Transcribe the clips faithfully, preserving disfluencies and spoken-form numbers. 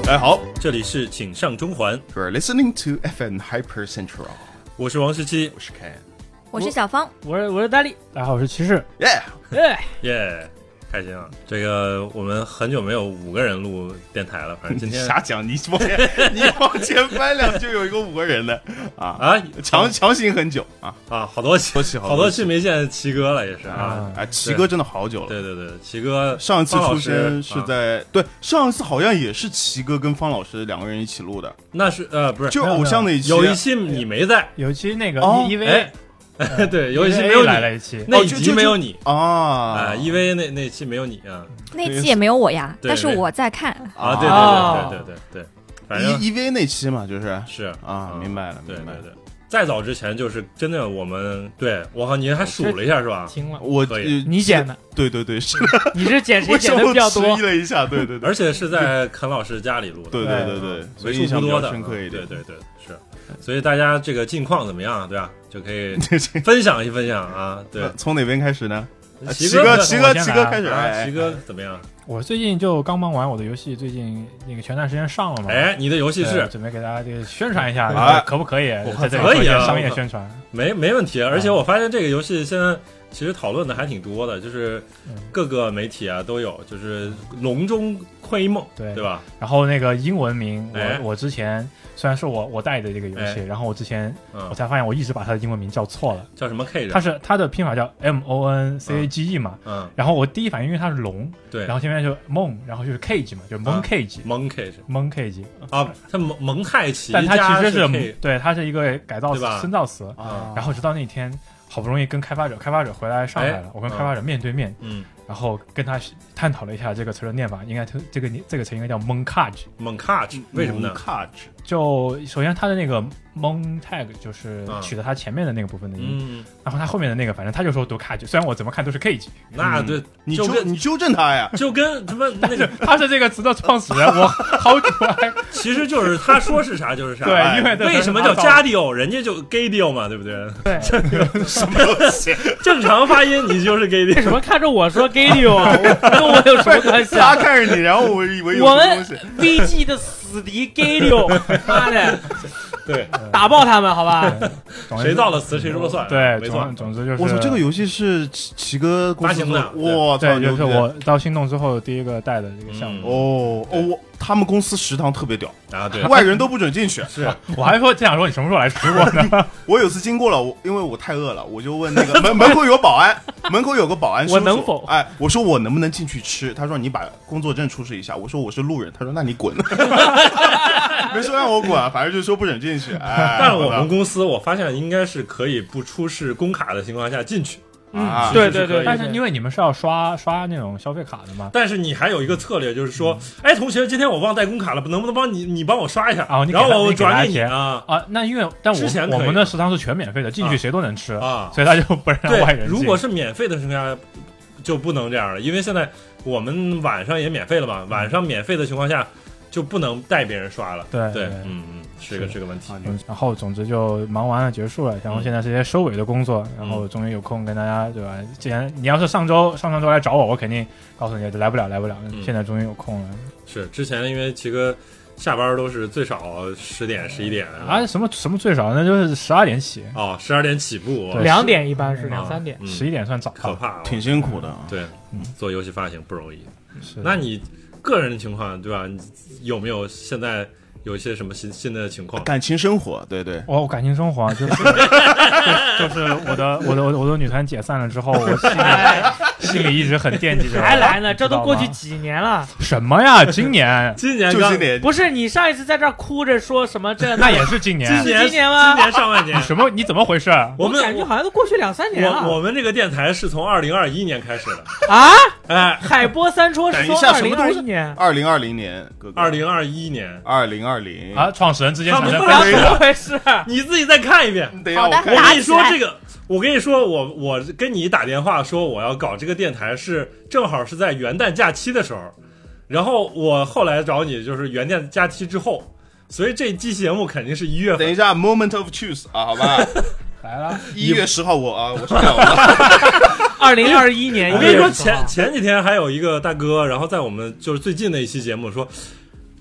大家好， 这里是请上中环 ，You're listening to F M Hyper Central。 我是王十七， 我是 Ken， 我是小芳， 我是我是大力，大家好，我是骑士。 耶耶耶，开心啊！这个我们很久没有五个人录电台了，反正今天瞎讲，你往前你往前翻两就有一个五个人的啊啊， 强强行很久啊啊，好多期多期好多期没见齐哥了，也是啊， 啊，齐哥真的好久了。 对对对，齐哥上一次出现是在、 啊、 对上一次好像也是齐哥跟方老师两个人一起录的， 那是呃不是就偶像那一期， 有一期你没在， 有一期那个 E V。 哎呃、对，有一期没有你来了一期， 那一集没有你啊啊 ，E V 那那期没有你啊， 那期也没有我呀， 对对但是我在看啊，对对对对对对对，反正 E V 那期嘛，就是是啊、嗯，明白了， 对明白了。 对对，再早之前就是真的，我们对我靠，你还数了一下是吧？ 听了， 我你剪的， 对对对，是你是剪谁剪的比较多？ 我迟疑了一下，对对对， 而且是在肯老师家里录的， 对对对对，所以为数不多的， 深刻一点， 对对对是。所以大家这个近况怎么样，对吧？就可以分享一分享啊。对， 从哪边开始呢？ 齐哥，齐哥，齐哥开始。 啊，齐哥怎么样？ 我最近就刚忙完我的游戏，最近那个前段时间上了嘛。 哎，你的游戏是准备给大家这个宣传一下， 啊、 可不可以？ 我可以啊， 商业宣传没没问题。而且我发现这个游戏现在其实讨论的还挺多的，就是各个媒体啊都有，就是笼中窥梦， 对对吧？ 然后那个英文名，我、 哎、 我之前虽然是我我带的这个游戏， 哎、 然后我之前、 嗯、 我才发现我一直把它的英文名叫错了， 叫什么 K 人？ 它是它的拼法叫 M O N C A G E 嘛， 嗯， 然后我第一反应因为它是龙， 对， 然后前面就梦，然后就是 Cage 嘛，就是蒙 Cage， 蒙 Cage， 蒙 Cage 啊，它蒙蒙太奇， 但它其实是 K, 对，它是一个改造词深造词、 啊， 然后直到那天。好不容易跟开发者，开发者回来上海了， 哎、 我跟开发者面对面， 嗯， 然后跟他探讨了一下这个词的念法，应该这个这个词应该叫 Moncage， Moncage， 为什么呢 ？Moncage 就首先它的那个 Mon tag 就是取的它前面的那个部分的音， 嗯， 然后它后面的那个反正他就说读 Cage， 虽然我怎么看都是 Cage， 那对， 嗯、你纠你纠正他呀， 就跟什么那个他是这个词的创始人，我好久还其实就是他说是啥就是啥， 对，因为为什么叫加 dio， 人家就 gay dio 嘛，对不对？ 对， 什么东西？ 正常发音你就是 gay dio， 为什么看着我说 gay dio 啊？跟我有什么关系啊？他看着你，然后我以为有什么东西。 我们 V G 的死敌 gay dio， 妈的， 对， 打爆他们，好吧？ 谁造了词谁说了算， 对， 没错。 总之就是， 我操，这个游戏是齐齐哥发行的， 哇， 对，就是我到心动之后第一个带的这个项目。 哦哦，我他们公司食堂特别屌啊，对， 外人都不准进去。 是， 我还说这样说，你什么时候来吃过呢？ 我有次经过了，我因为我太饿了，我就问那个门门口有保安，门口有个保安叔叔， 我能否？ 哎，我说我能不能进去吃？他说你把工作证出示一下。我说我是路人。他说那你滚。没说让我滚，反正就说不准进去。哎， 但我们公司我发现应该是可以不出示工卡的情况下进去。 嗯， 对对对， 但是因为你们是要刷刷那种消费卡的嘛， 但是你还有一个策略，就是说，哎，同学，今天我忘带工卡了，能不能帮你你帮我刷一下？ 啊， 然后我转给你啊啊。那因为但我我们的食堂是全免费的，进去谁都能吃啊， 所以他就不让外人进。 如果是免费的情况下，就不能这样了，因为现在我们晚上也免费了嘛，晚上免费的情况下就不能带别人刷了。 对对，嗯嗯。是个这个问题， 然后总之就忙完了结束了，然后现在是些收尾的工作，然后终于有空跟大家对吧？既然你要是上周上上周来找我，我肯定告诉你来不了来不了，现在终于有空了。 是之前因为齐哥下班都是最少十点十一点啊，什么什么最少那就是十二点起哦，十二点起步， 两点一般是两三点， 十一点算早， 可怕， 挺辛苦的。 对，做游戏发行不容易。 是， 那你个人的情况对吧？有没有现在？有一些什么新新的情况？ 感情生活，对对， 我、哦、感情生活就是就, 就是我的我的我的女团解散了之后，我心里心里一直很惦记着。 还来呢？这都过去几年了。 什么呀？今年？ 今年就今年？ 不是你上一次在这儿哭着说什么这？ 那也是今年？ 今年今年吗？ 今年上半年？ 你什么？你怎么回事？ 我们感觉好像都过去两三年了。 我我们这个电台是从二零二一年开始的啊！ 哎， 海波三戳是从二零二一年， 二零二零年，哥哥， 二零二一年， 二零二零啊，创始人之间产生分歧，怎么回事？ 你自己再看一遍。 好的， 我跟你说这个，我跟你说，我我跟你打电话说我要搞这个电台是正好是在元旦假期的时候，然后我后来找你就是元旦假期之后，所以这期节目肯定是一月份。 等一下 ，moment of truth 啊，好吧。 来了， 一月十号我啊，我知道了。 二零二一年， 我跟你说前前几天还有一个大哥，然后在我们就是最近的一期节目说，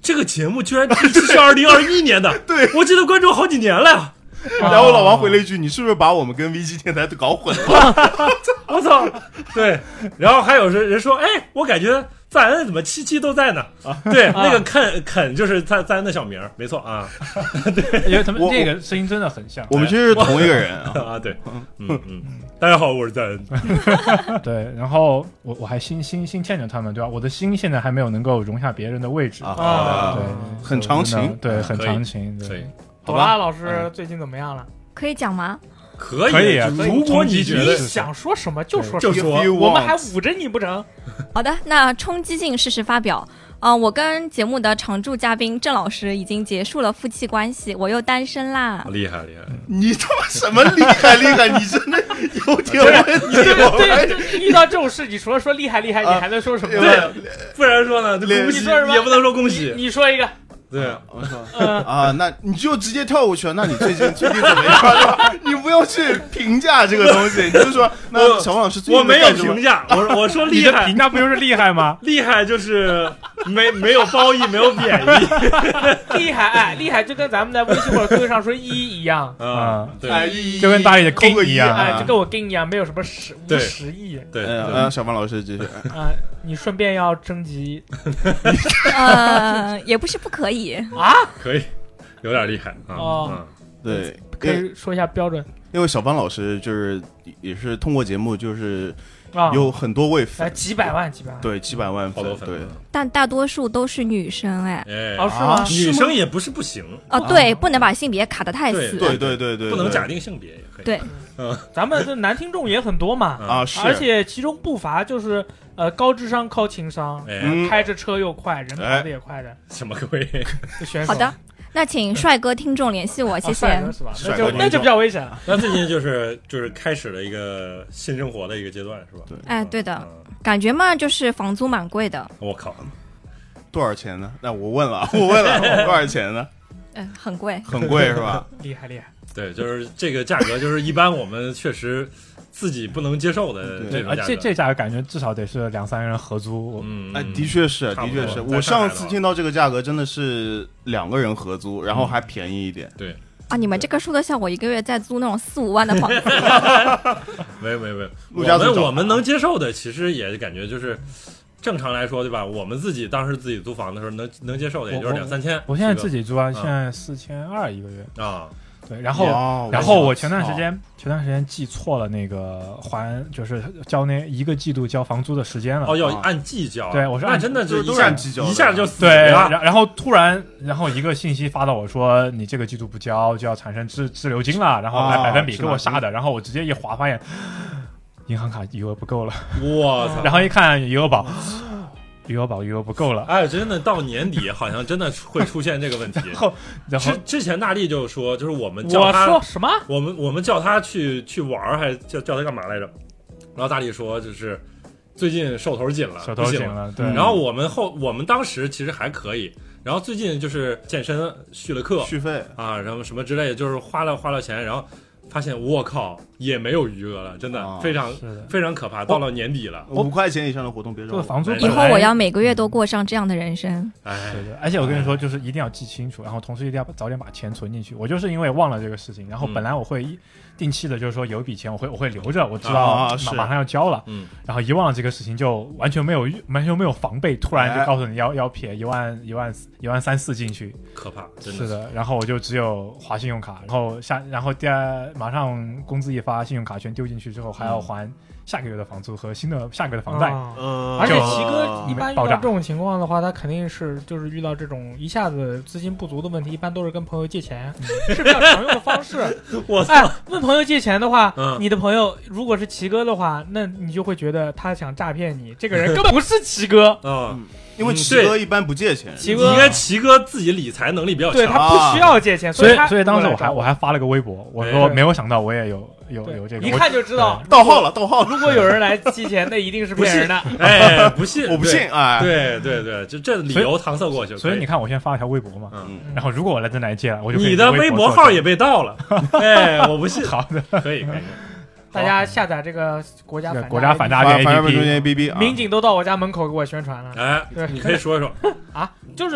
这个节目居然第一期是二零二一年的， 对我记得关注好几年了呀。 然后老王回了一句：“你是不是把我们跟 V G 电台都搞混了我操！对，然后还有人人说，哎，我感觉赞恩怎么七期都在呢？对， 啊那个肯肯就是赞赞恩的小名，没错啊。 因为他们我这个声音真的很像？”。 我们其实是同一个人啊。 啊，对，嗯嗯，大家好，我是赞恩。 对，然后我我还心心心欠着他们，对吧？我的心现在还没有能够容下别人的位置， 啊对， 很长情真的对，很可以长情， 可以对，， 朵拉老师最近怎么样了？ 可以讲吗？ 可以， 可以啊如果你觉你得是想说什么就说就什么， 说 If you 我们 want 还捂着你不成？ 好的，那冲击性事实发表。嗯、呃，我跟节目的常驻嘉宾郑老师已经结束了夫妻关系，我又单身啦。 厉害厉害， 你他妈什么厉害厉害？你真的有点问题。我对，就遇到这种事，你除了说厉害厉害，你还能说什么？ 对，不然说呢？ 连恭喜你说什么也不能说恭喜， 你说一个。 对， 我操嗯啊，那你就直接跳过去了。那你最近最近怎么样？是吧？你不要去评价这个东西，你就说那小王老师最近我没有在干什么评价，我我说你的厉害评价不就是厉害吗？ 厉害就是没没有褒义，没有贬义厉害，哎，厉害，就跟咱们在微信或者 Q Q 上说一一样， 啊，对哎一就跟大力的扣个 king 一样哎， 啊就跟我跟一样，没有什么实无对实意对呃， 对呃小王老师继续。 啊。你顺便要征集呃，也不是不可以。 啊？ 可以，有点厉害啊。 哦嗯对， 可因为以说一下标准因为小方老师就是也是通过节目就是啊？ 有很多位哎， 粉， 几百万，几百万。 对几百万好多粉，对粉丝， 但大多数都是女生，哎， 哎， 哦，是吗啊？ 女生也不是不行， 哦，对，不能把性别卡得太死。 对对对对， 不能对假定性别也可以。 对， 咱们这男听众也很多嘛， 啊，是， 而且其中不乏就是呃高智商靠情商， 哎， 嗯开着车又快，人跑得也快的什么鬼？ 这选手。 好的，那请帅哥听众联系我，谢啊，帅谢。 哥是吧？ 帅哥听众那就那就比较危险了。 那最近就是就是开始了一个新生活的一个阶段，是吧？ 对哎，对的， 嗯感觉嘛，就是房租蛮贵的， 我靠， 多少钱呢？那我问了，我问了，多少钱呢？ 嗯，很贵。 很贵是吧？ 厉害厉害。 对，就是这个价格，就是一般我们确实自己不能接受的这对啊， 种价格。 这这价格感觉至少得是两三个人合租， 嗯， 哎， 嗯的确是， 差不多的确是。 在我上海的话上次听到这个价格真的是两个人合租，然后还便宜一点。 对， 啊，你们这个说的像我一个月在租那种四五万的房子。 没有没有没有， 陆家嘴找我们我们能接受的，其实也感觉就是正常来说，对吧？我们自己当时自己租房的时候，能能接受的也就是我两三千。 我现在自己己租啊， 嗯现在四千二一个月。 啊， 对，然后哇然后我前段时间前段时间记错了那个还就是交那一个季度交房租的时间了。 哦，要啊按季交啊。 对我是按那真的就是都是一下按季交的一下就死对， 了。 然然后突然，然后一个信息发到我说，你这个季度不交就要产生滞滞留金了，然后来啊百分比是吧给我杀的，然后我直接一划发现，银行卡余额不够了， 我操！ 然后一看余额宝，余额宝余额不够了， 哎，真的到年底好像真的会出现这个问题。 后然后之之前大力就说，就是我们叫我他， 说什么？ 我们我们叫他去去玩儿，还叫叫他干嘛来着？然后大力说，就是最近手头紧了， 手头不行紧了，对， 嗯然后我们后我们当时其实还可以，然后最近就是健身续了课续费， 啊，然后什么之类的，就是花了花了钱，然后发现我靠也没有余额了，真的、 啊非常是的， 非常可怕。到了年底了， 五块钱以上的活动别找我。 这个房租哎以本来后我要每个月都过上这样的人生。 哎对，对，而且我跟你说，就是一定要记清楚，然后同时一定要早点把钱存进去。我就是因为忘了这个事情，然后嗯本来我会一定期的，就是说有一笔钱我会我会留着，我知道马啊是马上要交了， 嗯， 然后一忘了这个事情就完全没有完全没有防备，突然就告诉你要要撇一万一万一万三四进去， 可怕，真是的，然后我就只有划信用卡，然后下然后第二马上工资一发，信用卡全丢进去之后还要还下个月的房租和新的下个月的房贷。 啊呃， 而且就奇哥一般遇爆炸到这种情况的话，他肯定是就是遇到这种一下子资金不足的问题，一般都是跟朋友借钱，是比较常用的方式。 我操！ 哎，问朋友借钱的话， 嗯你的朋友如果是奇哥的话，那你就会觉得他想诈骗你，这个人根本不是奇哥。 啊， 因为嗯奇哥一般不借钱， 奇哥应该齐哥自己理财能力比较强。 对他不需要借钱， 所以以他所以当时我还来找我还发了个微博，我说对没有想到我也有有对有这个， 一我看就知道盗号了，盗号了， 如果有人来寄钱，那一定是骗人的。 哎，不信， 我不信，哎， 对。对对对，就这理由搪塞过去。 所以你看， 看我现在发了条微博嘛， 嗯， 然后如果我来真来借了，我就可以你的微博号也被盗了。哎，我不信。 好的， 可以可以。 大家下载这个国家这个反国家反诈反骗反诈骗中 A P P， 间 A P P， 民警都到我家门口给我宣传了哎对， 你可以说一说。 啊！就是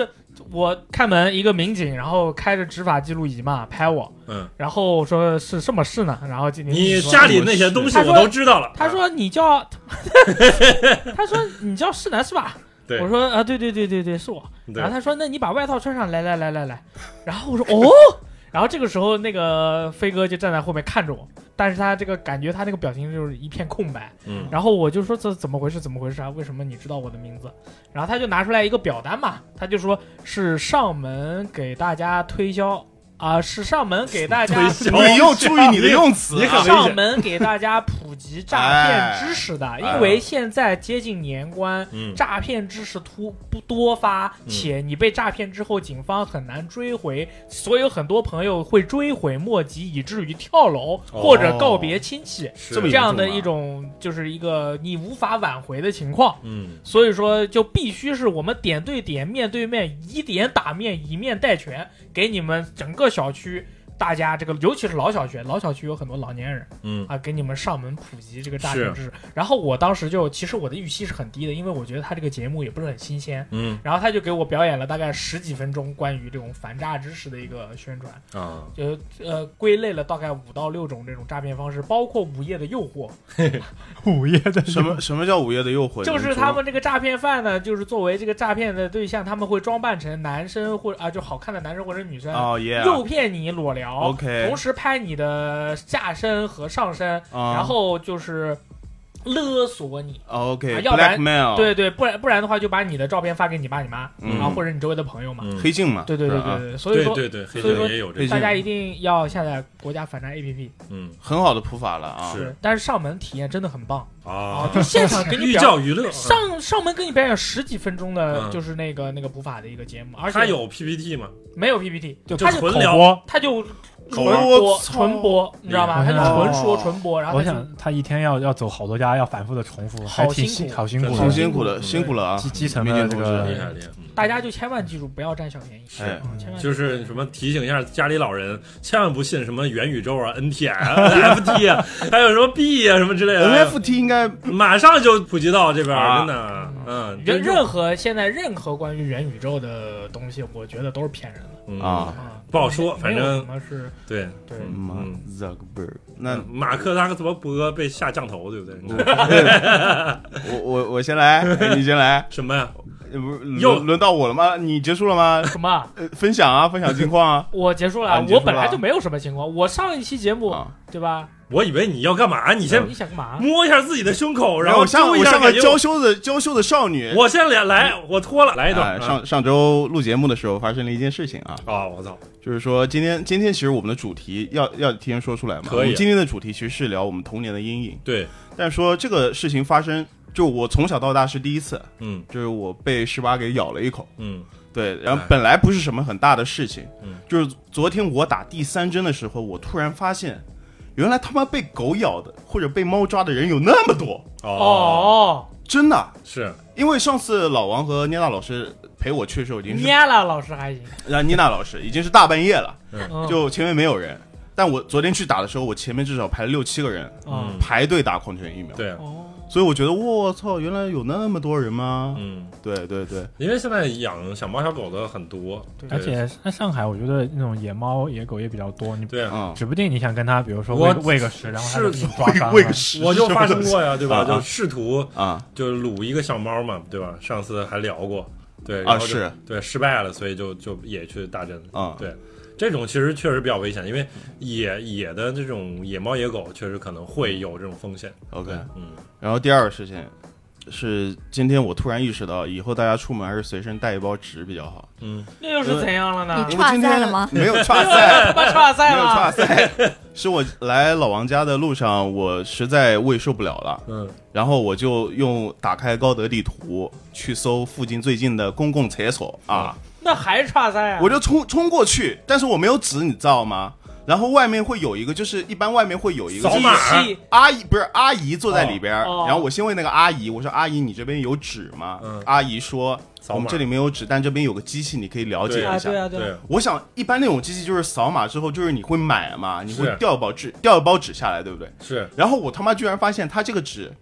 我开门一个民警，然后开着执法记录仪嘛拍我， 嗯， 然后说是什么事呢？然后今天你家里那些东西我都知道了。 他说你叫，他说你叫世南是吧？ 对， 我说啊，对对对对对，是我。 对然后他说那你把外套穿上来，来来来来。然后我说哦。然后这个时候，那个飞哥就站在后面看着我，但是他这个感觉他那个表情就是一片空白。 嗯， 然后我就说这怎么回事？怎么回事啊？为什么你知道我的名字？然后他就拿出来一个表单嘛，他就说是上门给大家推销啊、呃，是上门给大家你又注意你的用词、啊， 你很危险上门给大家普及诈骗知识的， 哎、 因为现在接近年关， 嗯、 诈骗知识突不多发， 嗯、 且你被诈骗之后，警方很难追回，所以有很多朋友会追悔莫及，以至于跳楼、 哦、 或者告别亲戚， 这么这样的一种就是一个你无法挽回的情况。 嗯， 所以说就必须是我们点对点、面对面，以点打面，以面带拳，给你们整个小区大家这个，尤其是老小学，老小区有很多老年人， 嗯啊，给你们上门普及这个诈骗知识。然后我当时就，其实我的预期是很低的，因为我觉得他这个节目也不是很新鲜， 嗯， 然后他就给我表演了大概十几分钟关于这种反诈知识的一个宣传啊， 就呃归类了大概五到六种这种诈骗方式，包括午夜的诱惑。 午夜的什么什么叫午夜的诱惑？ 就是他们这个诈骗犯呢，就是作为这个诈骗的对象，他们会装扮成男生或啊就好看的男生或者女生， 哦耶， 诱骗你裸聊。 OK， 同时拍你的下身和上身， 嗯、 然后就是勒索你。 OK， 啊、要不然 blackmail， 对对，不然不然的话就把你的照片发给你爸你妈， 嗯、 然后或者你周围的朋友嘛， 嗯、 黑镜嘛， 对对对对对，所以说对对对，黑镜也有这个， 大家一定要下载国家反诈 A P P， 嗯， 很好的普法了啊。 是，但是上门体验真的很棒啊， 就现场给你寓教于乐， 上上门给你表演十几分钟的，就是那个那个普法的一个节目，而且他有 P P T 吗？ 没有 P P T， 就纯聊， 他就。纯播，纯播，你知道吗？他就纯说纯播，然后我想他一天要要走好多家，要反复的重复， 好辛苦，好辛苦， 好辛苦的，辛苦了啊！ 基基层的这个厉害厉害， 大家就千万记住，不要占小便宜。 是， 千万就是什么提醒一下家里老人，千万不信什么元宇宙啊、N T N F T 啊，还有什么币啊什么之类的。 N F T 应该马上就普及到这边，真的，嗯， 任任何现在任何关于元宇宙的东西，我觉得都是骗人的啊。 不好说，反正什么是对对， 嗯 Zuckerberg， 那马克扎克伯被下降头，对不对？ 我我我先来，你先来， 什么呀？ 不是轮轮到我了吗？你结束了吗？ 什么？ 呃，分享啊，分享近况啊。 我结束了， 啊、 我本来就没有什么情况。我上一期节目， 啊、 对吧？ 我以为你要干嘛？你先你想干嘛？ 摸一下自己的胸口，然后我像我像个娇羞的娇羞的少女。 我先来来，我脱了，来一段。 哎、上上周录节目的时候发生了一件事情啊。 啊、哦，我操！ 就是说今天今天其实我们的主题要要提前说出来嘛。 可以、啊。 我们今天的主题其实是聊我们童年的阴影。 对。 但是说这个事情发生，就我从小到大是第一次。 嗯。 就是我被十八给咬了一口。 嗯。 对，然后本来不是什么很大的事情。 嗯。 就是昨天我打第三针的时候，我突然发现。原来他妈被狗咬的或者被猫抓的人有那么多哦， 真的是因为上次老王和妮娜老师陪我去的时候已经是妮娜老师还行， 然后妮娜老师已经是大半夜了， 嗯、 就前面没有人，但我昨天去打的时候，我前面至少排了六七个人， 嗯、 排队打狂犬疫苗。 对， 哦， 所以我觉得我操，原来有那么多人吗？ 嗯， 对对对， 因为现在养小猫小狗的很多， 而且在上海，我觉得那种野猫野狗也比较多。你对啊， 指不定你想跟它，比如说喂喂个食，然后它就给你抓伤了。 喂个食， 我就发生过呀，对吧？ 啊、 就试图啊， 就撸一个小猫嘛，对吧？上次还聊过，对啊是， 对失败了，所以就就也去打针啊， 对。这种其实确实比较危险，因为野野的这种野猫野狗确实可能会有这种风险。 OK， 嗯。 然后第二个事情是，今天我突然意识到，以后大家出门还是随身带一包纸比较好。 嗯， 那又是怎样了呢？ 你岔赛了吗？ 没有岔赛， 没有岔赛了， 没有岔赛。是我来老王家的路上，我实在胃受不了了。 嗯， 然后我就用打开高德地图去搜附近最近的公共厕所啊。 那还是岔赛啊！ 我就冲冲过去，但是我没有纸，你知道吗？然后外面会有一个，就是一般外面会有一个扫码阿姨，不是阿姨坐在里边、 哦、 然后我先问那个阿姨，我说阿姨你这边有纸吗？ 嗯、 阿姨说我们这里没有纸，但这边有个机器你可以了解一下。 对啊对啊对啊。 我想一般那种机器就是扫码之后就是你会买嘛，你会掉一包纸掉一包纸下来，对不对？ 是。 然后我他妈居然发现他这个纸。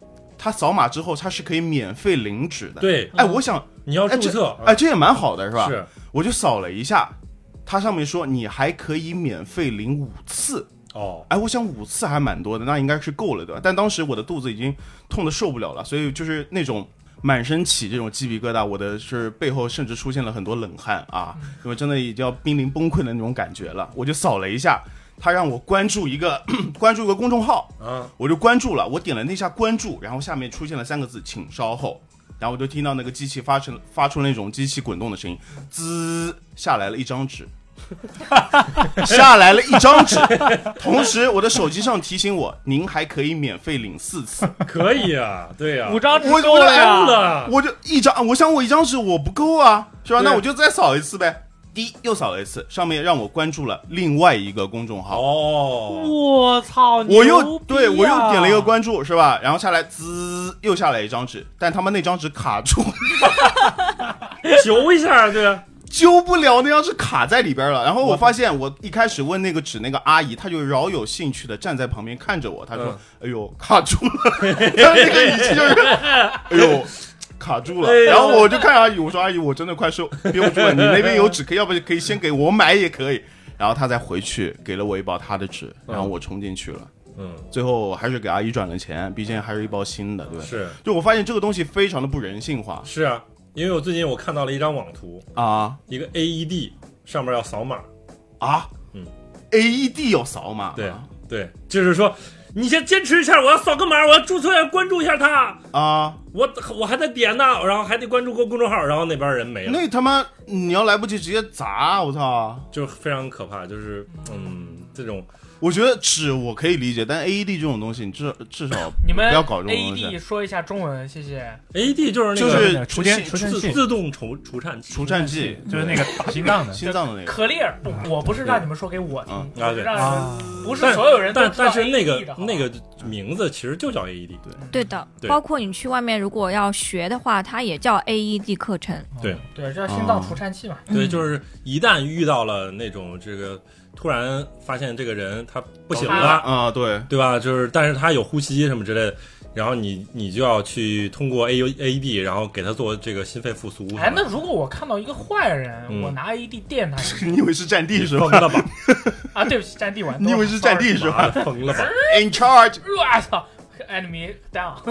它扫码之后它是可以免费领纸的。 对， 哎，我想你要注册， 哎，这也蛮好的，是吧？ 是， 我就扫了一下，它上面说你还可以免费领五次。 哦， 哎，我想五次还蛮多的，那应该是够了，对吧？但当时我的肚子已经痛得受不了了，所以就是那种满身起这种鸡皮疙瘩，我的是背后甚至出现了很多冷汗啊，因为真的已经要濒临崩溃的那种感觉了。我就扫了一下，他让我关注一个关注一个公众号， 啊， 我就关注了，我点了那下关注，然后下面出现了三个字，请稍后。然后我就听到那个机器发成发出那种机器滚动的声音，滋，下来了一张纸。下来了一张纸，同时我的手机上提醒我，您还可以免费领四次。 可以啊，对呀、啊， 五张纸我够了呀， 了， 我就一张，我想我一张纸我不够啊，是吧？ 对那我就再扫一次呗。第一又扫了一次，上面让我关注了另外一个公众号。 哦， 我操！ 我又牛逼啊对我又点了一个关注，是吧？然后下来滋，又下来一张纸，但他们那张纸卡住， 揪一下，对。 揪不了，那张纸卡在里边了。然后我发现，我一开始问那个纸那个阿姨，她就饶有兴趣的站在旁边看着我，她说：“嗯、哎呦，卡住了。”她那个语气就是：“哎呦，卡住了。哎”然后我就看阿姨，我说：“阿姨，我真的快受憋不住了，你那边有纸可以，要不可以先给我买也可以。”然后她再回去给了我一包她的纸，然后我冲进去了。嗯，最后还是给阿姨转了钱，毕竟还是一包新的，对吧？ 是。 就我发现这个东西非常的不人性化。 是啊。因为我最近我看到了一张网图啊， 一个 A E D 上面要扫码啊，嗯 ，A E D 要扫码， 对对，就是说你先坚持一下，我要扫个码，我要注册要关注一下他啊，我我还在点呢，然后还得关注个公众号，然后那边人没了， 那他妈你要来不及直接砸，我操， 就非常可怕，就是嗯这种。 我觉得纸我可以理解，但 A E D 这种东西，你至至少你们不要搞这种东西。 A E D 说一下中文，谢谢。 A E D 就是那个就是除电除自自动除除颤器， 除颤器就是那个打心脏的， 心脏的那个。 可丽尔，我不是让你们说给我听， 啊对啊，不是所有人都知道 A E D 的。 但但是那个那个名字其实就叫 A E D， 对对的，包括你去外面如果要学的话，它也叫 A E D 课程。 对对，叫心脏除颤器嘛。 对，就是一旦遇到了那种这个。突然发现这个人他不行了啊，对对吧？就是但是他有呼吸什么之类的，然后你你就要去通过 A U A E D， 然后给他做这个心肺复苏。 哎，那如果我看到一个坏人，嗯、我拿 A E D 电他， 你以为是战地是吧？ 疯了吧？ 啊，对不起，战地玩。 你以为是战地是吧？ 疯了吧 ？In charge！ 我操 ，enemy down 。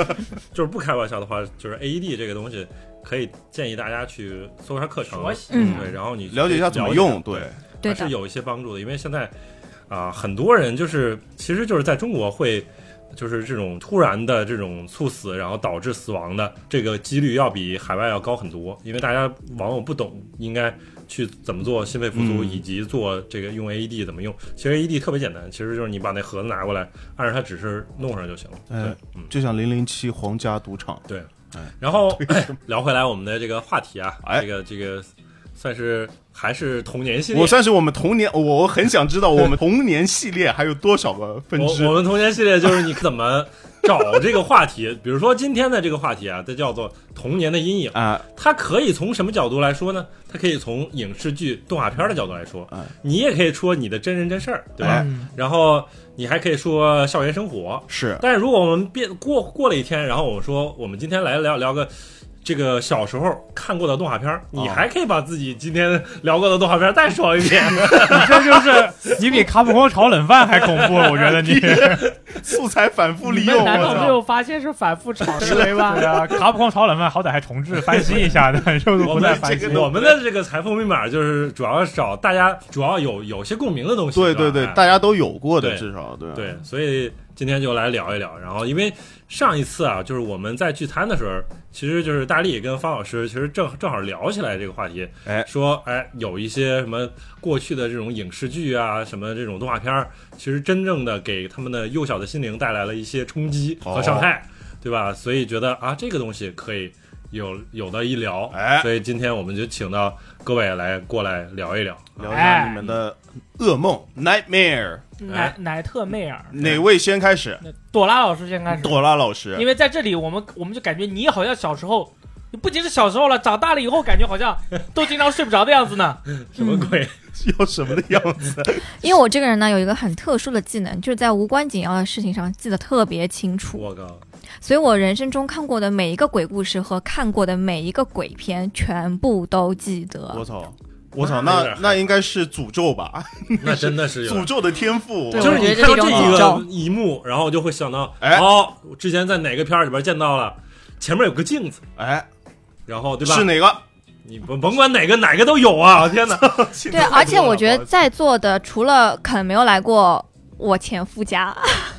就是不开玩笑的话，就是 A E D 这个东西，可以建议大家去搜一下课程， 嗯， 对，然后你了解一下怎么用，对。 还是有一些帮助的，因为现在啊、呃，很多人就是其实就是在中国会就是这种突然的这种猝死，然后导致死亡的这个几率要比海外要高很多，因为大家往往不懂应该去怎么做心肺复苏，嗯、以及做这个用 A E D 怎么用。其实 A E D 特别简单，其实就是你把那盒子拿过来，按照它指示弄上就行了。 哎、 对， 嗯，就像零零七皇家赌场。 对，哎、然后、哎、聊回来我们的这个话题啊，哎、这个这个。算是还是童年系列， 我算是我们童年，我很想知道我们童年系列还有多少个分支。 我, 我们童年系列就是你怎么找这个话题，比如说今天的这个话题啊，这叫做童年的阴影啊。它可以从什么角度来说呢？它可以从影视剧、动画片的角度来说，啊、你也可以说你的真人真事儿，对吧？嗯、然后你还可以说校园生活， 是。 但是如果我们变过过了一天，然后我们说我们今天来聊聊个。这个小时候看过的动画片，你还可以把自己今天聊过的动画片再说一遍。 你这就是你比卡普空炒冷饭还恐怖，我觉得你素材反复利用。 难道没有发现是反复炒思维吗？ 对啊，卡普空炒冷饭好歹还重置翻新一下的，就是不再翻新。 我们的这个财富密码就是主要找大家主要有有些共鸣的东西。 对对对，大家都有过的，至少对对，所以今天就来聊一聊。然后因为上一次啊，就是我们在聚餐的时候，其实就是大力跟方老师其实正正好聊起来这个话题，哎，说哎有一些什么过去的这种影视剧啊，什么这种动画片，其实真正的给他们的幼小的心灵带来了一些冲击和伤害，哦、对吧？所以觉得啊，这个东西可以有有的一聊，哎，所以今天我们就请到各位来过来聊一聊， 聊一下你们的噩梦 nightmare。 乃乃特妹尔， 哪位先开始？ 朵拉老师先开始。 朵拉老师， 因为在这里，我们我们就感觉你好像小时候，你不仅是小时候了，长大了以后，感觉好像都经常睡不着的样子呢。 什么鬼？ 有什么的样子？ 因为我这个人呢，有一个很特殊的技能，就是在无关紧要的事情上记得特别清楚。 我靠！ 所以我人生中看过的每一个鬼故事和看过的每一个鬼片，全部都记得。 我操！我操，那那应该是诅咒吧？ 那真的是诅咒的天赋。 就是你看到这一个一幕，然后就会想到，哎，哦，我之前在哪个片里边见到了，前面有个镜子， 哎， 然后对吧？ 是哪个？ 你甭甭管哪个，哪个都有啊！天哪！ 对，而且我觉得在座的除了肯没有来过我前夫家。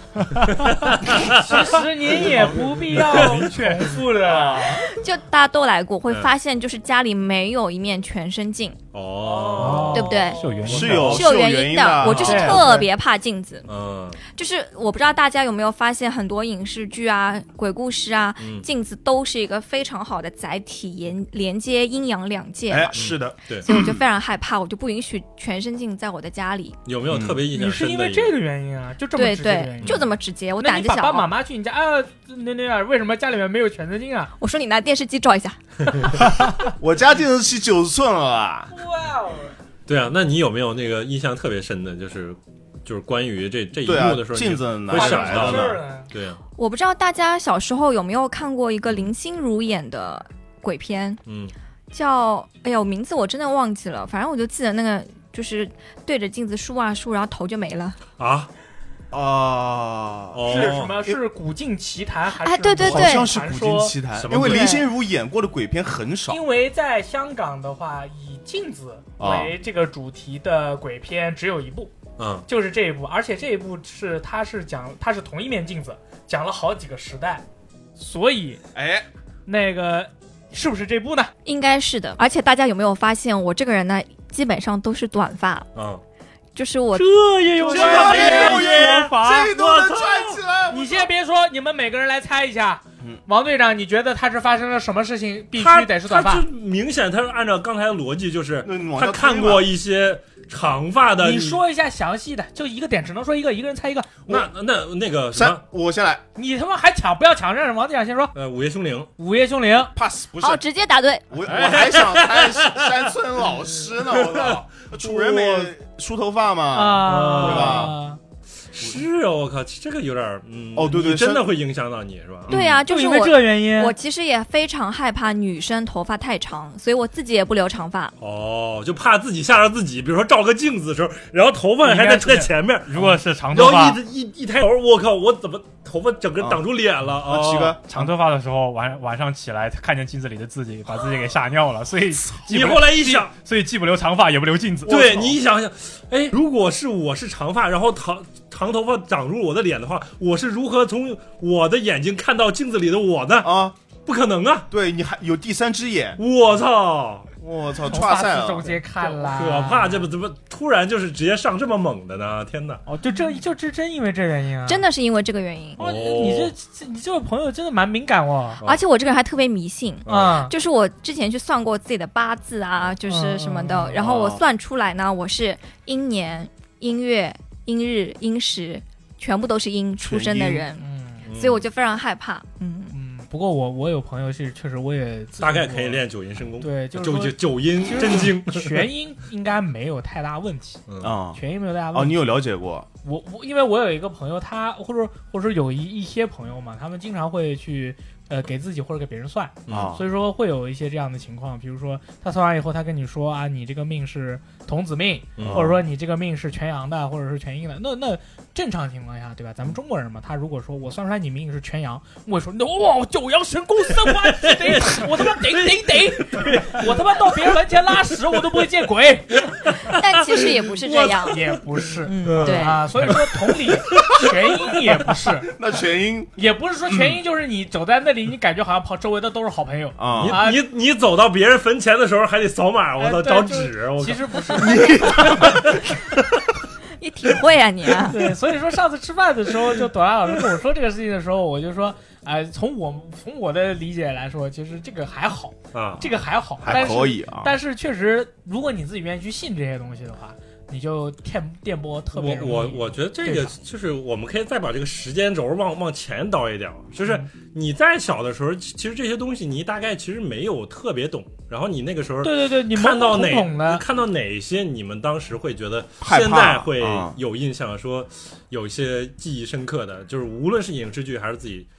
其实您也不必要重复的， 就大家都来过，会发现就是家里没有一面全身镜哦， 对不对？ 是有原因， 是有是有原因的。 我就是特别怕镜子， 嗯， 就是我不知道大家有没有发现，很多影视剧啊、鬼故事啊， 嗯、 镜子都是一个非常好的载体，连连接阴阳两界。 哎，是的， 对， 所以我就非常害怕，我就不允许全身镜在我的家里。 有没有特别印象深的？ 你是因为这个原因啊？就这么直接的原因？ 对对，就这么直接。我胆子小。 那你爸爸妈妈去你家啊，那那为什么家里面没有全身镜啊？ 我说你拿电视机照一下。 我家电视机九寸了吧？ 哇哦！ 对啊，那你有没有那个印象特别深的，就是就是关于这这一幕的时候， 镜子会想到的？ 对啊， 我不知道大家小时候有没有看过一个林心如演的鬼片， 嗯， 叫哎呀，我名字我真的忘记了，反正我就记得那个就是对着镜子梳啊梳，然后头就没了啊。 啊、 呃，是什么？是古镜奇谭还是？ 哎，对对对， 好像是古镜奇谭。因为林心如演过的鬼片很少。 因为在香港的话，以镜子为这个主题的鬼片只有一部， 嗯， 就是这一部，而且这一部是它是讲它是同一面镜子，讲了好几个时代，所以哎， 那个是不是这部呢？ 应该是的。而且大家有没有发现，我这个人呢，基本上都是短发， 嗯。 就是我， 这也有这也有说法， 这都能串起来。 你先别说，你们每个人来猜一下。嗯、王队长，你觉得他是发生了什么事情？必须得是短发。 他就明显，他是按照刚才的逻辑，就是他看过一些长发的。 你说一下详细的，就一个点，只能说一个，一个人猜一个。 那那那个三，我先来。 你他妈还抢？不要抢！让王队长先说。 呃，午夜凶铃。 午夜凶铃 pass 不是。 好，直接答对。 我我还想猜山村老师呢，我操！楚人美梳头发嘛， 啊， 对吧？ 是啊，我靠，这个有点，嗯， 哦，对对， 真的会影响到你是吧？ 对呀、啊，就是因为这个原因。 我其实也非常害怕女生头发太长，所以我自己也不留长发。 哦，就怕自己吓着自己，比如说照个镜子的时候，然后头发还在在前面， 如果是长头发， 然后一一一抬头，我靠，我怎么头发整个挡住脸了？啊， 七哥， 长头发的时候晚晚上起来看见镜子里的自己，把自己给吓尿了，所以你后来一想， 所以既不留长发也不留镜子。 对你一想想，哎，如果是我是长发，然后长长头发挡住我的脸的话，我是如何从我的眼睛看到镜子里的我呢？ 啊， 不可能啊！ 对，你还有第三只眼， 我操！ 我操，差赛了， 中间看啦， 可怕！这不怎么突然就是直接上这么猛的呢？天哪！ 哦，就这就这真因为这原因啊？ 真的是因为这个原因。 哦，你这你这位朋友真的蛮敏感哦。 而且我这个人还特别迷信啊、嗯， 就是我之前去算过自己的八字啊，就是什么的，嗯、然后我算出来呢，我是阴年、阴月、阴日、阴时，全部都是阴出生的人，嗯，所以我就非常害怕，嗯。 不过我我有朋友是确实我也大概可以练九阴神功， 对，就是九九阴真经， 全阴应该没有太大问题啊， 全阴没有太大问题。 哦，你有了解过？ 我我因为我有一个朋友，他或者或者说有一一些朋友嘛，他们经常会去呃给自己或者给别人算啊， 所以说会有一些这样的情况，比如说他算完以后，他跟你说啊，你这个命是童子命， 嗯、 或者说你这个命是全阳的，或者是全阴的，那那正常情况下，对吧？咱们中国人嘛，他如果说我算出来你命是全阳，我说哇，九阳神功三花之得，我他妈得得得，我他妈到别人门前拉屎我都不会见鬼。 但其实也不是这样， 也不是， 嗯，对啊，所以说同理，全阴也不是， 那全阴也不是说全阴就是你走在那里，你感觉好像跑周围的都是好朋友啊， 你你你走到别人坟前的时候还得扫码，我操，找纸， 其实不是。 你挺会啊你啊！ 对，所以说上次吃饭的时候，就朵拉老师跟我说这个事情的时候，我就说，哎、呃，从我从我的理解来说，其实这个还好啊， 这个还好， 还可以啊。 但是确实，如果你自己愿意去信这些东西的话，你就电电波特别容易。 我我我觉得这个就是我们可以再把这个时间轴往往前倒一点，就是你在小的时候，其实这些东西你大概其实没有特别懂，然后你那个时候对对对，你看到哪你看到哪些你们当时会觉得现在会有印象，说有一些记忆深刻的，就是无论是影视剧还是自己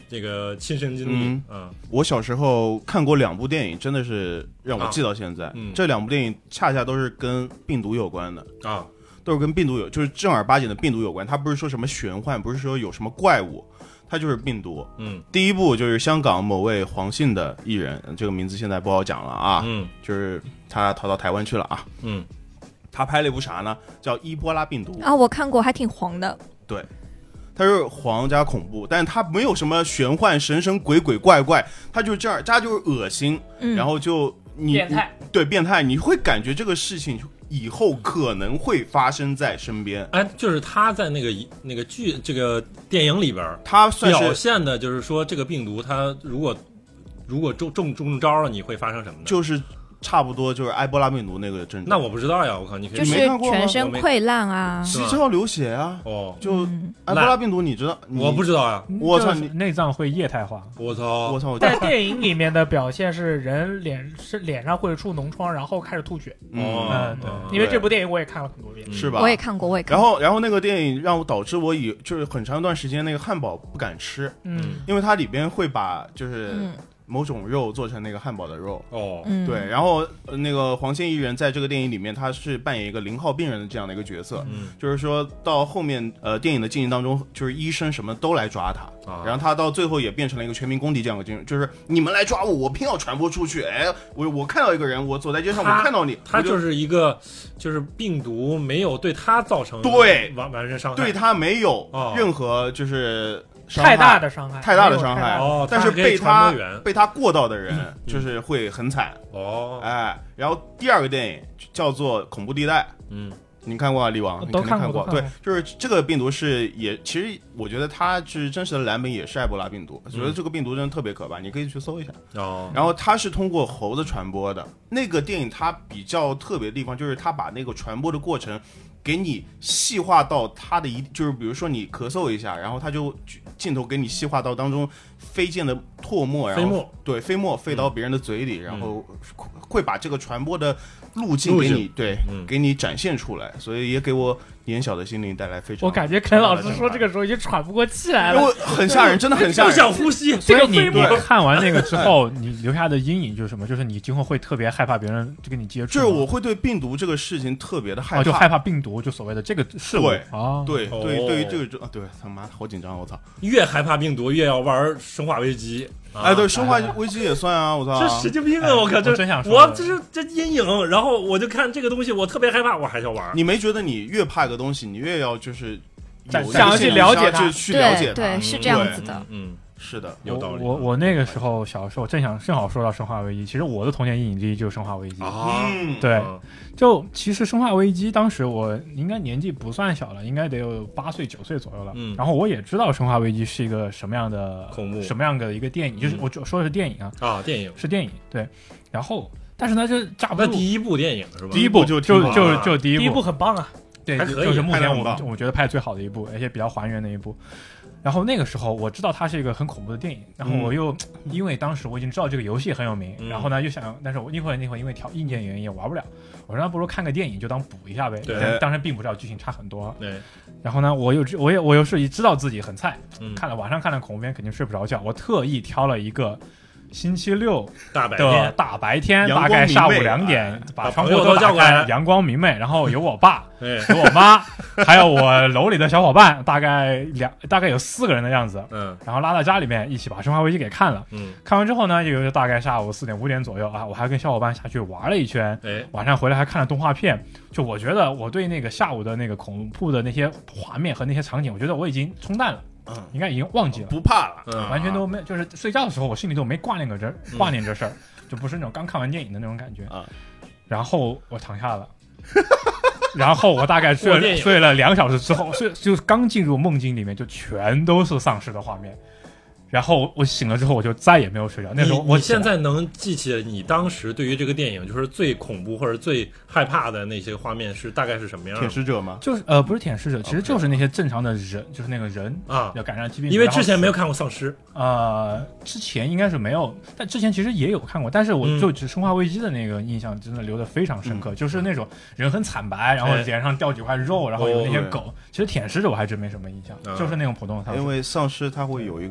这个亲身经历。 嗯嗯， 我小时候看过两部电影，真的是让我记到现在。 啊嗯、 这两部电影恰恰都是跟病毒有关的啊， 都是跟病毒有，就是正儿八经的病毒有关。它不是说什么玄幻，不是说有什么怪物。它就是病毒。 嗯， 第一部就是香港某位黄姓的艺人，这个名字现在不好讲了啊。 嗯， 就是他逃到台湾去了啊。 嗯， 他拍了一部啥呢？叫《伊波拉病毒》 啊，我看过，还挺黄的。 对，它是黄加恐怖，但是它没有什么玄幻、神神鬼鬼怪怪，它就是这样，它就是恶心， 嗯、 然后就你变态， 对变态，你会感觉这个事情以后可能会发生在身边。 哎，就是他在那个那个剧这个电影里边， 他算是表现的就是说这个病毒，它如果如果中中中招了，你会发生什么呢？ 就是差不多就是埃博拉病毒那个症状。 那我不知道呀，我靠，你可以就是全身溃烂啊， 七窍流血啊。 哦， 就埃博拉病毒，你知道？ 我不知道呀。 我操，你内脏会液态化。 我操， 我操！ 在电影里面的表现是人脸是脸上会出脓疮，然后开始吐血。 哦， 嗯，对，因为这部电影我也看了很多遍， 是吧？ 我也看过，我也看过。然后，然后那个电影让我导致我以就是很长一段时间那个汉堡不敢吃， 嗯， 因为它里边会把就是某种肉做成那个汉堡的肉。 哦， 对。然后、呃、那个黄姓艺人在这个电影里面，他是扮演一个零号病人的这样的一个角色， 嗯， 就是说到后面呃电影的进行当中，就是医生什么都来抓他。 啊、 然后他到最后也变成了一个全民公敌这样的精神，就是你们来抓我，我偏要传播出去。哎，我我看到一个人，我走在街上，我看到你， 他就是一个，就是病毒没有对他造成对完完全伤害， 对他没有任何就是伤害太大的伤害， 太大的伤害。 哦， 但是被他他被他过到的人，就是会很惨。 哦， 哎，然后第二个电影叫做《恐怖地带》， 嗯。 你看过啊，力王？你都看过， 对，就是这个病毒是也，其实我觉得它是真实的蓝本，也是埃博拉病毒。我觉得这个病毒真的特别可怕，你可以去搜一下。 哦。 然后它是通过猴子传播的。那个电影它比较特别的地方，就是它把那个传播的过程给你细化到它的一，就是比如说你咳嗽一下，然后它就镜头给你细化到当中飞溅的唾沫，然后飞沫对飞沫飞到别人的嘴里，嗯、然后会把这个传播的路径给你对、嗯、给你展现出来，所以也给我年小的心灵带来非常。 我感觉肯老师说这个时候已经喘不过气来了， 很吓人，真的很吓人， 不想呼吸。 所以你你看完那个之后，你留下的阴影就是什么？就是你今后会特别害怕别人就跟你接触。 就是我会对病毒这个事情特别的害怕， 哦、就害怕病毒，就所谓的这个事物。 对啊、 哦，对对对，对于这个哦、 对他妈好紧张，我操！ 越害怕病毒，越要玩生化危机。啊、 哎，对，生化危机也算啊！我操， 这神经病啊！我靠，这我真想说， 我这是这阴影，然后我就看这个东西，我特别害怕，我还是要玩。 你没觉得你越怕一个东西，你越要就是想要去了解它， 去了解它， 对，对，是这样子的。 嗯， 是的， 有道理。 我我那个时候小时候正想正好说到生化危机，其实我的童年阴影之一就是生化危机啊。 对，就其实生化危机当时我应该年纪不算小了，应该得有八岁九岁左右了。 嗯， 然后我也知道生化危机是一个什么样的恐怖， 什么样的一个电影，就是我说的是电影啊啊，电影是电影对。然后但是呢，就架不住。 那第一部电影是吧？ 第一部就就就就第一部， 第一部很棒啊。 对，就是目前我我觉得拍最好的一部，而且比较还原的一部。然后那个时候我知道它是一个很恐怖的电影，然后我又、嗯、因为当时我已经知道这个游戏很有名，嗯、然后呢又想，但是我一会儿那会儿因为条硬件原因也玩不了，我说那不如看个电影就当补一下呗。 对， 当然并不知道剧情差很多。 对。 然后呢，我又我也我又是知道自己很菜， 嗯、 看了晚上看了恐怖片肯定睡不着觉，我特意挑了一个。星期六大白天，大白天，大概下午两点， 哎、 把窗户都打开，阳光明媚，然后有我爸，有我妈，还有我楼里的小伙伴，大概两，大概有四个人的样子， 嗯， 然后拉到家里面一起把《生化危机》给看了， 嗯， 看完之后呢，就大概下午四点五点左右啊，我还跟小伙伴下去玩了一圈， 哎， 晚上回来还看了动画片，就我觉得我对那个下午的那个恐怖的那些画面和那些场景，我觉得我已经冲淡了。嗯，应该已经忘记了， 不怕了， 嗯、 完全都没，就是睡觉的时候，我心里都没挂念个这挂念这事儿，嗯、就不是那种刚看完电影的那种感觉啊。 然后我躺下了，然后我大概睡了睡了两小时之后，睡就刚进入梦境里面，就全都是丧尸的画面。然后我醒了之后，我就再也没有睡着。那时候我你现在能记起你当时对于这个电影就是最恐怖或者最害怕的那些画面是大概是什么样的？ 舔食者吗？ 就是呃，不是舔食者，其实就是那些正常的人，就是那个人啊， 要感染疾病。 因为之前没有看过丧尸， 呃，之前应该是没有，但之前其实也有看过，但是我就只生化危机的那个印象真的留得非常深刻， 嗯、 就是那种人很惨白，然后脸上掉几块肉，然后有那些狗。其实舔食者我还真没什么印象， 嗯、 就是那种普通的丧尸。 因为丧尸它会有一个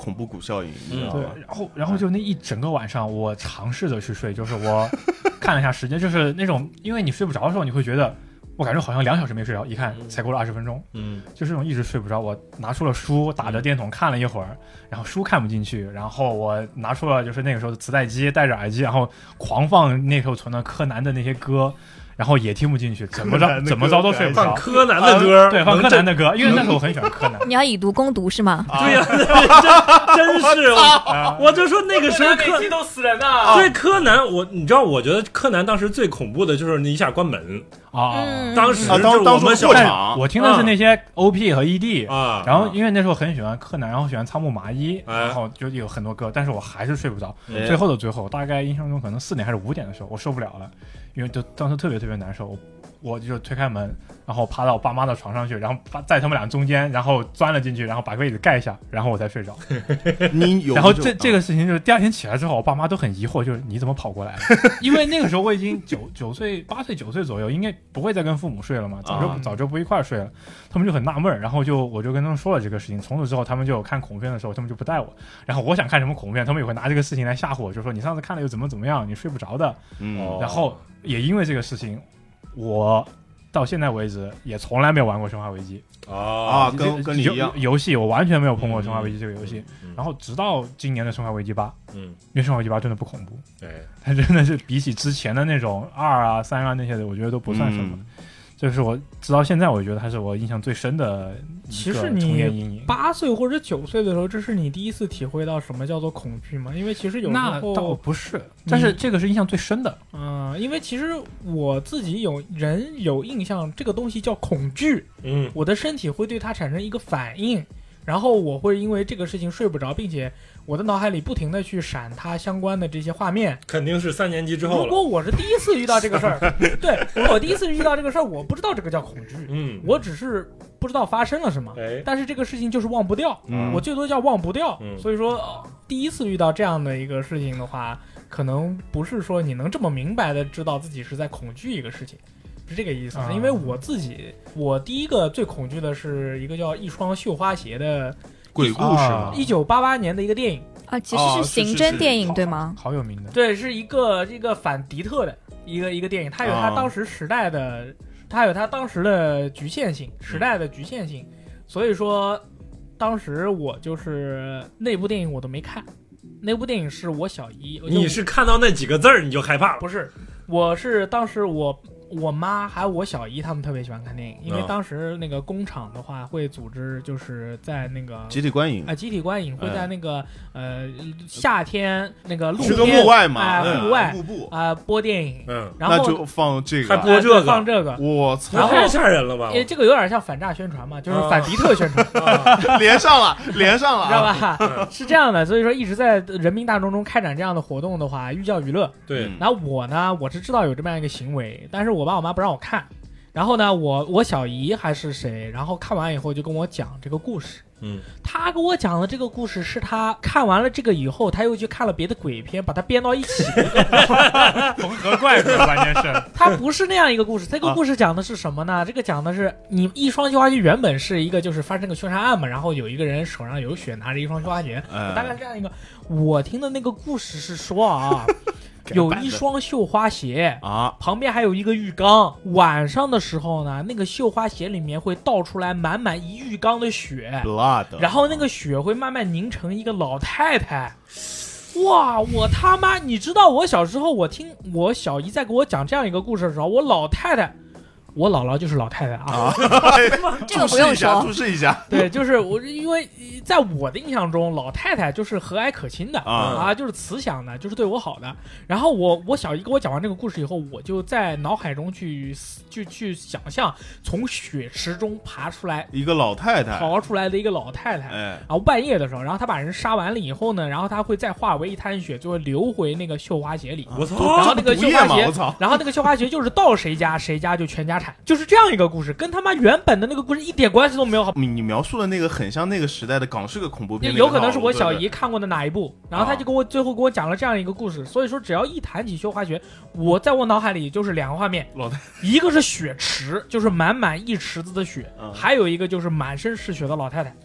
恐怖谷效应，你知道对吧？， 然后然后就那一整个晚上，我尝试着去睡，就是我看了一下时间，就是那种因为你睡不着的时候，你会觉得我感觉好像两小时没睡着，一看才过了二十分钟， 嗯， 就是这种一直睡不着。我拿出了书，打着电筒看了一会儿，然后书看不进去，然后我拿出了就是那个时候的磁带机，戴着耳机，然后狂放那时候存的柯南的那些歌。然后也听不进去，怎么着怎么着都睡不着。 放柯南的歌， 对，放柯南的歌，因为那时候我很喜欢柯南。 你要以毒攻毒是吗？ 对呀，真真是我，我就说那个时候柯每都死人呐。 对柯南，我你知道，我觉得柯南当时最恐怖的就是那一下关门啊， 当时啊，当当时小场， 我听的是那些 O P 和 E D 啊， 然后因为那时候很喜欢柯南，然后喜欢仓木麻衣， 哎然后就有很多歌，但是我还是睡不着。 哎最后的最后，大概印象中可能四点还是五点的时候，我受不了了，因为就当时特别特别难受。我就推开门，然后爬到我爸妈的床上去，然后在他们俩中间，然后钻了进去，然后把被子盖下，然后我才睡着。 你有？ 然后这这个事情就是第二天起来之后，我爸妈都很疑惑，就是你怎么跑过来了？因为那个时候我已经九九岁、八岁、九岁左右，应该不会再跟父母睡了嘛，早就、 啊、 早就不一块睡了。他们就很纳闷，然后就我就跟他们说了这个事情。从此之后，他们就看恐怖片的时候，他们就不带我。然后我想看什么恐怖片，他们也会拿这个事情来吓唬我，就说你上次看了又怎么怎么样，你睡不着的。 嗯， 然后也因为这个事情，我。到现在为止也从来没有玩过《生化危机》 啊，跟跟你一样， 游戏我完全没有碰过《生化危机》这个游戏。嗯嗯、然后直到今年的《生化危机八》，嗯，因为《生化危机八》真的不恐怖， 对， 它真的是比起之前的那种二啊、三啊那些的，我觉得都不算什么。嗯这是我直到现在，我觉得它是我印象最深的一个童年阴影。 八岁或者九岁的时候，这是你第一次体会到什么叫做恐惧吗？因为其实有时候那倒不是，但是这个是印象最深的。 嗯，因为其实我自己有人有印象，这个东西叫恐惧。 嗯， 我的身体会对它产生一个反应，然后我会因为这个事情睡不着，并且我的脑海里不停的去闪它相关的这些画面。 肯定是三年级之后了。 如果我是第一次遇到这个事儿，对，如果我第一次遇到这个事儿，我不知道这个叫恐惧， 嗯， 我只是不知道发生了什么， 哎， 但是这个事情就是忘不掉， 嗯、 我最多叫忘不掉。 嗯、 所以说、呃，第一次遇到这样的一个事情的话，可能不是说你能这么明白的知道自己是在恐惧一个事情。是这个意思、啊，因为我自己，我第一个最恐惧的是一个叫《一双绣花鞋》的鬼故事， 一九八八年的一个电影啊，其实是刑侦电影、哦、对吗？ 好有名的， 对，是一个一个反迪特的一个一个电影，它有它当时时代的，哦、它有它当时的局限性，时代的局限性，嗯、所以说，当时我就是那部电影我都没看，那部电影是我小姨， 你是看到那几个字儿你就害怕了？ 不是，我是当时我。我妈还有我小姨他们特别喜欢看电影，因为当时那个工厂的话会组织就是在那个集体观影啊、呃，集体观影会在那个、呃夏天那个露天是个户外嘛， 哎、呃，户外瀑布啊、呃、播电影， 嗯， 然后那就放这个， 还播这个， 放这个， 我操， 然后太吓人了吧？ 因为这个有点像反诈宣传嘛，就是反迪特宣传， 啊、连上了，连上了， 知道吧？是这样的，所以说一直在人民大众中开展这样的活动的话，寓教于乐。 对， 然后我呢，我是知道有这么样一个行为，但是我爸我妈不让我看。然后呢，我我小姨还是谁，然后看完以后就跟我讲这个故事。 嗯， 他跟我讲的这个故事是他看完了这个以后，他又去看了别的鬼片，把它编到一起。 缝合怪是关键是， 他不是那样一个故事。这个故事讲的是什么呢？啊、这个讲的是你一双绣花鞋原本是一个就是发生个凶杀案嘛，然后有一个人手上有血，拿着一双绣花鞋， 嗯、 大概这样一个。我听的那个故事是说啊。有一双绣花鞋啊， 旁边还有一个浴缸。晚上的时候呢，那个绣花鞋里面会倒出来满满一浴缸的血 ，blood， 然后那个血会慢慢凝成一个老太太。哇，我他妈！你知道我小时候，我听我小姨在给我讲这样一个故事的时候，我老太太。我姥姥就是老太太啊， 这个不用说， 注释一下。 对，就是我，因为在我的印象中，老太太就是和蔼可亲的啊, 啊，就是慈祥的，就是对我好的。然后我我小姨给我讲完这个故事以后，我就在脑海中去就去想象从血池中爬出来一个老太太， 逃出来的一个老太太。 哎， 然后半夜的时候，然后她把人杀完了以后呢，然后她会再化为一滩血，就会流回那个绣花鞋里。 我操！ 然后那个绣花鞋， 我操！ 然后那个绣花鞋就是到谁家谁家就全家产。就是这样一个故事，跟他妈原本的那个故事一点关系都没有。好， 你你描述的那个很像那个时代的港式的恐怖片， 有可能是我小姨看过的哪一部，然后他就跟我最后跟我讲了这样一个故事。所以说，只要一谈起绣花鞋，我在我脑海里就是两个画面，一个是血池，就是满满一池子的血，还有一个就是满身是血的老太太。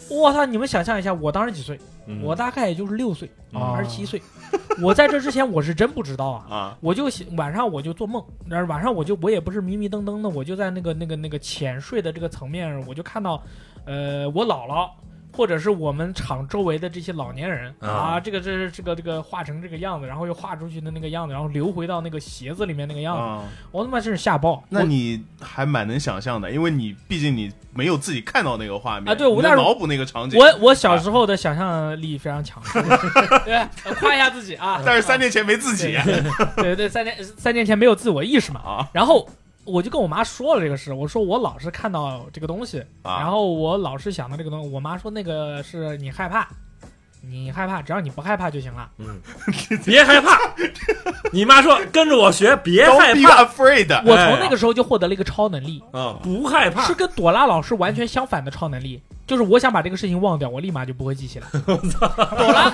我操！你们想象一下，我当时几岁？ 嗯、 我大概也就是六岁， 啊二十七岁。我在这之前我是真不知道啊， 啊我就晚上我就做梦，然后晚上我就我也不是迷迷瞪瞪的，我就在那个那个那个浅睡的这个层面，我就看到，呃，我姥姥。或者是我们厂周围的这些老年人啊，啊这个这是这个这个画成这个样子，然后又画出去的那个样子，然后流回到那个鞋子里面那个样子，啊、我他妈真是吓爆。 那你还蛮能想象的，因为你毕竟你没有自己看到那个画面啊，对，我在脑补那个场景。 我我小时候的想象力非常强，对，夸一下自己啊。 但是三年前没自己， 对 对, 对，三年三年前没有自我意识嘛。 啊， 然后。我就跟我妈说了这个事，我说我老是看到这个东西， 啊、 然后我老是想到这个东西。我妈说那个是你害怕，你害怕，只要你不害怕就行了。 嗯，别害怕。你妈说跟着我学，别害怕。afraid。 我从那个时候就获得了一个超能力啊、哎，不害怕， 是跟朵拉老师完全相反的超能力。就是我想把这个事情忘掉，我立马就不会记起来。朵拉，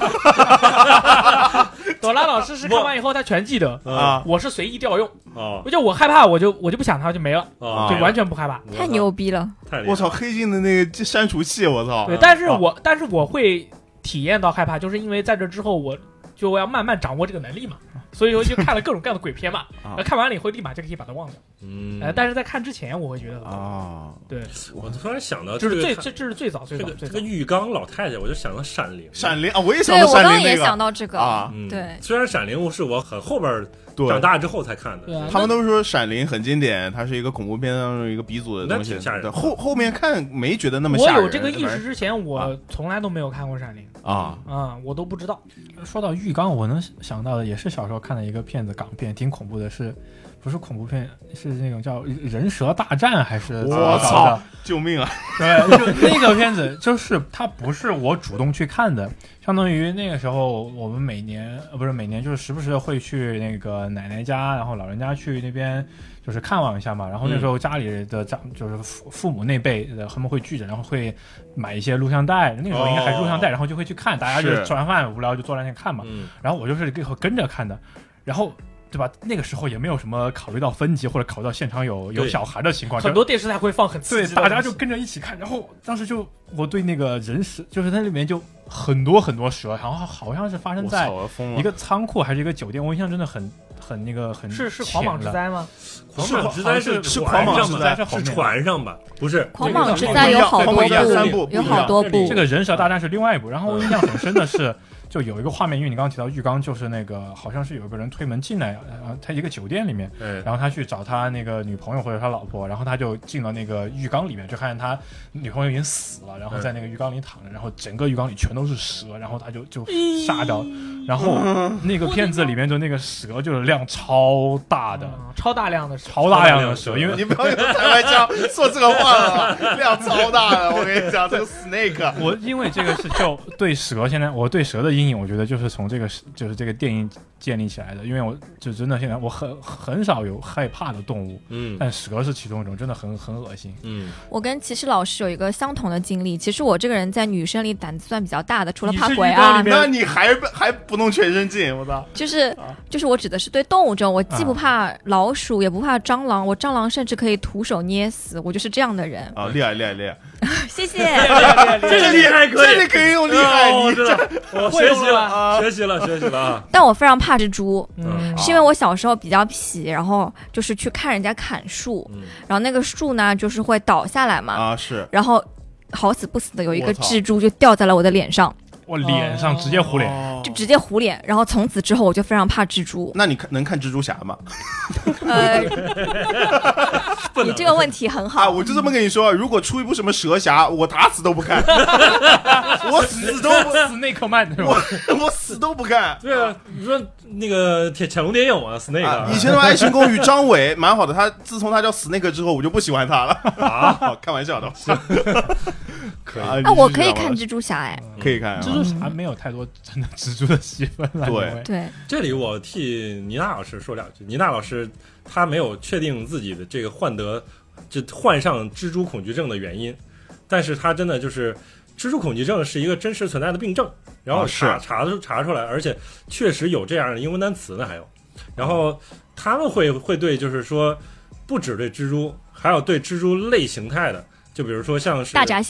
朵拉老师是看完以后他全记得啊，我是随意调用啊，就我害怕我就我就不想它就没了啊，就完全不害怕。 太牛逼了！ 我操，黑镜的那个删除器，我操！ 对，但是我但是我会体验到害怕，就是因为在这之后我就要慢慢掌握这个能力嘛。所以我就看了各种各样的鬼片嘛，然后看完了以后立马就可以把它忘掉。 嗯， 呃，但是在看之前我会觉得啊， 对， 我突然想到， 这是最这这是最早最早这个这个浴缸老太太，我就想到闪灵， 闪灵啊，我也想到闪灵那个， 对，我刚刚也想到这个啊， 对。 虽然闪灵是我很后边长大之后才看的， 对啊， 他们都说闪灵很经典，它是一个恐怖片当中一个鼻祖的东西， 吓人。 后后面看没觉得那么吓人。 我有这个意识之前，我从来都没有看过闪灵啊啊，我都不知道。 说到浴缸，我能想到的也是小时候看的一个片子，港片，挺恐怖的，是不是恐怖片？是那种叫《人蛇大战》还是？ 我操！救命啊！ 对，就那个片子，就是它不是我主动去看的，相当于那个时候我们每年呃不是每年，就是时不时的会去那个奶奶家，然后老人家去那边就是看望一下嘛。然后那时候家里的长就是父父母那辈的他们会聚着，然后会买一些录像带，那个时候应该还是录像带，然后就会去看，大家就吃完饭无聊就坐在那看嘛。然后我就是跟跟着看的，然后。对吧？那个时候也没有什么考虑到分级或者考虑到现场有有小孩的情况， 很多电视台会放很刺激的，对，大家就跟着一起看。然后当时就我对那个人蛇，就是它里面就很多很多蛇，然后好像是发生在一个仓库还是一个酒店，我印象真的很很那个很是是狂蟒之灾吗？ 狂蟒之灾是是狂蟒之灾是船上吧？不是， 狂蟒之灾有好多部，有好多部。 这个人蛇大战是另外一部。然后我印象很深的是。就有一个画面，因为你刚刚提到浴缸，就是那个好像是有一个人推门进来，然后他一个酒店里面，然后他去找他那个女朋友或者他老婆，然后他就进了那个浴缸里面，就看见他女朋友已经死了，然后在那个浴缸里躺着，然后整个浴缸里全都是蛇，然后他就就吓到，然后那个片子里面的那个蛇就是量超大的， 嗯、超大量的超大量的蛇，因为你不要用台湾腔说这个话了，量超大的，我跟你讲，这个 snake， 我因为这个是就对蛇，现在我对蛇的阴影，我觉得就是从这个就是这个电影建立起来的，因为我就真的现在我很很少有害怕的动物，嗯，但蛇是其中一种，真的很很恶心， 嗯。 我跟骑士老师有一个相同的经历，其实我这个人在女生里胆子算比较大的，除了怕鬼啊， 那你还还不弄全身镜，我操！ 就是就是我指的是对动物这种，我既不怕老鼠，也不怕蟑螂，我蟑螂甚至可以徒手捏死，我就是这样的人啊！厉害厉害厉害！ 谢谢， 这个厉害可以， 这个可以用厉害， 我知道，我学习了，学习了，学习了啊！ 但我非常怕蜘蛛， 嗯， 是因为我小时候比较痞，然后就是去看人家砍树，然后那个树呢就是会倒下来嘛， 啊是， 然后好死不死的有一个蜘蛛就掉在了我的脸上。 我脸上直接糊脸， 哦、就直接糊脸，然后从此之后我就非常怕蜘蛛。 那你看能看蜘蛛侠吗？ 呃，你这个问题很好、 啊。我就这么跟你说，如果出一部什么蛇侠，我打死都不看，我死都不死内克曼是吧？ 我我死都不看。 对啊，你说那个铁潜龙谍影啊 ，Snake，、啊、 以前的《爱情公寓》张伟蛮好的，他自从他叫 Snake 之后，我就不喜欢他了啊，开玩笑的。 可以啊，我可以看蜘蛛侠哎， 可以看、啊。 蜘蛛侠没有太多真的蜘蛛的戏份了。 对对， 这里我替倪娜老师说两句。倪娜老师她没有确定自己的这个患得就患上蜘蛛恐惧症的原因，但是她真的就是蜘蛛恐惧症是一个真实存在的病症，然后查、啊、查查查出来，而且确实有这样的英文单词呢，还有，然后他们会会对就是说不只对蜘蛛，还有对蜘蛛类形态的，就比如说像是大闸蟹。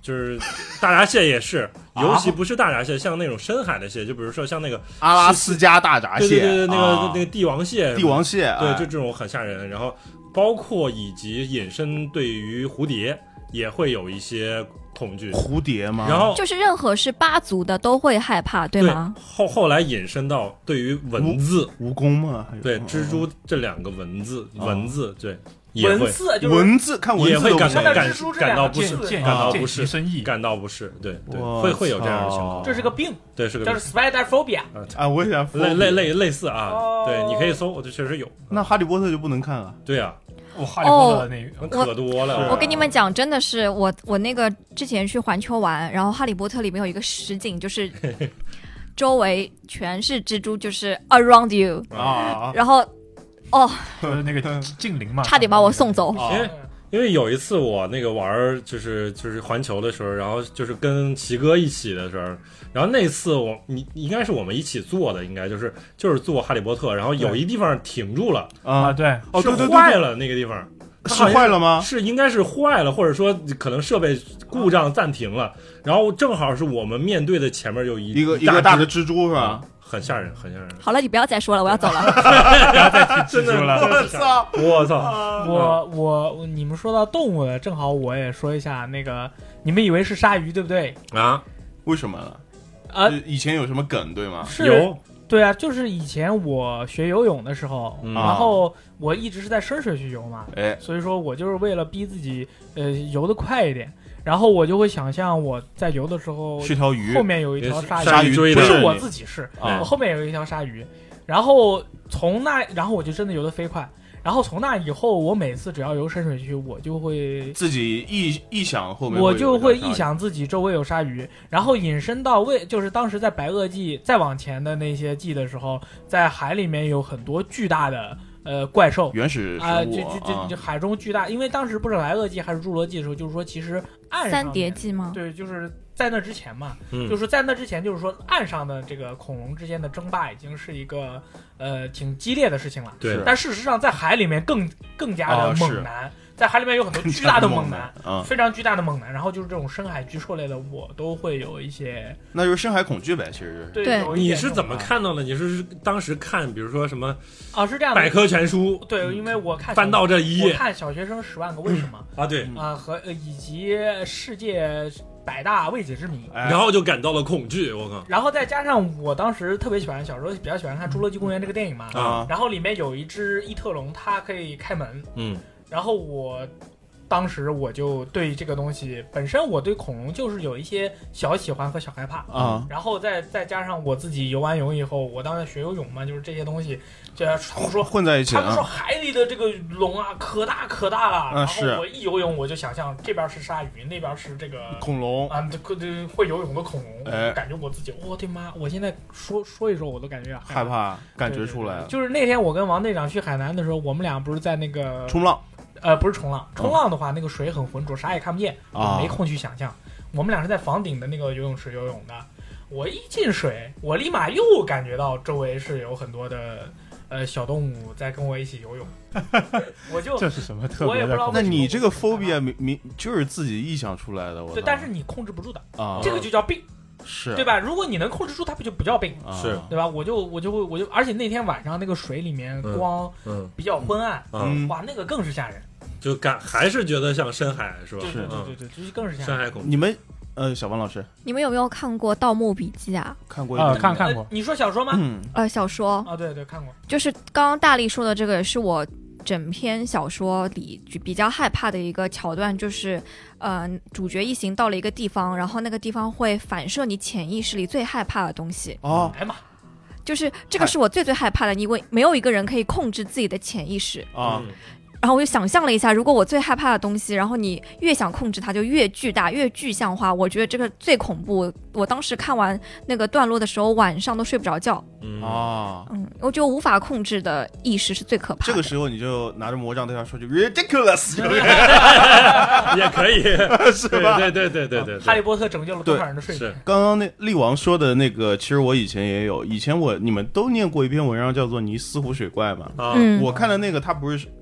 就是大闸蟹也是，尤其不是大闸蟹，像那种深海的蟹，就比如说像那个阿拉斯加大闸蟹， 对对对，那个、 啊、 那个帝王蟹， 帝王蟹， 对， 哎、 就这种很吓人。然后包括以及引申对于蝴蝶也会有一些恐惧。 蝴蝶吗？ 然后就是任何是八足的都会害怕，对吗？ 对后后来引申到对于蚊子、 蜈蚣嘛， 对蜘蛛这两个蚊子， 哦、 蚊子对。也会文字就是文字看文字也会感到看到感蜘蛛这感到两个字不适，感到不适， 生意感到不适，对对， 哇会会有这样的情况， 这是个病， 对，是个叫 spider phobia 啊，我也想类类类类似啊， 哦对，你可以搜，这确实有。 那哈利波特就不能看了， 对啊， 我哈利波特的那个可多了。 我跟你们讲，真的是我我那个之前去环球玩，然后哈利波特里面有一个实景，就是周围全是蜘蛛，就是 around you 啊， 然后。哦， 就是那个精灵嘛， 差点把我送走。 因为因为有一次我那个玩就是就是环球的时候，然后就是跟齐哥一起的时候，然后那次我你应该是我们一起做的，应该就是就是做哈利波特，然后有一地方停住了啊， 对， 哦对对对， 坏了那个地方。 是坏了吗？ 是应该是坏了，或者说可能设备故障暂停了，然后正好是我们面对的前面有一一个一个大的蜘蛛是吧？ 很吓人，很吓人。 好了，你不要再说了，我要走了。 不要再提蜘蛛了， 我操！ 我操！ 我我你们说到动物了，正好我也说一下那个，你们以为是鲨鱼对不对？ 啊？ 为什么呢？ 啊， 以前有什么梗对吗？ 是有。 对啊，就是以前我学游泳的时候， 嗯、 然后我一直是在深水区游嘛， 哎， 所以说我就是为了逼自己呃游得快一点，然后我就会想象我在游的时候是条鱼， 后面有一条鲨鱼， 鲨鱼追的， 不是我自己是， 啊、 我后面有一条鲨鱼，然后从那，然后我就真的游得飞快。然后从那以后，我每次只要游深水区，我就会自己臆臆想后面， 我就会臆想自己周围有鲨鱼，然后引申到为就是当时在白垩纪再往前的那些纪的时候，在海里面有很多巨大的呃怪兽， 原始啊、 生物就就就就海中巨大，因为当时不是白垩纪还是侏罗纪的时候，就是说其实岸上三叠纪吗？ 对，就是在那之前嘛， 嗯、 就是在那之前，就是说岸上的这个恐龙之间的争霸已经是一个呃挺激烈的事情了。 对， 但事实上在海里面更更加的猛男，哦、在海里面有很多巨大的猛男， 嗯、 非常巨大的猛男。然后就是这种深海巨兽类的，我都会有一些， 那就是深海恐惧呗，其实对。 对， 你是怎么看到的？你是当时看，比如说什么啊？是这样的， 百科全书。 对，因为我看翻到这一页， 我看小学生十万个为什么啊，对啊，和以及世界百大未解之谜， 然后就感到了恐惧，我靠！ 然后再加上我当时特别喜欢，小时候比较喜欢看《侏罗纪公园》这个电影嘛， 啊， 然后里面有一只异特龙，它可以开门， 嗯， 然后我当时我就对这个东西本身，我对恐龙就是有一些小喜欢和小害怕啊， 然后再再加上我自己游完泳以后，我当时学游泳嘛，就是这些东西，就他们说混在一起， 他们说海里的这个龙啊，可大可大了， 啊、 然后我一游泳我就想象这边是鲨鱼，那边是这个恐龙啊，这这会游泳的恐龙， 哎、 感觉我自己，我的妈！我现在说说一说，我都感觉害怕，感觉出来了。 就是那天我跟王队长去海南的时候，我们俩不是在那个冲浪。 呃，不是冲浪，冲浪的话，嗯、那个水很浑浊，啥也看不见， 啊、 没空去想象。我们俩是在房顶的那个游泳池游泳的，我一进水，我立马又感觉到周围是有很多的呃小动物在跟我一起游泳，我就这是什么特别的？ 我也不知道。 那你这个 phobia 明明就是自己臆想出来的，我对，但是你控制不住的啊， 这个就叫病。 是对吧？如果你能控制住，它不就不叫病？ 是对吧？我就我就会我就，而且那天晚上那个水里面光比较昏暗， 嗯， 哇，那个更是吓人， 就感还是觉得像深海是吧？ 对对对对对，就更是吓人。 深海恐惧。 你们呃，小王老师， 你们有没有看过《盗墓笔记》啊？ 看过啊，看看过。 你说小说吗？ 嗯， 呃，小说啊，对对，看过。 就是刚刚大力说的这个，是我整篇小说里比较害怕的一个桥段，就是呃，主角一行到了一个地方，然后那个地方会反射你潜意识里最害怕的东西。 哦， 哎妈， 就是这个是我最最害怕的，因为没有一个人可以控制自己的潜意识啊。 嗯然后我就想象了一下，如果我最害怕的东西，然后你越想控制它，就越巨大、越具象化。我觉得这个最恐怖。我当时看完那个段落的时候，晚上都睡不着觉。 嗯啊， 嗯，我觉得无法控制的意识是最可怕的。 这个时候你就拿着魔杖对他说句 ridiculous， 也可以， 是吧？ 对对对对对对。 哈利波特拯救了多少人的睡眠？ 刚刚那力王说的那个，其实我以前也有。以前我你们都念过一篇文章，叫做《尼斯湖水怪》嘛。 啊， 嗯、 我看的那个，它不是科普类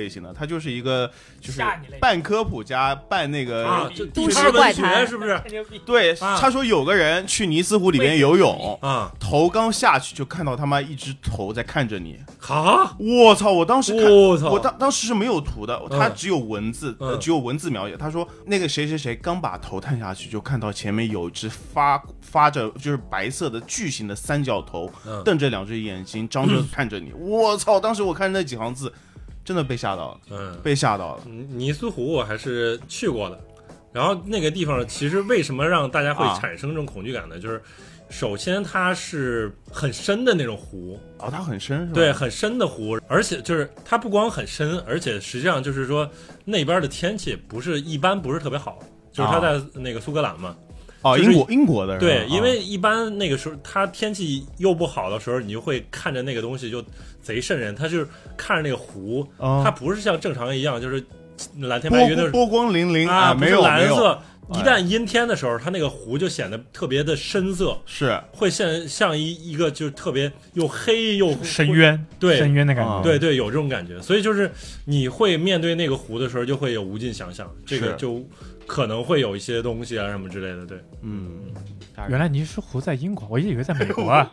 类型的，它就是一个就是半科普加半那个啊， 都市怪谈是不是？ 对，他说有个人去尼斯湖里边游泳啊， 头刚下去就看到他妈一只头在看着你。 啊！ 我操！我当时看， 我操！ 我当当时是没有图的， 嗯、 他只有文字、 嗯呃，只有文字描写。他说那个谁谁谁刚把头探下去，就看到前面有一只发发着就是白色的巨型的三角头， 嗯、 瞪着两只眼睛，张着看着你。我操！当时我看那几行字，真的被吓到了， 嗯， 被吓到了。 尼斯湖我还是去过的，然后那个地方其实为什么让大家会产生这种恐惧感呢？啊、就是。首先，它是很深的那种湖哦，它很深是吧？ 对，很深的湖，而且就是它不光很深，而且实际上就是说那边的天气不是一般不是特别好，就是它在那个苏格兰嘛。 哦， 就是、 英国英国的对， 哦、 因为一般那个时候它天气又不好的时候，你就会看着那个东西就贼瘆人。它就是看着那个湖， 哦、 它不是像正常一样就是蓝天白云的波光粼粼啊， 没有蓝色。 一旦阴天的时候，它那个湖就显得特别的深色， 是会像像一一个就是特别又黑又深渊， 对深渊的感觉， 对对，有这种感觉。所以就是你会面对那个湖的时候，就会有无尽想象，这个就可能会有一些东西啊什么之类的。对， 嗯， 原来尼斯湖在英国，我一直以为在美国啊。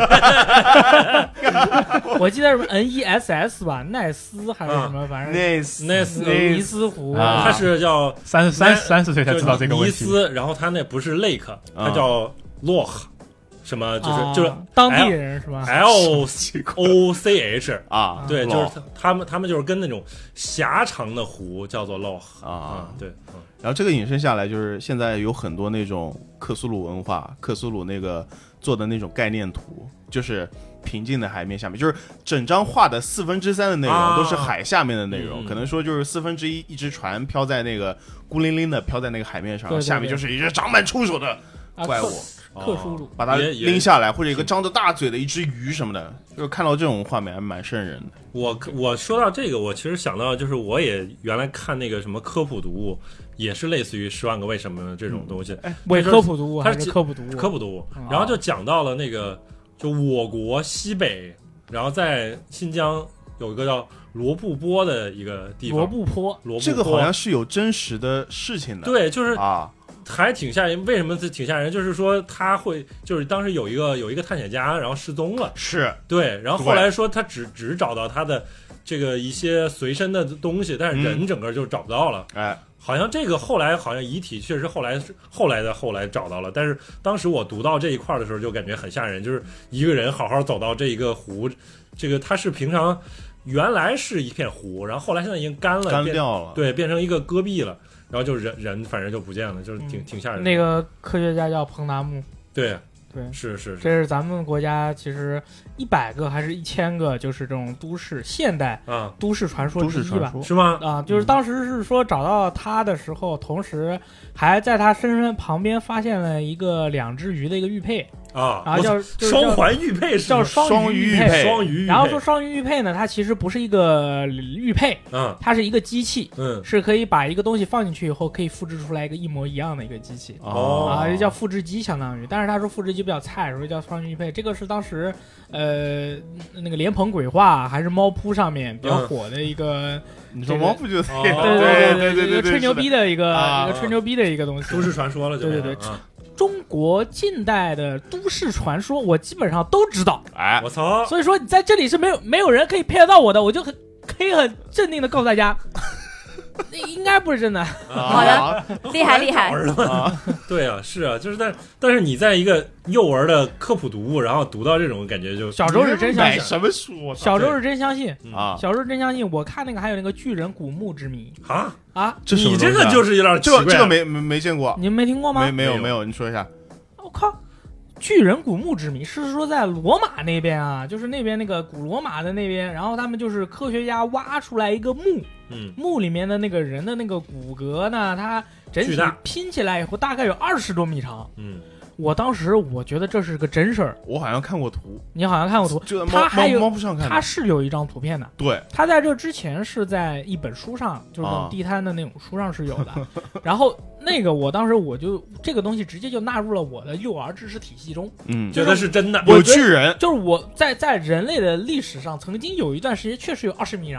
我记得什么 N E S S 吧，奈斯还是什么，反正奈斯奈斯尼斯湖， 它是叫三三三十岁才知道这个问题。 尼斯，然后它那不是 lake， 它叫 loch， 什么就是、 啊、 就是当地人是吧 ？L O C H 啊， 对，就是他们他们就是跟那种狭长的湖叫做 loch 啊， 对。 然后这个引申下来，就是现在有很多那种克苏鲁文化，克苏鲁那个做的那种概念图，就是平静的海面下面，就是整张画的四分之三的内容、啊、都是海下面的内容、嗯，可能说就是四分之一一只船飘在那个孤零零的飘在那个海面上， 对对对， 下面就是一只长满触手的怪物。 啊、克苏鲁、 哦、把它拎下来，或者一个张着大嘴的一只鱼什么的，就看到这种画面还蛮瘆人的。 我我说到这个，我其实想到就是我也原来看那个什么科普读物，也是类似于《十万个为什么》这种东西。 哎、嗯，科普读物， 它是科普读物， 科普读物。然后就讲到了那个，就我国西北，然后在新疆有一个叫罗布泊的一个地方。 罗布泊， 罗布泊这个好像是有真实的事情的。 对，就是啊。 还挺吓人，为什么挺吓人？就是说他会，就是当时有一个有一个探险家，然后失踪了， 是对，然后后来说他只只找到他的这个一些随身的东西，但是人整个就找不到了。 哎、嗯， 好像这个后来好像遗体确实后来后来的后来找到了，但是当时我读到这一块的时候就感觉很吓人，就是一个人好好走到这一个湖，这个他是平常原来是一片湖，然后后来现在已经干了， 干掉了， 对，变成一个戈壁了。然后就人人反正就不见了，就是挺、嗯、挺吓人的。 那个科学家叫彭达木， 对对， 是是是， 这是咱们国家其实一百个还是一千个，就是这种都市现代啊都市传说之一吧？ 是吗？ 啊，就是当时是说找到他的时候，嗯、同时还在他身上旁边发现了一个两只鱼的一个玉佩。 啊， 然后叫双环玉佩， 叫双鱼玉佩， 双鱼。 然后说双鱼玉佩呢，它其实不是一个玉佩， 嗯， 它是一个机器， 嗯， 是可以把一个东西放进去以后，可以复制出来一个一模一样的一个机器。 哦， 啊，这叫复制机，相当于。但是他说复制机比较菜，所以叫双鱼玉佩。这个是当时呃那个莲蓬鬼话还是猫扑上面比较火的一个。 嗯你说猫扑就对对对对对对对，吹牛逼的一个一个吹牛逼的一个东西， 都市传说了， 对对对。中国近代的都市传说，我基本上都知道。 哎， 我操！ 所以说你在这里是没有没有人可以配得到我的，我就很可以很镇定的告诉大家，应该不是真的。 好的，厉害厉害。 啊对啊，是啊，就是但但是你在一个幼儿的科普读物，然后读到这种感觉就， 小时候是真相信什么书？ 小时候是真相信啊， 小时候真相信。我看那个还有那个巨人古墓之谜啊啊， 这你这个就是有点奇怪， 这个这个没没没见过， 你们没听过吗？ 没没有没有，你说一下。 我靠！巨人古墓之谜是说在罗马那边啊，就是那边那个古罗马的那边，然后他们就是科学家挖出来一个墓， 嗯， 墓里面的那个人的那个骨骼呢，它整体拼起来以后大概有二十多米长， 嗯。 我当时我觉得这是个真事儿， 我好像看过图， 你好像看过图， 就他还有猫扑上看， 他是有一张图片的， 对， 他在这之前是在一本书上，就是这种地摊的那种书上是有的，啊、然后那个我当时我就这个东西直接就纳入了我的幼儿知识体系中， 嗯， 觉得是真的， 有巨人， 就是我在在人类的历史上曾经有一段时间确实有二十米长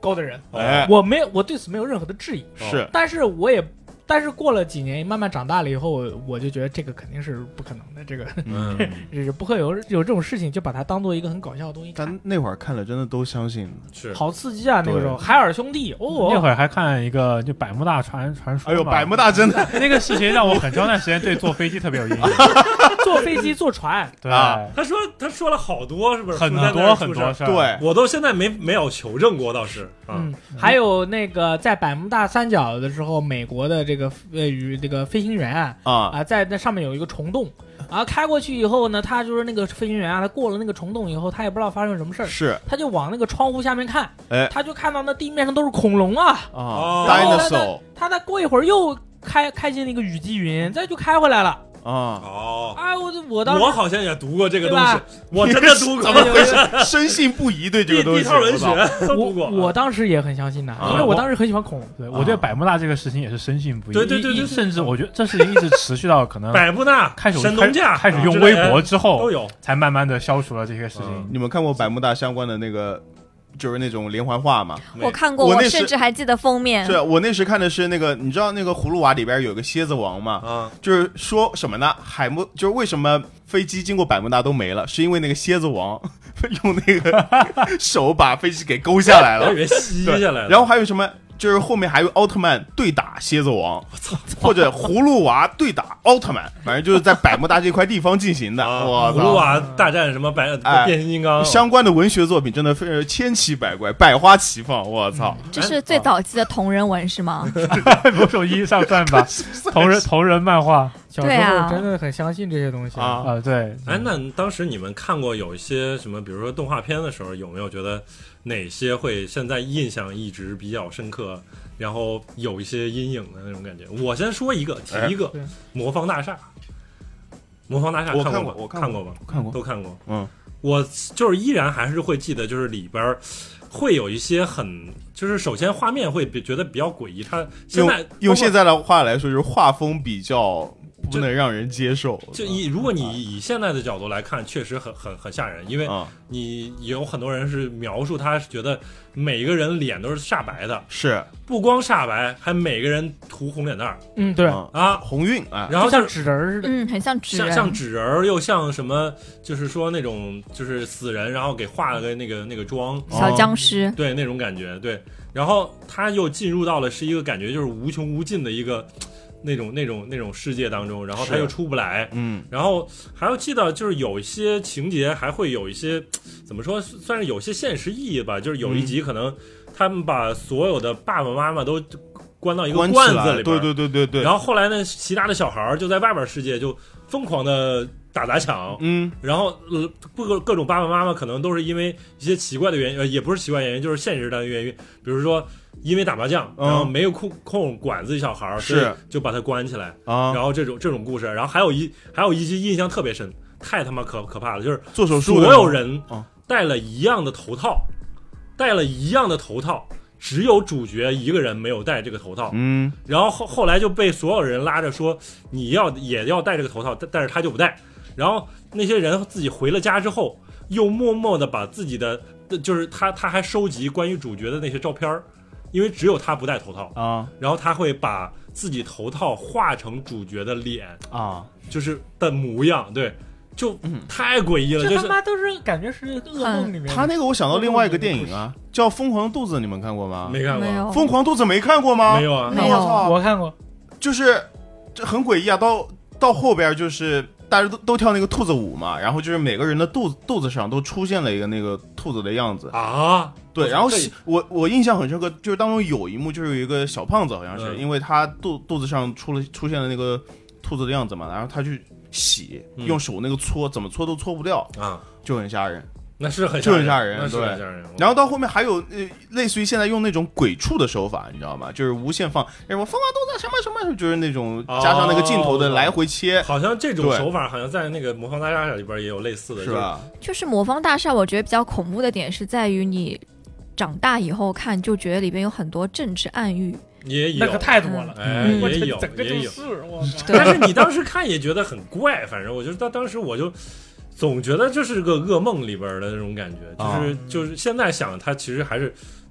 高的人， 哎， 我没有，我对此没有任何的质疑。 是， 但是我也。但是过了几年，慢慢长大了以后，我我就觉得这个肯定是不可能的，这个嗯， 是不会有有这种事情，就把它当做一个很搞笑的东西看。 但那会儿看了真的都相信， 是好刺激啊！那个时候，海尔兄弟哦， 那会儿还看一个就百慕大传传说， 哎呦，百慕大真的那个事情让我很长段时间对坐飞机特别有阴影。 坐飞机、坐船， 对， 他说他说了好多，是不是很多很多事儿？ 对， 我都现在没没有求证过，倒是。 嗯，还有那个在百慕大三角的时候，美国的这个呃与这个飞行员啊啊，在那上面有一个虫洞。啊，开过去以后呢，他就是那个飞行员啊，他过了那个虫洞以后，他也不知道发生什么事儿， 是， 他就往那个窗户下面看， 哎， 他就看到那地面上都是恐龙啊， 啊 ，dinosaur， 他再过一会儿又开开进那个雨季云，再就开回来了。 啊哦， 哎，我我当我好像也读过这个东西，我真的读过， 怎么回事？深信不疑对这个东西， 地套文学都读过。 我当时也很相信的，因为我当时很喜欢恐龙。 对，我对百慕大这个事情也是深信不疑。 对对对对， 甚至我觉得这事情一直持续到可能百慕大开始神农架开始用微博之后都有， 才慢慢的消除了这些事情。 你们看过百慕大相关的那个？就是那种连环画嘛， 我看过，我甚至还记得封面。 是我那时看的是那个，你知道那个葫芦娃里边有个蝎子王吗？啊，就是说什么呢？海默就是为什么飞机经过百慕大都没了，是因为那个蝎子王用那个手把飞机给勾下来了， 我以为吸下来了。 然后还有什么？就是后面还有奥特曼对打蝎子王，或者葫芦娃对打奥特曼，反正就是在百慕大这块地方进行的。哇， 葫芦娃大战什么百变形金刚相关的文学作品真的非常千奇百怪，百花齐放。我操， 这是最早期的同人文是吗？ 某种意义上算吧，同人同人漫画。 小时候真的很相信这些东西啊啊！对， 哎，那当时你们看过有一些什么，比如说动画片的时候，有没有觉得哪些会现在印象一直比较深刻，然后有一些阴影的那种感觉？我先说一个，提一个，哎、魔方大厦。魔方大厦看过吗？ 我看过吗？ 看过， 都看过。 嗯， 我就是依然还是会记得，就是里边会有一些很，就是首先画面会觉得比较诡异。它现在用用现在的话来说，就是画风比较。不能让人接受。 就以如果你以现在的角度来看，确实很很很吓人，因为你有很多人是描述他是觉得每个人脸都是煞白的， 是不光煞白，还每个人涂红脸蛋儿。 嗯，对啊， 红晕啊， 然后像纸人似的， 嗯，很像纸人， 像像纸人，又像什么，就是说那种就是死人，然后给画了个那个那个妆， 小僵尸， 对那种感觉，对。然后他又进入到了是一个感觉就是无穷无尽的一个。那种那种那种世界当中，然后他又出不来， 嗯， 然后还要记得，就是有一些情节还会有一些怎么说，算是有些现实意义吧。就是有一集可能他们把所有的爸爸妈妈都关到一个罐子里边， 对对对对对。 然后后来呢，其他的小孩就在外边世界就疯狂的打砸抢， 嗯， 然后呃各各种爸爸妈妈可能都是因为一些奇怪的原因，呃也不是奇怪原因，就是现实的原因，比如说。因为打麻将，然后没有空空管自己小孩， 是、 嗯、就把他关起来啊。 然后这种这种故事，然后还有一还有一集印象特别深，太他妈可可怕了，就是做手术所有人戴了一样的头套，戴了一样的头套，只有主角一个人没有戴这个头套。 嗯， 然后后后来就被所有人拉着说你要也要戴这个头套，但但是他就不戴。然后那些人自己回了家之后，又默默的把自己的就是他他还收集关于主角的那些照片。因为只有他不戴头套啊， 然后他会把自己头套画成主角的脸啊， 就是的模样，对，就太诡异了， 这就是他妈都是感觉是噩梦里面。 他那个我想到另外一个电影啊，叫《疯狂肚子》，你们看过吗？ 没看过。 《 疯狂肚子》没看过吗？ 没有啊， 没有， 我看过， 就是这很诡异啊，到到后边就是大家都都跳那个兔子舞嘛，然后就是每个人的肚子肚子上都出现了一个那个兔子的样子啊。 对，然后我我印象很深刻，就是当中有一幕，就是有一个小胖子，好像是、嗯、因为他肚肚子上出了出现了那个兔子的样子嘛，然后他去洗， 嗯、 用手那个搓，怎么搓都搓不掉啊， 就很吓人。 那是很就很吓人， 对。 然后到后面还有呃，类似于现在用那种鬼畜的手法，你知道吗？就是无限放什么疯狂肚子什么什么，就是那种加上那个镜头的来回切。 哦、好像这种手法好像在那个魔方大厦里边也有类似的， 是吧？ 就是魔方大厦，我觉得比较恐怖的点是在于你长大以后看，就觉得里边有很多政治暗喻。 也有那个太多了， 哎， 嗯、 也有， 整个就是，我但是你当时看也觉得很怪，反正我觉得当时我就。总觉得这是个噩梦里边的那种感觉，就是、 啊、 就是现在想，它其实还是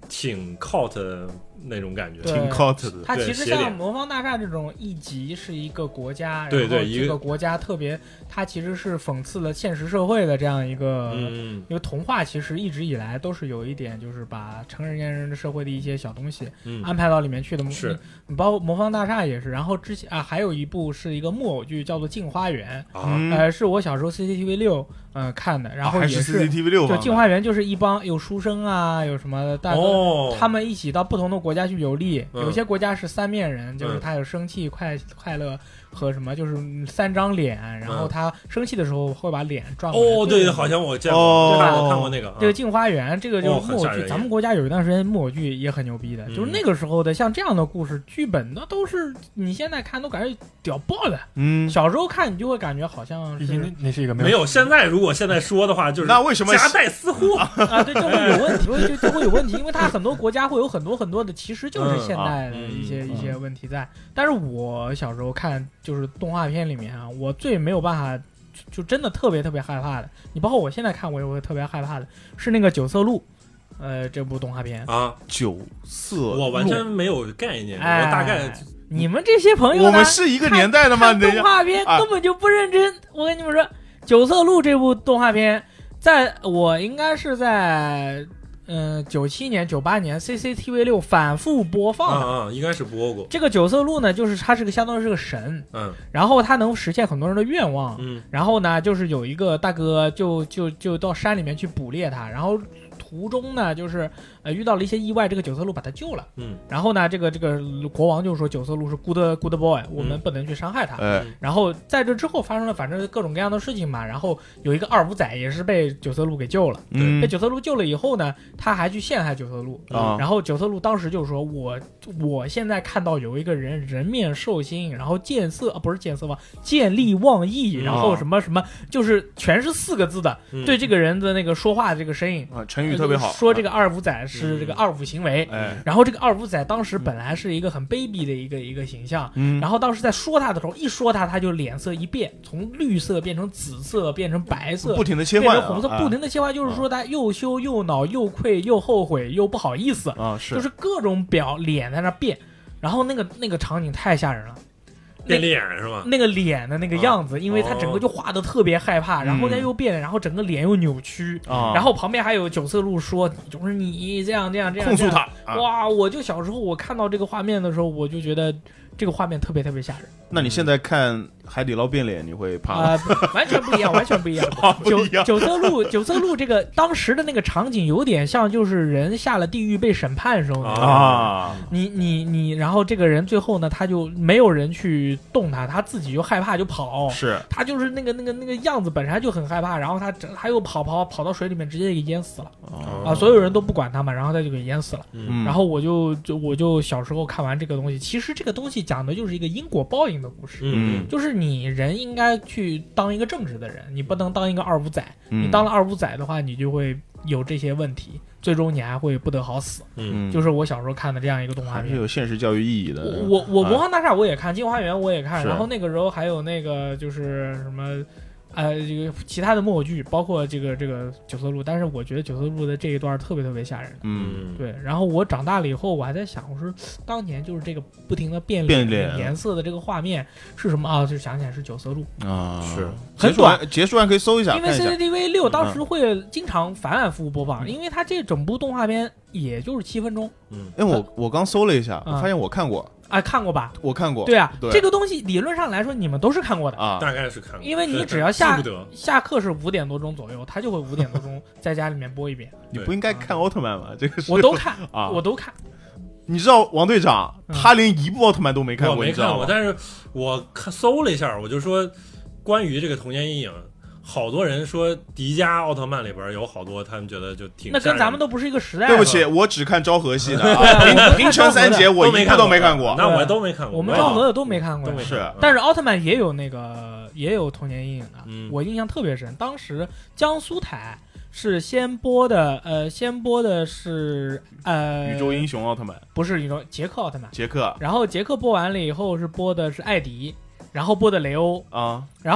挺 cult 那种感觉， 挺 cult 的。 它其实像魔方大厦这种一级是一个国家， 对对， 这个国家特别，它其实是讽刺了现实社会的这样一个， 嗯， 因为童话其实一直以来都是有一点，就是把成人人的社会的一些小东西安排到里面去的。 是， 你包括魔方大厦也是。然后之前啊，还有一部是一个木偶剧，叫做《镜花缘》 啊， 呃，是我小时候 C C T V 六呃看的，然后也是 C C T V 六， 就镜花缘就是一帮有书生啊，有什么大哥， 哦， 他们一起到不同的国家去游历。 嗯、 有些国家是三面人，就是他有生气、快快乐和什么，就是三张脸，然后他生气的时候会把脸转过来。 哦，对，好像我见过， 哦、 看过看过那个。 这个《镜花缘》这个就是木偶剧， 哦、 咱们国家有一段时间木偶剧也很牛逼的， 嗯、 就是那个时候的像这样的故事剧本，那都是你现在看都感觉屌爆的。 嗯， 小时候看你就会感觉好像是那那是一个没有。现在如果现在说的话，就是那为什么夹带私货啊？对，就会有问题，就就会有问题，因为它很多国家会有很多很多的，其实就是现代的一些、嗯、一些问题在。但是我小时候看就是动画片里面啊，我最没有办法，就真的特别特别害怕的。你包括我现在看，我也会特别害怕的，是那个九色鹿，呃，这部动画片啊， 九色鹿， 我完全没有概念， 哎、 我大概。 你们这些朋友呢， 我们是一个年代的吗？ 看动画片根本就不认真。啊、我跟你们说，九色鹿这部动画片，在我应该是在。嗯，九七年、九八年 C C T V 六反复播放的， 啊啊，应该是播过。 这个九色鹿呢，就是它是个相当于是个神， 嗯， 然后它能实现很多人的愿望， 嗯， 然后呢，就是有一个大哥就就就到山里面去捕猎它，然后途中呢，就是呃遇到了一些意外，这个九色鹿把他救了， 嗯， 然后呢，这个这个国王就说九色鹿是 good good boy，我们不能去伤害他， 嗯， 然后在这之后发生了反正各种各样的事情嘛，然后有一个二五仔也是被九色鹿给救了， 嗯， 被九色鹿救了以后呢，他还去陷害九色鹿， 啊， 然后九色鹿当时就说我我现在看到有一个人人面兽心，然后见色啊不是见色忘见利忘义，然后什么什么就是全是四个字的， 嗯、 对这个人的那个说话的这个声音啊，成语特别好， 说这个二五仔是这个二五行为， 嗯、 然后这个二五仔当时本来是一个很卑鄙的一个一个形象， 嗯， 然后当时在说他的时候，一说他他就脸色一变，从绿色变成紫色，变成白色， 不停的切换， 变成红色，不停的切换，就是说他又羞又恼又愧又后悔又不好意思啊，是， 就是各种表脸在那变，然后那个那个场景太吓人了。 变脸是吧？ 那个脸的那个样子，啊、因为他整个就画的特别害怕， 哦、 然后他又变，然后整个脸又扭曲， 啊、 然后旁边还有九色鹿说，就是你这样这样这样控诉他。 啊、哇！我就小时候我看到这个画面的时候，我就觉得这个画面特别特别吓人。 那你现在看海底捞变脸，你会怕吗？ 啊、呃，完全不一样，完全不一样。九九色鹿，九色鹿这个当时的那个场景有点像，就是人下了地狱被审判时候啊。 你你你，然后这个人最后呢，他就没有人去动他，他自己就害怕就跑。 是， 他就是那个那个那个样子本来就很害怕，然后他他又跑跑跑到水里面，直接给淹死了。 哦、 啊，所有人都不管他嘛，然后他就给淹死了。 嗯、 然后我就就我就小时候看完这个东西，其实这个东西讲的就是一个因果报应的故事。 嗯， 就是你人应该去当一个正直的人，你不能当一个二五仔。 嗯、 你当了二五仔的话，你就会有这些问题，最终你还会不得好死。 嗯， 就是我小时候看的这样一个动画片， 还是有现实教育意义的。 我我魔方大厦我也看，镜花缘我也看， 是然后那个时候还有那个就是什么。呃，这个其他的木偶剧，包括这个这个九色鹿，但是我觉得九色鹿的这一段特别特别吓人。 嗯， 对。然后我长大了以后，我还在想，我说当年就是这个不停的变变脸颜色的这个画面是什么啊？就想起来是九色鹿啊， 是很短， 结束完可以搜一下， 因为 C C T V 六当时会经常反反复复播放，嗯、因为它这整部动画片也就是七分钟。 嗯， 因为我我刚搜了一下， 嗯、 我发现我看过。 啊，看过吧？ 我看过。 对啊， 对这个东西理论上来说，你们都是看过的啊， 大概是看过。 因为你只要下下课是五点多钟左右，他就会五点多钟在家里面播一遍。 你不应该看奥特曼吗？这个是我都看啊， 我都看。 你知道王队长、嗯、他连一部奥特曼都没看过， 我没看过，但是我看搜了一下，我就说关于这个童年阴影。好多人说迪迦奥特曼里边有好多，他们觉得就挺那跟咱们都不是一个时代。 对不起，我只看昭和系的，啊、平成三杰我一部都没看过， 那我都没看过。 我们昭和的都没看过， 是。 但是奥特曼也有那个也有童年阴影的， 嗯、 我印象特别深。当时江苏台是先播的，呃，先播的是呃宇宙英雄奥特曼， 不是宇宙杰克奥特曼， 杰克。 然后杰克播完了以后是播的是艾迪。然后播的雷欧啊， 然后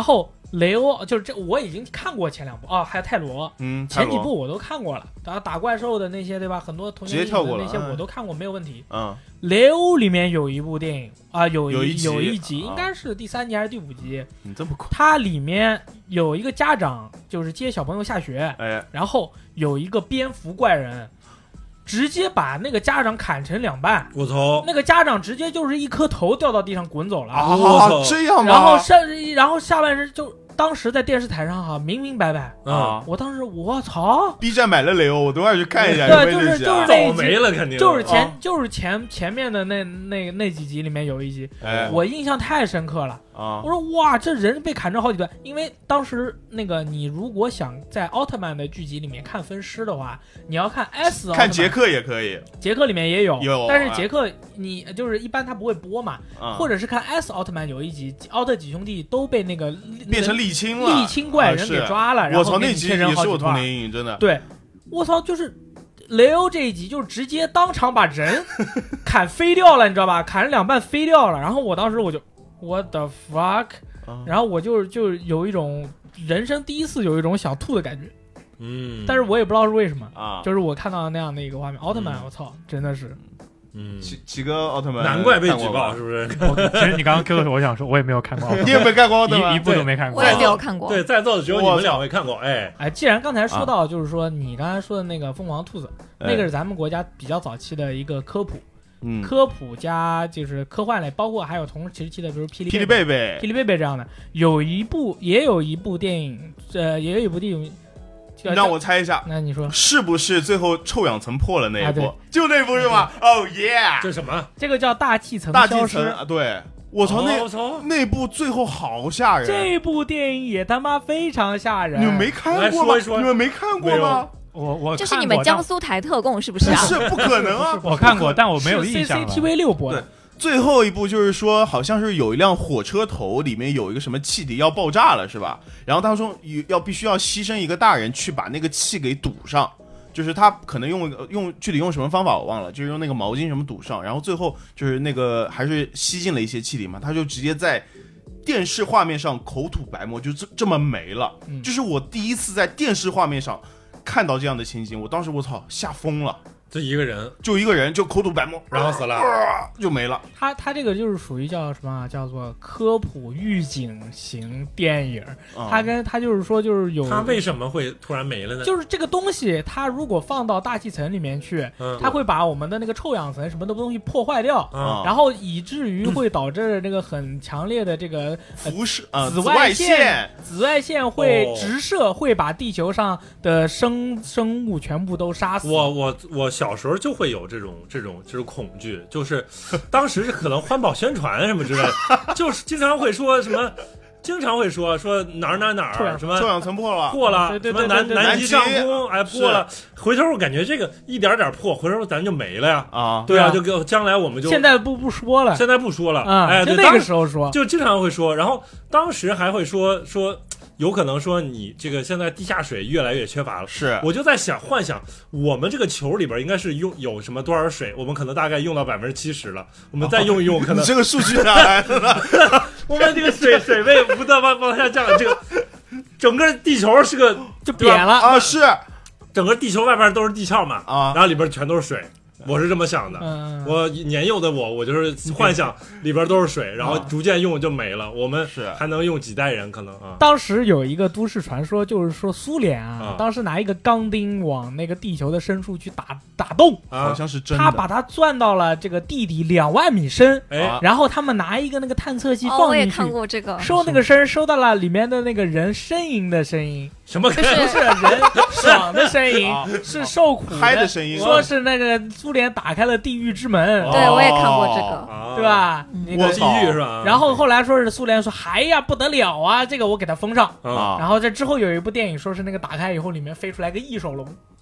雷欧就是这我已经看过前两部啊，还有泰罗， 嗯， 前几部我都看过了，然后打怪兽的那些对吧？很多童年直接跳过了那些我都看过，没有问题。 嗯， 雷欧里面有一部电影啊，有有一集有一集， 啊应该是第三集还是第五集？ 你这么快？ 它里面有一个家长就是接小朋友下学， 哎， 然后有一个蝙蝠怪人。直接把那个家长砍成两半， 我操！ 那个家长直接就是一颗头掉到地上滚走了啊，这样吗？ 然后上，然后下半身就当时在电视台上哈，明明白白啊！ 我当时我操 ，B 站买了雷欧，我等会儿去看一下。 对，就是就是那倒霉了，肯定就是前就是前前面的那那那几集里面有一集，我印象太深刻了。 啊！ 我说哇，这人被砍成好几段，因为当时那个你如果想在奥特曼的剧集里面看分尸的话，你要看 S 看杰克也可以， 杰克里面也有， 有， 但是杰克你就是一般他不会播嘛， 啊、 或者是看 S 奥特曼有一集，奥特几兄弟都被那个变成沥青了， 沥青怪人给抓了， 啊、 然后我操，那集也是我童年阴影，真的。 对，我操，就是雷欧这一集就直接当场把人砍飞掉了，你知道吧？砍成两半飞掉了，然后我当时我就 What the fuck。然后我就就有一种人生第一次有一种想吐的感觉， 嗯， 但是我也不知道是为什么啊， 就是我看到那样的一个画面，奥特曼，我操，真的是， 嗯， 几几个奥特曼， 难怪被举报，是不是？ 其实你刚刚 Q 的时候，我想说，我也没有看过， 你也没看过奥特曼， 一部都没看过， 我也没有看过。 对，在座的只有你们两位看过，哎哎，既然刚才说到，就是说你刚才说的那个疯狂兔子，那个是咱们国家比较早期的一个科普。 嗯， 科普加就是科幻类，包括还有同时期的，比如霹雳霹雳贝贝、 霹雳贝贝这样的，有一部也有一部电影，呃，也有一部电影。 让我猜一下， 那你说是不是最后臭氧层破了那一部？ 啊、 就那部是吧？哦耶！ 这什么？ 这个叫大气层大气层啊！对，我操，那、 哦、 那部最后好吓人。 这部电影也他妈非常吓人。 你们没看过吗？ 说一说你们没看过吗？ 我我这是你们江苏台特供是不是啊？ 不是，不可能啊！ 我看过，但我没有印象了。 C C T V 六播的。 最后一部就是说，好像是有一辆火车头里面有一个什么气体要爆炸了，是吧？然后他说要必须要牺牲一个大人去把那个气给堵上，就是他可能用用具体用什么方法我忘了，就是用那个毛巾什么堵上，然后最后就是那个还是吸进了一些气体嘛，他就直接在电视画面上口吐白沫，就这这么没了。嗯，就是我第一次在电视画面上看到这样的情景，我当时我操吓疯了。 就一个人， 就一个人，就口吐白沫， 然后死了， 呃、就没了。 他他这个就是属于叫什么？叫做科普预警型电影。嗯、他跟他就是说，就是有他为什么会突然没了呢？ 就是这个东西，它如果放到大气层里面去，嗯、它会把我们的那个臭氧层什么的东西破坏掉， 嗯、 然后以至于会导致这个很强烈的这个辐射、呃、 紫外线， 紫外线会直射，哦、会把地球上的生生物全部都杀死。 我我我。小时候就会有这种这种这种恐惧，就是当时是可能环保宣传什么之类的，就是经常会说什么，经常会说说哪儿哪儿哪儿什么臭氧层破了， 破了， 对对对对对，南南极上空哎破了，回头我感觉这个一点点破，回头咱就没了呀啊， 对啊，就给将来我们就现在不不说了， 现在不说了啊， 哎， 就那个时候说， 就经常会说，然后当时还会说说。有可能说你这个现在地下水越来越缺乏了， 是， 我就在想幻想我们这个球里边应该是用有什么多少水，我们可能大概用到百分之七十了，我们再用一用，可能你这个数据哪来的呢？ 我们这个水水位不断往往下降，这个整个地球是个就扁了啊，是， 整个地球外边都是地壳嘛啊， 然后里边全都是水。我是这么想的， 嗯、 我年幼的我，我就是幻想里边都是水，然后逐渐用就没了。我们是还能用几代人可能啊。 当时有一个都市传说，就是说苏联啊， 啊当时拿一个钢钉往那个地球的深处去打打洞， 好像是真的。 他把它钻到了这个地底两万米深， 哎， 然后他们拿一个那个探测器放进去， 哦、我也看过这个， 收那个声，收到了里面的那个人呻吟的声音。 什么？ 不是人爽的声音，是受苦嗨的声音。 说是那个苏联打开了地狱之门。 对，我也看过这个， 对吧？那个地狱是吧？ 然后后来说是苏联说，哎呀不得了啊，这个我给它封上。 啊。 然后这之后有一部电影，说是那个打开以后里面飞出来个异手龙。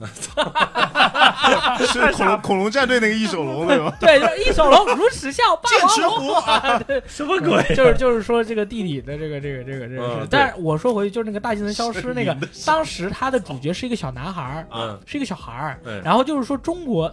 是恐龙恐龙战队那个异手龙对吗？ 对，就是异手龙如齿象霸王龙。 啊、 什么鬼？ 就是就是说这个地理的这个这个这个这个是。但是我说回去，就是那个大气层消失那个。当时他的主角是一个小男孩， 嗯， 是一个小孩儿，然后就是说中国就是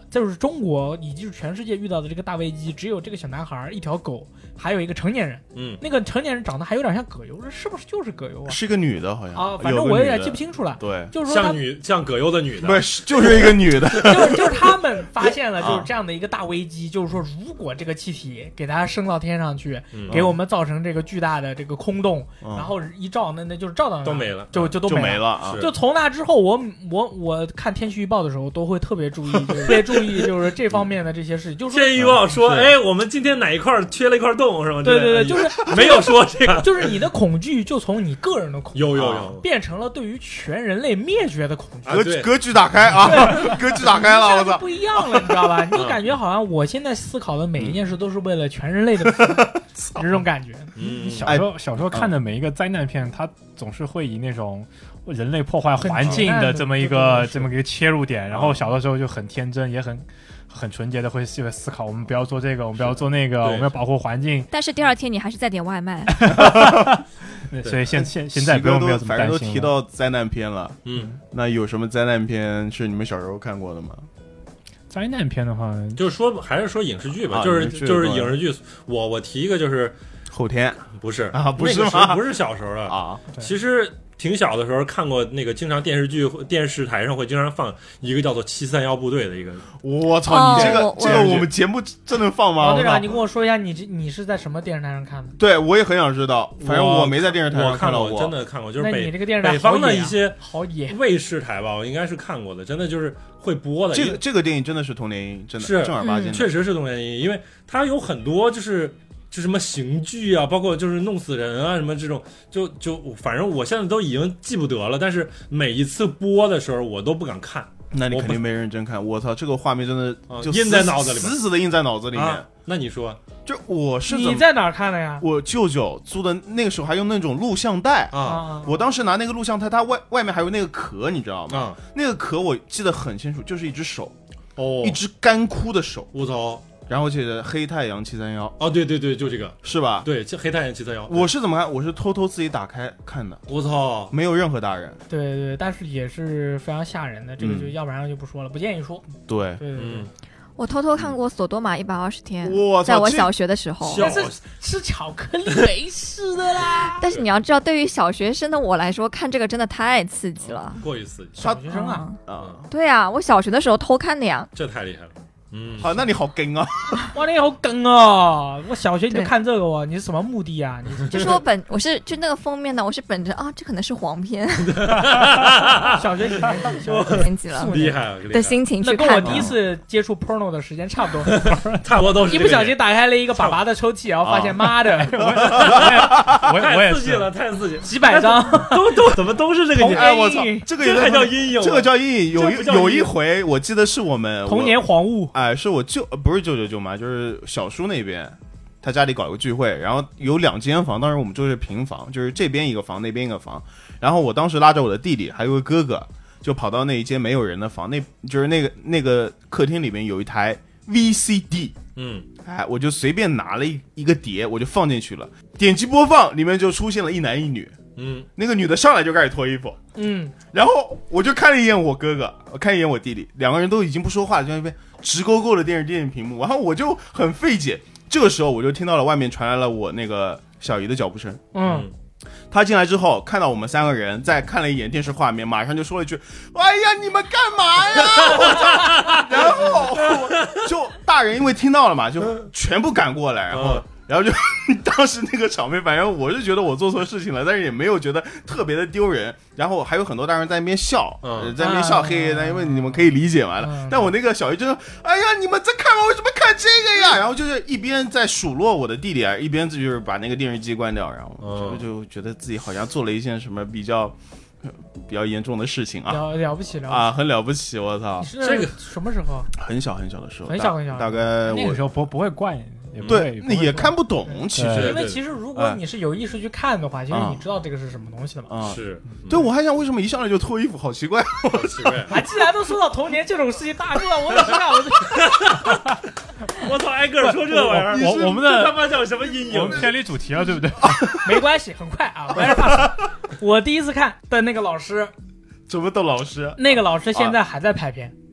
中国以及是全世界遇到的这个大危机，只有这个小男孩、一条狗，还有一个成年人。 嗯， 那个成年人长得还有点像葛优，这是不是就是葛优啊？ 是个女的，好像啊，反正我有点记不清楚了。 对， 就是说像女像葛优的女的， 不是，就是一个女的， 就是就是他们发现了就是这样的一个大危机，就是说如果这个气体给它升到天上去， 嗯、 给我们造成这个巨大的这个空洞， 嗯、 然后一照那那就是照到都没了， 就就都就没了啊！ 就从那之后，我我我看天气预报的时候都会特别注意，特别注意就是这方面的这些事情。就是天气预报说，哎，我们今天哪一块缺了一块洞是吗？ 对对对，就是没有说这个， 就是你的恐惧就从你个人的恐惧有有有变成了对于全人类灭绝的恐惧， 格局格局打开啊，格局打开了，我操， 不一样了，你知道吧？你感觉好像我现在思考的每一件事都是为了全人类的这种感觉。 嗯，小时候小时候看的每一个灾难片，它总是会以那种人类破坏环境的这么一个这么一个切入点，然后小的时候就很天真，也很很纯洁的会会思考，我们不要做这个，我们不要做那个，我们要保护环境。 但是第二天你还是在点外卖， 所以现现现在不用没有这么担心了。 反正都提到灾难片了， 嗯， 那有什么灾难片是你们小时候看过的吗？ 灾难片的话， 就是说还是说影视剧吧， 啊、 就是就是影视剧。我我提一个就是后天， 不是啊，不是吗？不是小时候的啊， 其实。挺小的时候看过那个，经常电视剧、电视台上会经常放一个叫做《七三幺部队》的一个。 我操，你这个、哦、这个我们节目真能放吗？ 哦，队长，你跟我说一下，你你是在什么电视台上看的？ 对，我也很想知道。反正我没在电视台上看到过， 真的看过，就是北那你这个电视台北方的一些好野卫视台吧，我应该是看过的，真的就是会播的。 这个这个电影真的是童年阴影，真的是正儿八经、嗯， 确实是童年阴影，因为它有很多就是。就什么刑具啊，包括就是弄死人啊，什么这种，就就反正我现在都已经记不得了。但是每一次播的时候，我都不敢看。 那你肯定没认真看。我操，这个画面真的就印在脑子里， 死死的印在脑子里面。 啊、那你说， 就我是你在哪儿看的呀？ 我舅舅租的，那个时候还用那种录像带啊。 我当时拿那个录像带，它外外面还有那个壳，你知道吗？ 啊、 那个壳我记得很清楚，就是一只手， 哦， 一只干枯的手。 我操！ 然后写着黑太阳七三幺， 哦，对对对，就这个是吧？ 对，黑太阳七三幺。 我是怎么看？我是偷偷自己打开看的。 我操， 没有任何大人。 对对，但是也是非常吓人的，这个就、嗯、要不然就不说了，不建议说。 对对对对。 嗯我偷偷看过《索多玛一百二十天》， 我在我小学的时候。 但是吃巧克力没事的啦。 但是你要知道，对于小学生的我来说，看这个真的太刺激了。 过于刺激。 小学生啊啊！ 对啊，我小学的时候偷看的呀。 这太厉害了。嗯， 好，那你好梗啊！ 哇，你好梗哦！我小学你就看这个哦，你是什么目的啊？你就是我本我是就那个封面呢，我是本着啊，这可能是黄片。 小学几年级？ 小学几年级了？ 厉害了的心情去看。 那跟我第一次接触 porno 的时间差不多， 差不多都是。 一不小心打开了一个粑粑的抽屉，然后发现妈的， 我我太刺激了，太刺激！ 几百张都都怎么都是这个？ 哎，我操，这个还叫阴影？ 这个叫阴影。有有一回我记得是我们童年黄物。 哎，是我舅，不是舅舅舅妈，就是小叔那边，他家里搞个聚会，然后有两间房，当时我们住的是平房，就是这边一个房，那边一个房。然后我当时拉着我的弟弟还有个哥哥，就跑到那一间没有人的房，那就是那个那个客厅里面有一台 V C D， 嗯， 哎，我就随便拿了一一个碟，我就放进去了，点击播放，里面就出现了一男一女。 嗯， 那个女的上来就开始脱衣服， 嗯， 然后我就看了一眼我哥哥，我看一眼我弟弟，两个人都已经不说话了，就在那边直勾勾的电视电视屏幕，然后我就很费解。这个时候我就听到了外面传来了我那个小姨的脚步声， 嗯， 她进来之后看到我们三个人，再看了一眼电视画面，马上就说了一句：“哎呀，你们干嘛呀？”然后就大人因为听到了嘛，就全部赶过来，然后。嗯然后就当时那个场面，反正我是觉得我做错事情了，但是也没有觉得特别的丢人。然后还有很多大人在那边笑， 嗯、 在那边笑，嘿嘿，因为你们可以理解完了。嗯、但我那个小姨真的，哎呀，你们在看我为什么看这个呀？然后就是一边在数落我的弟弟啊，一边就是把那个电视机关掉，然后就就觉得自己好像做了一件什么比较比较严重的事情啊， 了了不起了啊，很了不起，我操！ 这个什么时候？ 很小很小的时候， 很小很小， 大概我那个时候不不会惯。 对，那也看不懂，其实， 因为其实如果你是有意识去看的话，其实你知道这个是什么东西的嘛。 啊， 是。 对，我还想为什么一上来就脱衣服，好奇怪， 好奇怪。 啊，既然都说到童年这种事情，大哥，我的天啊，我我操，挨个说这玩意儿， 我我们的他妈叫什么阴影？ 我们偏离主题了，对不对？ 没关系，很快啊，没事怕。我第一次看的那个老师， 怎么的老师？ 那个老师现在还在拍片。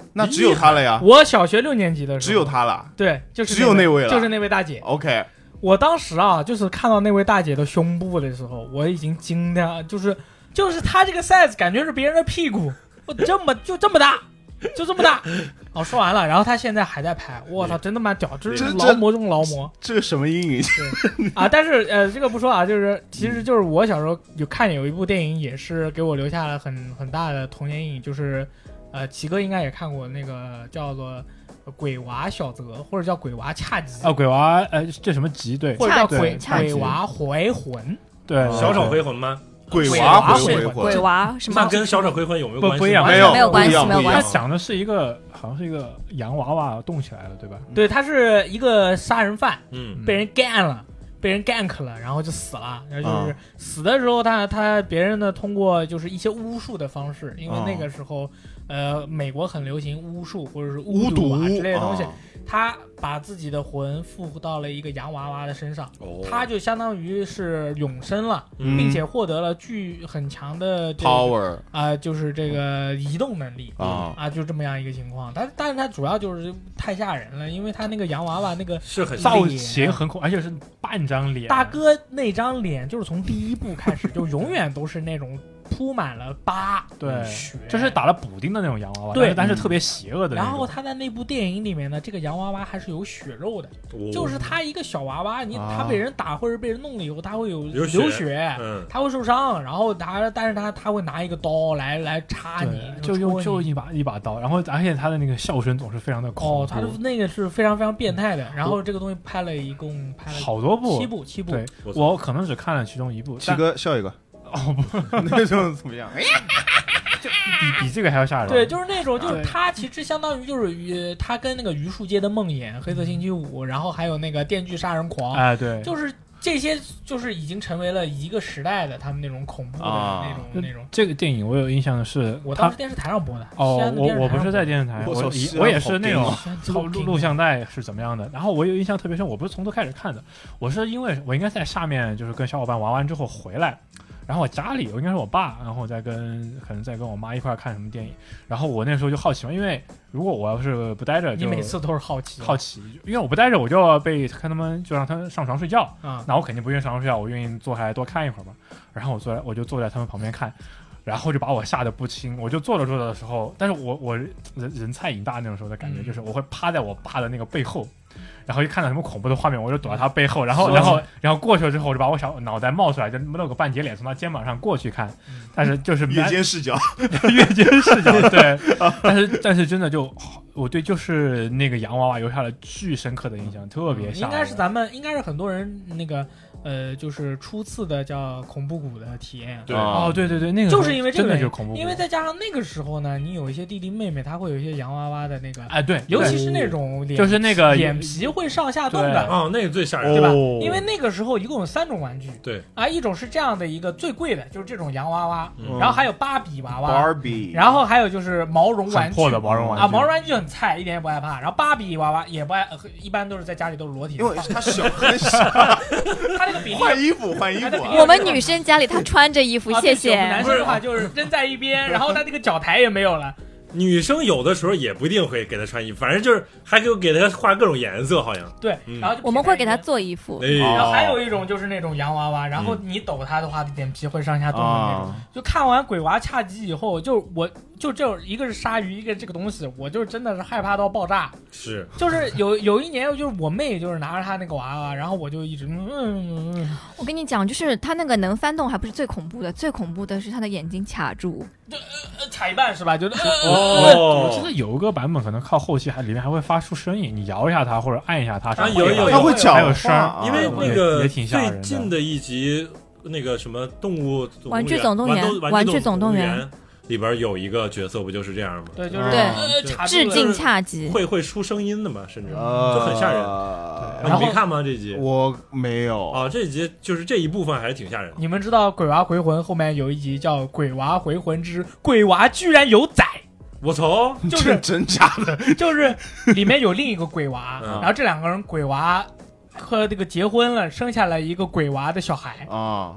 那只有他了呀。 我小学六年级的时候， 只有他了。 对，就是只有那位了， 就是那位大姐。 OK， 我当时啊，就是看到那位大姐的胸部的时候，我已经惊的，就是就是她这个 size 感觉是别人的屁股，我这么就这么大。就这么大，哦，说完了，然后他现在还在拍，我操，真他妈屌，这是劳模中劳模， 这个什么阴影？ 对啊，但是呃，这个不说啊，就是其实就是我小时候有看有一部电影，也是给我留下了很很大的童年阴影，就是呃，齐哥应该也看过那个叫做《鬼娃小泽》或者叫《鬼娃恰吉》 啊，鬼娃呃这什么吉对， 或者叫鬼鬼娃回魂， 对， 小丑回魂吗？ 鬼娃回魂，鬼娃什么？ 那跟小丑回魂有没有关系？ 不一样， 没有没有关系，没有关系。 他讲的是一个好像是一个洋娃娃动起来了，对吧？ 对，他是一个杀人犯， 嗯， 被人干了。被人 gank 了，然后就死了。然后就是死的时候他，他他别人呢通过就是一些巫术的方式，因为那个时候，呃，美国很流行巫术或者是巫毒啊之类的东西，他把自己的魂附到了一个洋娃娃的身上， 哦、 他就相当于是永生了， 嗯、 并且获得了巨很强的、这个、 power 啊、呃，就是这个移动能力啊啊，就这么样一个情况。但但是他主要就是太吓人了，因为他那个洋娃娃那个是很造型很恐，而且是半张脸。 大哥那张脸就是从第一部开始就永远都是那种铺满了疤， 对， 血， 就是打了补丁的那种洋娃娃， 对， 但是特别邪恶的那种。 然后他在那部电影里面呢，这个洋娃娃还是有血肉的，哦、就是他一个小娃娃，你、啊、他被人打或者被人弄了以后，他会有流血， 流血嗯、 他会受伤，然后他，但是他他会拿一个刀来来插你， 就用就一把一把刀，然后而且他的那个笑声总是非常的恐怖。 哦，他的那个是非常非常变态的。然后这个东西拍了一共拍了好多部， 七部七部。 对，我可能只看了其中一部。 七哥笑一个。 哦不， 那种怎么样？ 就比比这个还要吓人。 对，就是那种，就是他其实相当于就是与他跟那个榆树街的梦魇、黑色星期五，然后还有那个电锯杀人狂， 哎，对， 就是这些，就是已经成为了一个时代的他们那种恐怖的那种、啊、那种。 这个电影我有印象的是， 我当时电视台上播的。 哦，我我不是在电视台， 我我我也是那种录录像带是怎么样的。然后我有印象特别深，我不是从头开始看的，我是因为我应该在下面就是跟小伙伴玩完之后回来。然后我家里，我应该是我爸，然后我再跟可能再跟我妈一块看什么电影。然后我那时候就好奇嘛，因为如果我要是不待着， 你每次都是好奇好奇，因为我不待着，我就要被看他们就让他们上床睡觉啊， 那我肯定不愿意上床睡觉，我愿意坐下来多看一会儿嘛。然后我坐在我就坐在他们旁边看，然后就把我吓得不轻。我就坐着坐着的时候，但是我我人人菜瘾大那种时候的感觉，就是我会趴在我爸的那个背后。然后一看到什么恐怖的画面，我就躲在他背后，然后，然后，然后过去了之后，我就把我小脑袋冒出来，就露个半截脸，从他肩膀上过去看。但是就是越肩视角， 越肩视角，对。但是，但是真的就，我对就是那个洋娃娃留下了巨深刻的印象，特别吓人。 应该是咱们，应该是很多人那个。呃，就是初次的叫恐怖谷的体验。 对哦，对对对，那个就是因为这个， 就是恐怖谷， 因为再加上那个时候呢，你有一些弟弟妹妹，他会有一些洋娃娃的那个， 哎，对， 尤其是那种脸， 就是那个脸皮会上下动的， 哦，那个最吓人， 对吧？ 哦、 因为那个时候一共有三种玩具， 对啊，一种是这样的一个最贵的，就是这种洋娃娃，嗯、然后还有芭比娃娃， 芭比， 然后还有就是毛绒玩具， 破的毛绒玩具啊，毛绒玩具很菜，一点也不害怕。然后芭比娃娃也不爱，一般都是在家里都是裸体的， 因为它小很小， 它那个比例换衣服。换衣服、啊， 我们女生家里她穿着衣服， 啊、 谢谢。 男生的话就是扔在一边，然后他那个脚台也没有了。 女生有的时候也不一定会给她穿衣服，反正就是还给给她画各种颜色，好像。 对，嗯、然后就我们会给她做衣服。 哎、 然后还有一种就是那种洋娃娃，然后你抖它的话，脸皮会上下动的那种。嗯、就看完鬼娃恰吉以后，就我就这一个是鲨鱼，一个这个东西，我就真的是害怕到爆炸。 是， 就是有有一年，就是我妹就是拿着她那个娃娃，然后我就一直嗯嗯嗯。 我跟你讲，就是她那个能翻动还不是最恐怖的，最恐怖的是她的眼睛卡住。 就呃卡一半是吧？就哦，我记得有一个版本可能靠后期还里面还会发出声音，你摇一下它或者按一下它， 啊有有它会讲还有声， 因为那个也挺吓人的。 最近的一集那个什么动物玩具总动员，玩具总动员里边有一个角色不就是这样吗？ 对，就是对、 呃、 致敬恰吉， 会会出声音的嘛，甚至、 呃、 就很吓人。 然后你没看吗？这集我没有啊，这集就是这一部分还是挺吓人的。 你们知道《鬼娃回魂》后面有一集叫《鬼娃回魂之鬼娃居然有崽》？ 我操， 就是真假的， 就是里面有另一个鬼娃， 嗯、 然后这两个人鬼娃和这个结婚了，生下了一个鬼娃的小孩啊。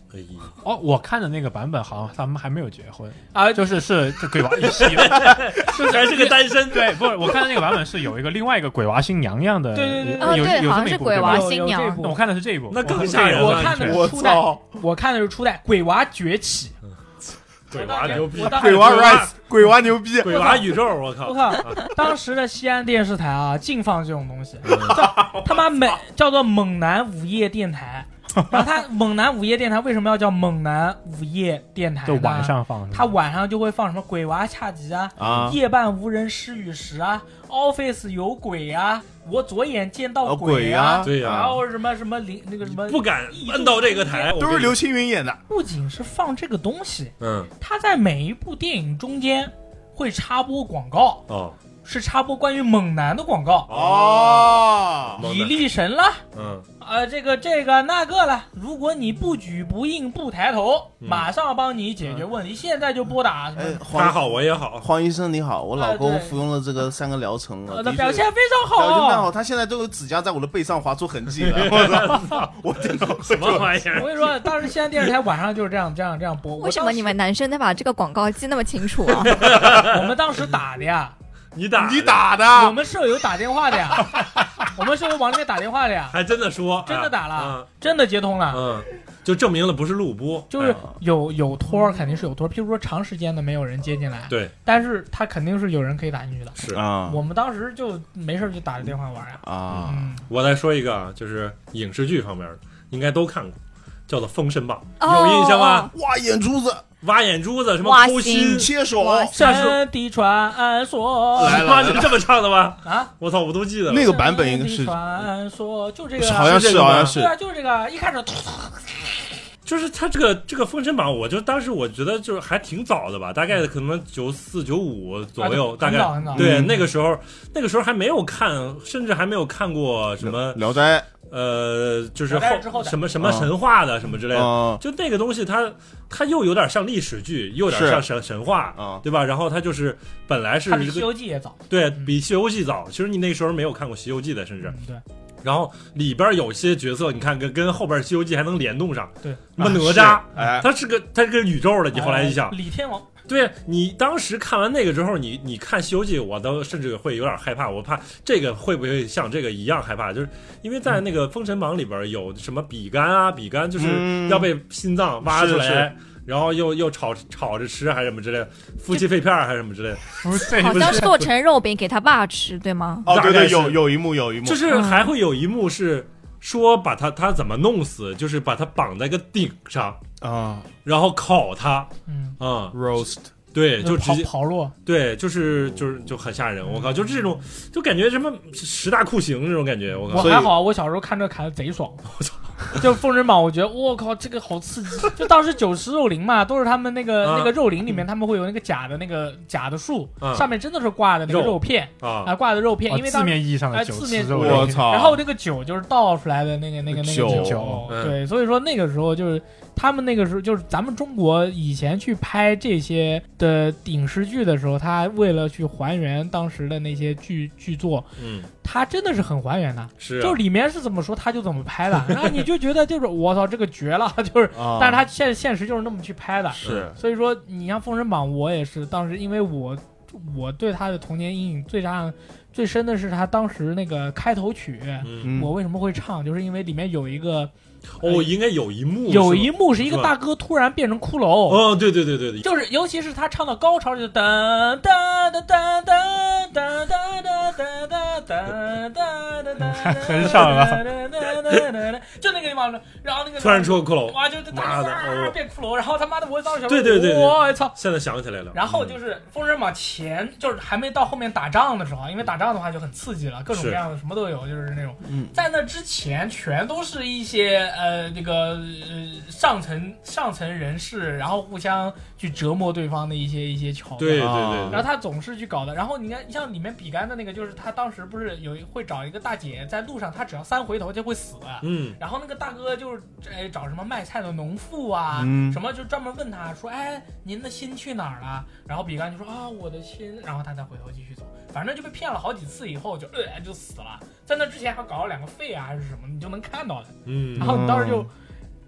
哎呀， 哦，我看的那个版本好像他们还没有结婚啊， 就是是这鬼娃一系的， 就是还是个单身。 对，不是，我看的那个版本是有一个另外一个鬼娃新娘样的， 对对对哦对， 有有好像是鬼娃新娘。 我看的是这一部， 那更吓人了。 我看的是初代，我看的是初代鬼娃崛起。 鬼娃牛逼， 鬼娃 rise， 鬼娃牛逼， 鬼娃宇宙，我靠！ 我靠！当时的西安电视台啊，净放这种东西，他妈美叫做猛男午夜电台。然后他猛男午夜电台为什么要叫猛男午夜电台呢？ 就晚上放， 他晚上就会放什么鬼娃恰吉啊，啊夜半无人失语时啊 ，Office 有鬼啊，我左眼见到鬼啊， 哦、对呀、 啊，然后什么什么灵那个什么不敢摁到这个台， 都是刘青云演的。 不仅是放这个东西， 嗯， 他在每一部电影中间会插播广告哦。 是插播关于猛男的广告哦， 以力神了， 嗯， 呃，这个这个那个了。如果你不举不应不抬头， 嗯、 马上帮你解决问题。嗯、现在就拨打。 哎， 他好我也好， 黄医生你好，我老公服用了这个三个疗程了， 呃、表现非常好， 表现非常好。他现在都有指甲在我的背上划出痕迹了。我操，我天哪， 什么玩意儿？ 我跟你说，当时西安电视台晚上就是这样这样这样播。 为什么你们男生能把这个广告记那么清楚啊？ 我们当时打的呀。 你打你打的， 我们舍友打电话的呀，我们舍友往那边打电话的呀， 还真的说， 真的打了， 啊、 真的接通了， 嗯，就证明了不是录播， 就是有有托肯定是有托，譬如说长时间的没有人接进来， 对， 但是他肯定是有人可以打进去的， 是啊， 我们当时就没事就打着电话玩呀， 啊、 嗯， 我再说一个啊，就是影视剧方面的，应该都看过，叫做《封神榜》， 哦、 有印象吗？ 挖眼珠子。 挖眼珠子，什么抠心、 切手、 神的传说， 来了， 是这么唱的吗？ 啊， 我操，我都记得了。 那个版本应该是传说，就这个， 好像是，好像是， 对啊，就是这个，一开始， 就是他这个这个封神榜，我就当时我觉得就是还挺早的吧，大概可能九四九五左右， 啊、 大概对、嗯、那个时候，那个时候还没有看，甚至还没有看过什么聊斋。 呃，就是后什么什么神话的、啊、什么之类的， 啊、 就那个东西它，它它又有点像历史剧，又有点像神神话， 啊、 对吧？然后它就是本来是、 它比《西游记》也早， 对比《西游记》早。其实你那时候没有看过《西游记》的，甚至、 嗯、对。 然后里边有些角色，你看跟跟后边《西游记》还能联动上， 对， 什么哪吒， 哎， 他是个他是个宇宙的。你后来一想， 哎、李天王。 对你当时看完那个之后，你你看《西游记》，我都甚至会有点害怕，我怕这个会不会像这个一样害怕，就是因为在那个《封神榜》里边有什么比干啊，比干就是要被心脏挖出来。 嗯然后又又炒炒着吃还是什么之类的，夫妻肺片还是什么之类的， 好像是做成肉饼给他爸吃，对吗？ 哦，对对，有有一幕有一幕， 就是还会有一幕是说把他他怎么弄死，就是把他绑在个顶上啊， 然后烤他， 嗯啊、 嗯、，roast。 对，就直接刨落， 对，就是就是就很吓人，我靠，就这种，就感觉什么十大酷刑这种感觉，我靠。 我还好，我小时候看这看的贼爽，我操！就《封神榜》，我觉得我靠，这个好刺激。就当时酒池肉林嘛，都是他们那个、啊、那个肉林里面，他们会有那个假的那个假的树，啊、上面真的是挂的那个肉片啊， 啊挂的肉片，因为字面意义上的酒池肉林， 我操！ 然后那个酒就是倒出来的那个那个那个酒， 酒对，所以说那个时候就是。他们那个时候就是咱们中国以前去拍这些的影视剧的时候，他为了去还原当时的那些剧剧作， 嗯， 他真的是很还原的， 是、啊， 就里面是怎么说他就怎么拍的，然后你就觉得就是我操这个绝了，就是， 啊、 但是他现现实就是那么去拍的， 是， 所以说你像《封神榜》，我也是当时因为我我对他的童年阴影最大最深的是他当时那个开头曲， 嗯、 我为什么会唱，就是因为里面有一个。 哦，应该有一幕， 有一幕是一个大哥突然变成骷髅。 哦，对对对对对， 就是尤其是他唱到高潮就噔噔噔噔噔噔噔噔噔噔噔噔， 很少了， 就那个地方，然后那个突然出个骷髅， 哇，就妈的哦， 变骷髅，然后他妈的我当时对对对， 我操， 现在想起来了。 然后就是《封神榜》前，就是还没到后面打仗的时候，因为打仗的话就很刺激了，各种各样的什么都有，就是那种。在那之前，全都是一些。呃，这个呃上层上层人士，然后互相去折磨对方的一些一些桥段， 对对 对, 对。 然后他总是去搞的。然后你看，像里面比干的那个，就是他当时不是有会找一个大姐在路上，他只要三回头就会死。 嗯。 然后那个大哥就是哎找什么卖菜的农妇啊， 嗯、 什么就专门问他说，哎，您的心去哪儿了？然后比干就说啊，我的心。然后他再回头继续走，反正就被骗了好几次，以后就呃就死了。在那之前还搞了两个肺啊还是什么，你就能看到的。 嗯。 然后你当时就，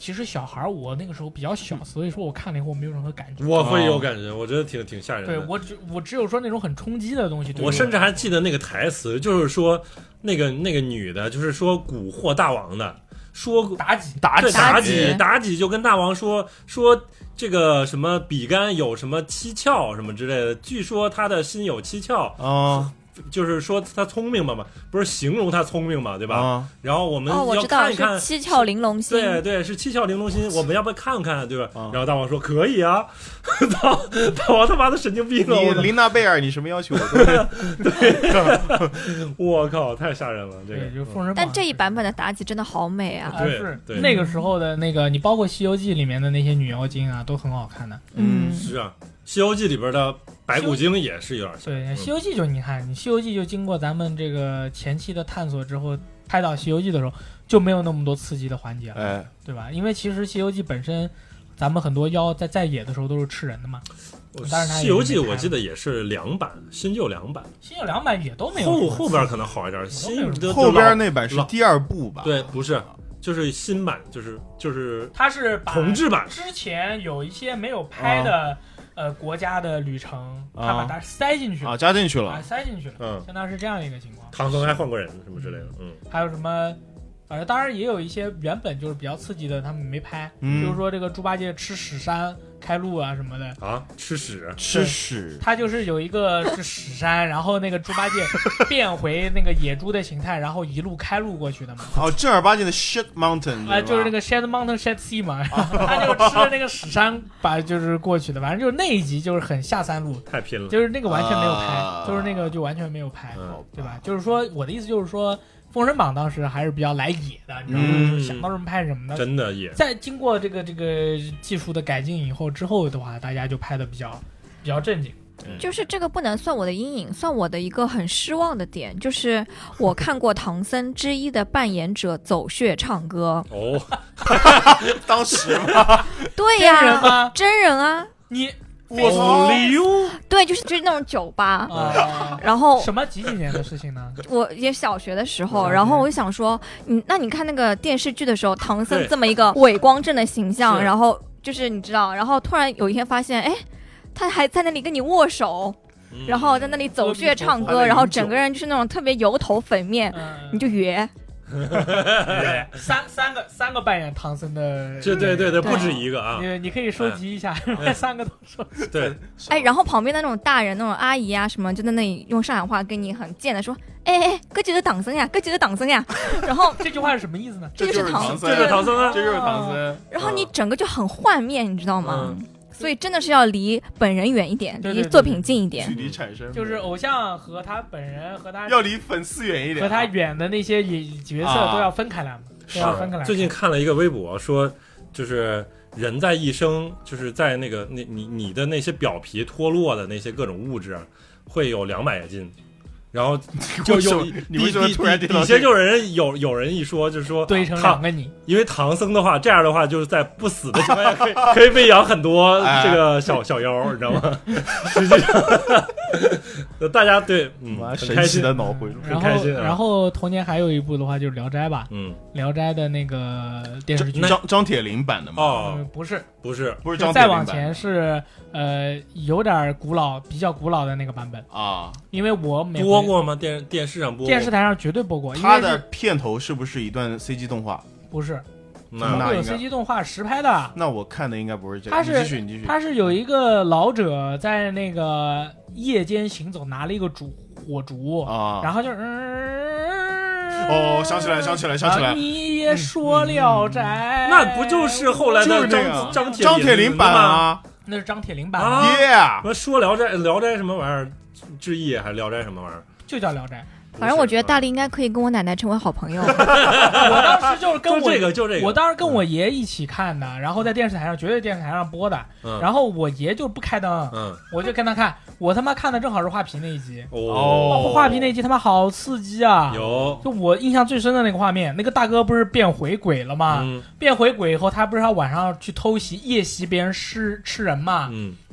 其实小孩我那个时候比较小，所以说我看了以后我没有任何感觉。 我会有感觉，我觉得挺挺吓人的。 对我只我只有说那种很冲击的东西。 我甚至还记得那个台词，就是说那个那个女的，就是说蛊惑大王的。说妲己， 妲己，妲己， 妲己就跟大王说说这个什么比干有什么七窍什么之类的，据说他的心有七窍啊、 哦， 就是说他聪明嘛嘛，不是形容他聪明嘛，对吧？哦、然后我们要看一看、 哦、七窍玲珑心， 对对，是七窍玲珑心，我们要不要看看，对吧？哦、然后大王说可以啊，大大王他妈的神经病了！ 你琳娜贝尔，你什么要求我都对，我靠，太吓人了，这个。 就封神榜。 但这一版本的妲己真的好美啊！ 对， 是对那个时候的那个，你包括《西游记》里面的那些女妖精啊，都很好看的。 嗯， 是啊，《西游记》里边的白骨精也是有点像。 对，《西游记》就你看，你《西游记》就经过咱们这个前期的探索之后，拍到《西游记》的时候就没有那么多刺激的环节了， 哎， 对吧？因为其实《西游记》本身，咱们很多妖在在野的时候都是吃人的嘛。但是《 西游记》我记得也是两版，新旧两版， 新旧两版也都没有。 后后边可能好一点，新后边那版是第二部吧？ 对，不是。就是新版，就是就是它是同志版， 之前有一些没有拍的、啊、呃国家的旅程，他把它塞进去了啊，加进去了， 啊，塞进去了， 嗯， 相当是这样一个情况。 唐僧还换过人什么之类的，嗯， 还有什么？反正当然也有一些原本就是比较刺激的，他们没拍， 嗯、 比如说这个猪八戒吃屎山开路啊什么的啊，吃屎吃屎， 他就是有一个是屎山，然后那个猪八戒变回那个野猪的形态，然后一路开路过去的嘛。 哦，正儿八经的 shit mountain 啊、呃，就是那个 shit mountain shit sea 嘛，他就吃了那个屎山把就是过去的，反正就是那一集就是很下三路， 太拼了， 就是那个完全没有拍， 啊、 就是那个就完全没有拍， 嗯、 对吧？就是说我的意思就是说。封神榜当时还是比较来野的，你知道吗？嗯、想到什么拍什么的， 真的野。 在经过这个这个技术的改进以后之后的话，大家就拍的比较比较正经。 就是这个不能算我的阴影，算我的一个很失望的点，就是我看过唐僧之一的扮演者走穴唱歌。 哦， 当时吗？ 对呀、啊， 真人吗？ 真人啊， 你。 我操！ 对，就是就是那种酒吧， 啊、 然后什么几几年的事情呢？ 我也小学的时候，然后我就想说，你那你看那个电视剧的时候，唐僧这么一个伪光正的形象，然后就是你知道，然后突然有一天发现，哎，他还在那里跟你握手。嗯、然后在那里走穴唱歌，然后整个人就是那种特别油头粉面，嗯、你就约。 三三个三个扮演唐僧的， 这对对对，不止一个啊！ 你你可以收集一下， 哎、 三个都收集。 对， 哎，然后旁边的那种大人、那种阿姨啊什么，就在那里用上海话跟你很贱的说：“哎哎，哥觉得唐僧呀，哥觉得唐僧呀。”然后这句话是什么意思呢？ 这就是唐僧， 这就是唐僧啊， 这就是唐僧。 然后你整个就很幻灭，你知道吗？嗯所以真的是要离本人远一点，离作品近一点， 距离产生就是偶像和他本人和他要离粉丝远一点， 和他远的那些角色都要分开来嘛，都要分开来。 最近看了一个微博说，就是人在一生，就是在那个那你你的那些表皮脱落的那些各种物质，会有两百斤。然后就有你为什么突然底底下就有人有有人一说，就是说堆成两个你， 因为唐僧的话，这样的话就是在不死的情况下可以可以喂养很多这个小小妖，你知道吗？实际上，大家对嗯很开心的脑回路， 很开心。 然后同年还有一部的话就是《聊斋》吧， 嗯， 《聊斋》的那个电视剧， 张张铁林版的吗？ 哦， 不是， 不是， 不是张铁林版。 再往前是呃有点古老、比较古老的那个版本啊， 因为我每播过吗？电电视上播过， 电视台上绝对播过。 它的片头是不是一段 C G 动画？ 不是， 那会有 C G 动画实拍的。 那我看的应该不是这个。 它是你继续，你继续。 它是有一个老者在那个夜间行走，拿了一个烛火烛啊， 然后就嗯， 哦，想起来，想起来，想起来。 你也说聊斋， 那不就是后来的张张张铁林版啊？ 那是张铁林版啊！ 耶！ 说聊斋，聊斋什么玩意儿？志异还是聊斋什么玩意儿？ 就叫聊斋。 反正我觉得大力应该可以跟我奶奶成为好朋友。 我当时就是跟我就这个就这个， 我当时跟我爷一起看的，然后在电视台上，绝对电视台上播的。 嗯、 然后我爷就不开灯， 嗯， 我就跟他看。我他妈看的正好是画皮那一集。 哦， 画皮那一集他妈好刺激啊！ 有， 就我印象最深的那个画面，那个大哥不是变回鬼了吗？ 嗯、 变回鬼以后，他不是要晚上去偷袭夜袭别人吃吃人嘛？ 嗯。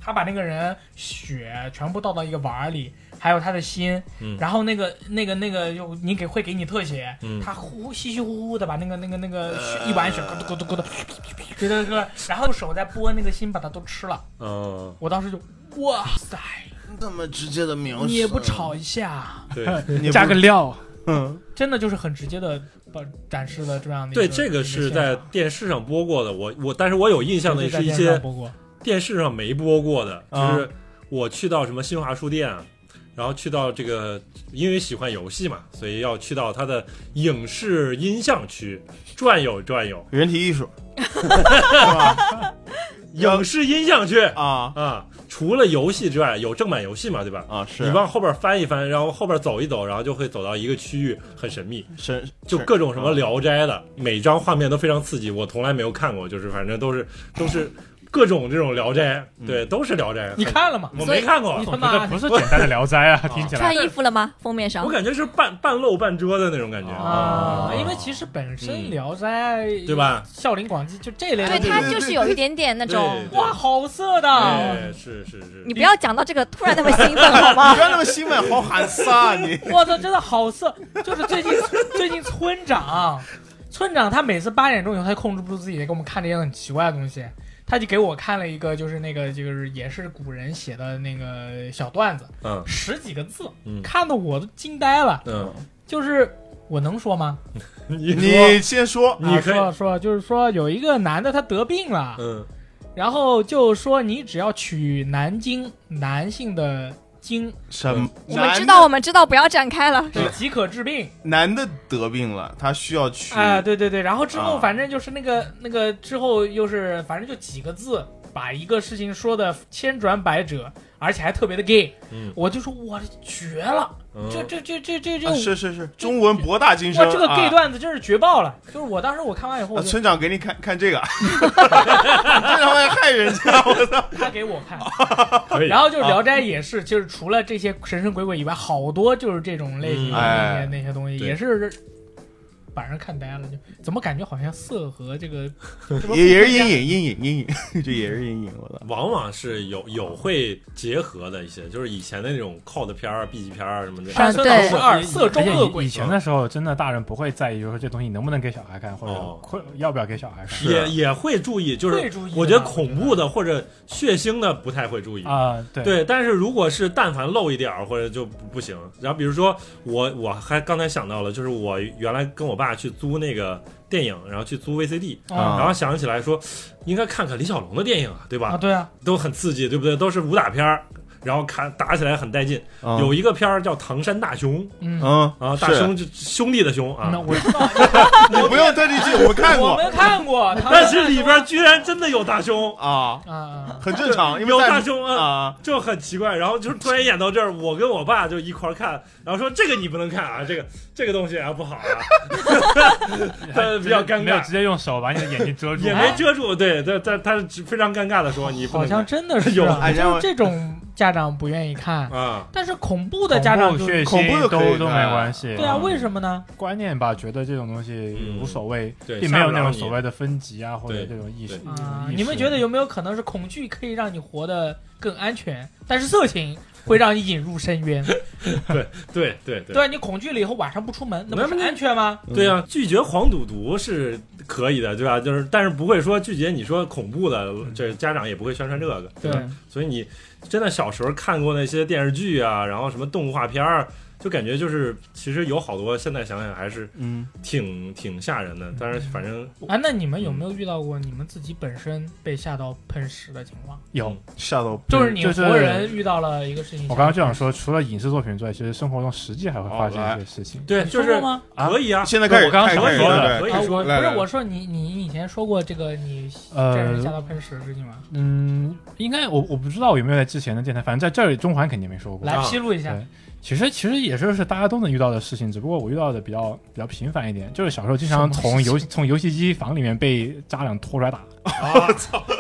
他把那个人血全部倒到一个碗里，还有他的心， 嗯、 然后那个那个那个又你给会给你特写， 嗯、 他呼稀稀呼呼的把那个那个那个血、呃、一碗血咕嘟咕嘟咕嘟，对对对，然后用手再剥那个心，把它都吃了。 嗯， 我当时就哇塞， 那么直接的描述， 你也不炒一下， 对， 加个料。 嗯，真的就是很直接的展示了这样的一个。 对，这个是在电视上播过的，我我，但是我有印象的是一些电视上没播过的，就是我去到什么新华书店啊，然后去到这个，因为喜欢游戏嘛，所以要去到它的影视音像区转悠转悠。 人体艺术，是吧？ 影视音像区啊啊，除了游戏之外，有正版游戏嘛，对吧？ 啊，是你往后边翻一翻，然后后边走一走，然后就会走到一个区域，很神秘， 神就各种什么聊斋的，每张画面都非常刺激，我从来没有看过，就是反正都是都是。各种这种聊斋，对，都是聊斋。 你看了吗？ 我没看过。 你他妈不是简单的聊斋啊，听起来。 穿衣服了吗？封面上？ 我感觉是半半露半遮的那种感觉啊，因为其实本身聊斋， 对吧？ 笑林广记就这类的， 对，它就是有一点点那种哇，好色的。 哎，是是是。 你不要讲到这个突然那么兴奋好吗？ 不要那么兴奋，好喊色啊你！ 我操，真的好色！就是最近最近村长，村长他每次八点钟以后，他控制不住自己给我们看这些很奇怪的东西。他就给我看了一个，就是那个，就是也是古人写的那个小段子， 嗯， 十几个字， 嗯， 看得我都惊呆了， 嗯， 就是我能说吗？ 你你先说， 你可以、 啊、说说，就是说有一个男的他得病了， 嗯， 然后就说你只要取男精，男性的精， 什么？ 我们知道，我们知道，不要展开了。 对，即可治病。 男的得病了，他需要去啊、呃，对对对，然后之后反正就是那个、啊、那个之后又是反正就几个字，把一个事情说的千转百折，而且还特别的 gay。嗯，我就说我绝了，嗯、这这这这这这、 啊、是是是，中文博大精深。 哇，这个 gay 段子真是绝爆了！啊、就是我当时我看完以后， 啊、村长给你看看这个，村长会害人家，我操！ 他给我看，然后就是《聊斋》也是，就是除了这些神神鬼鬼以外，好多就是这种类型的那些、嗯、那些东西，也是把人看呆了，就怎么感觉好像色和这个也也是阴影，阴影，阴影，这也是阴影。我的往往是有有会结合的一些，就是以前的那种 cult 片儿、B 级片儿什么的。 山村老师二色中恶鬼。 以前的时候，真的大人不会在意，就是这东西能不能给小孩看，或者会要不要给小孩看。 也也会注意，就是我觉得恐怖的或者血腥的不太会注意啊。对对，但是如果是但凡露一点儿或者就不行。然后比如说我我还刚才想到了，就是我原来跟我爸去租那个电影，然后去租 V C D，、嗯、然后想起来说应该看看李小龙的电影啊，对吧？ 啊，对啊， 都很刺激，对不对？都是武打片儿，然后看打起来很带劲。嗯、有一个片儿叫《唐山大兄》， 嗯啊，大兄就兄弟的兄啊。 那我知道， 你不用特地去，我看过， 我们看过， 但是里边居然真的有大兄啊啊， 很正常，因为有大兄啊， 就很奇怪。然后就是突然演到这儿，我跟我爸就一块看，然后说这个你不能看啊，这个这个东西啊不好啊，他比较尴尬， 没有直接用手把你的眼睛遮住， 也没遮住，对，他他他非常尴尬的说你不能看， 好像真的是有， 就是这种家长不愿意看啊， 但是恐怖的家长就恐怖的都都没关系， 对啊，为什么呢？ 观念吧，觉得这种东西无所谓， 对， 并没有那种所谓的分级啊或者这种意识啊。你们觉得有没有可能是恐惧可以让你活得更安全，但是色情会让你引入深渊？ 对对对对， 对，你恐惧了以后晚上不出门，那不是安全吗？ 对啊，拒绝黄赌毒是可以的，对吧？就是但是不会说拒绝你说恐怖的，这家长也不会宣传这个， 对吧？ 所以你真的小时候看过那些电视剧啊，然后什么动画片儿。就感觉就是其实有好多现在想想还是嗯挺挺吓人的，但是反正啊，那你们有没有遇到过你们自己本身被吓到喷屎的情况？ 有， 吓到就是你活人遇到了一个事情。 我刚刚就想说，除了影视作品之外，其实生活中实际还会发生一些事情。 对，就是吗？ 可以啊， 现在开始我刚刚可以说的， 可以说。不是我说你你以前说过这个你真人吓到喷屎的事情吗？ 嗯，应该我我不知道有没有在之前的电台，反正在这里中环肯定没说过。 来披露一下。 其实其实也就是大家都能遇到的事情，只不过我遇到的比较比较频繁一点，就是小时候经常从游从游戏机房里面被家长拖出来打。 我操！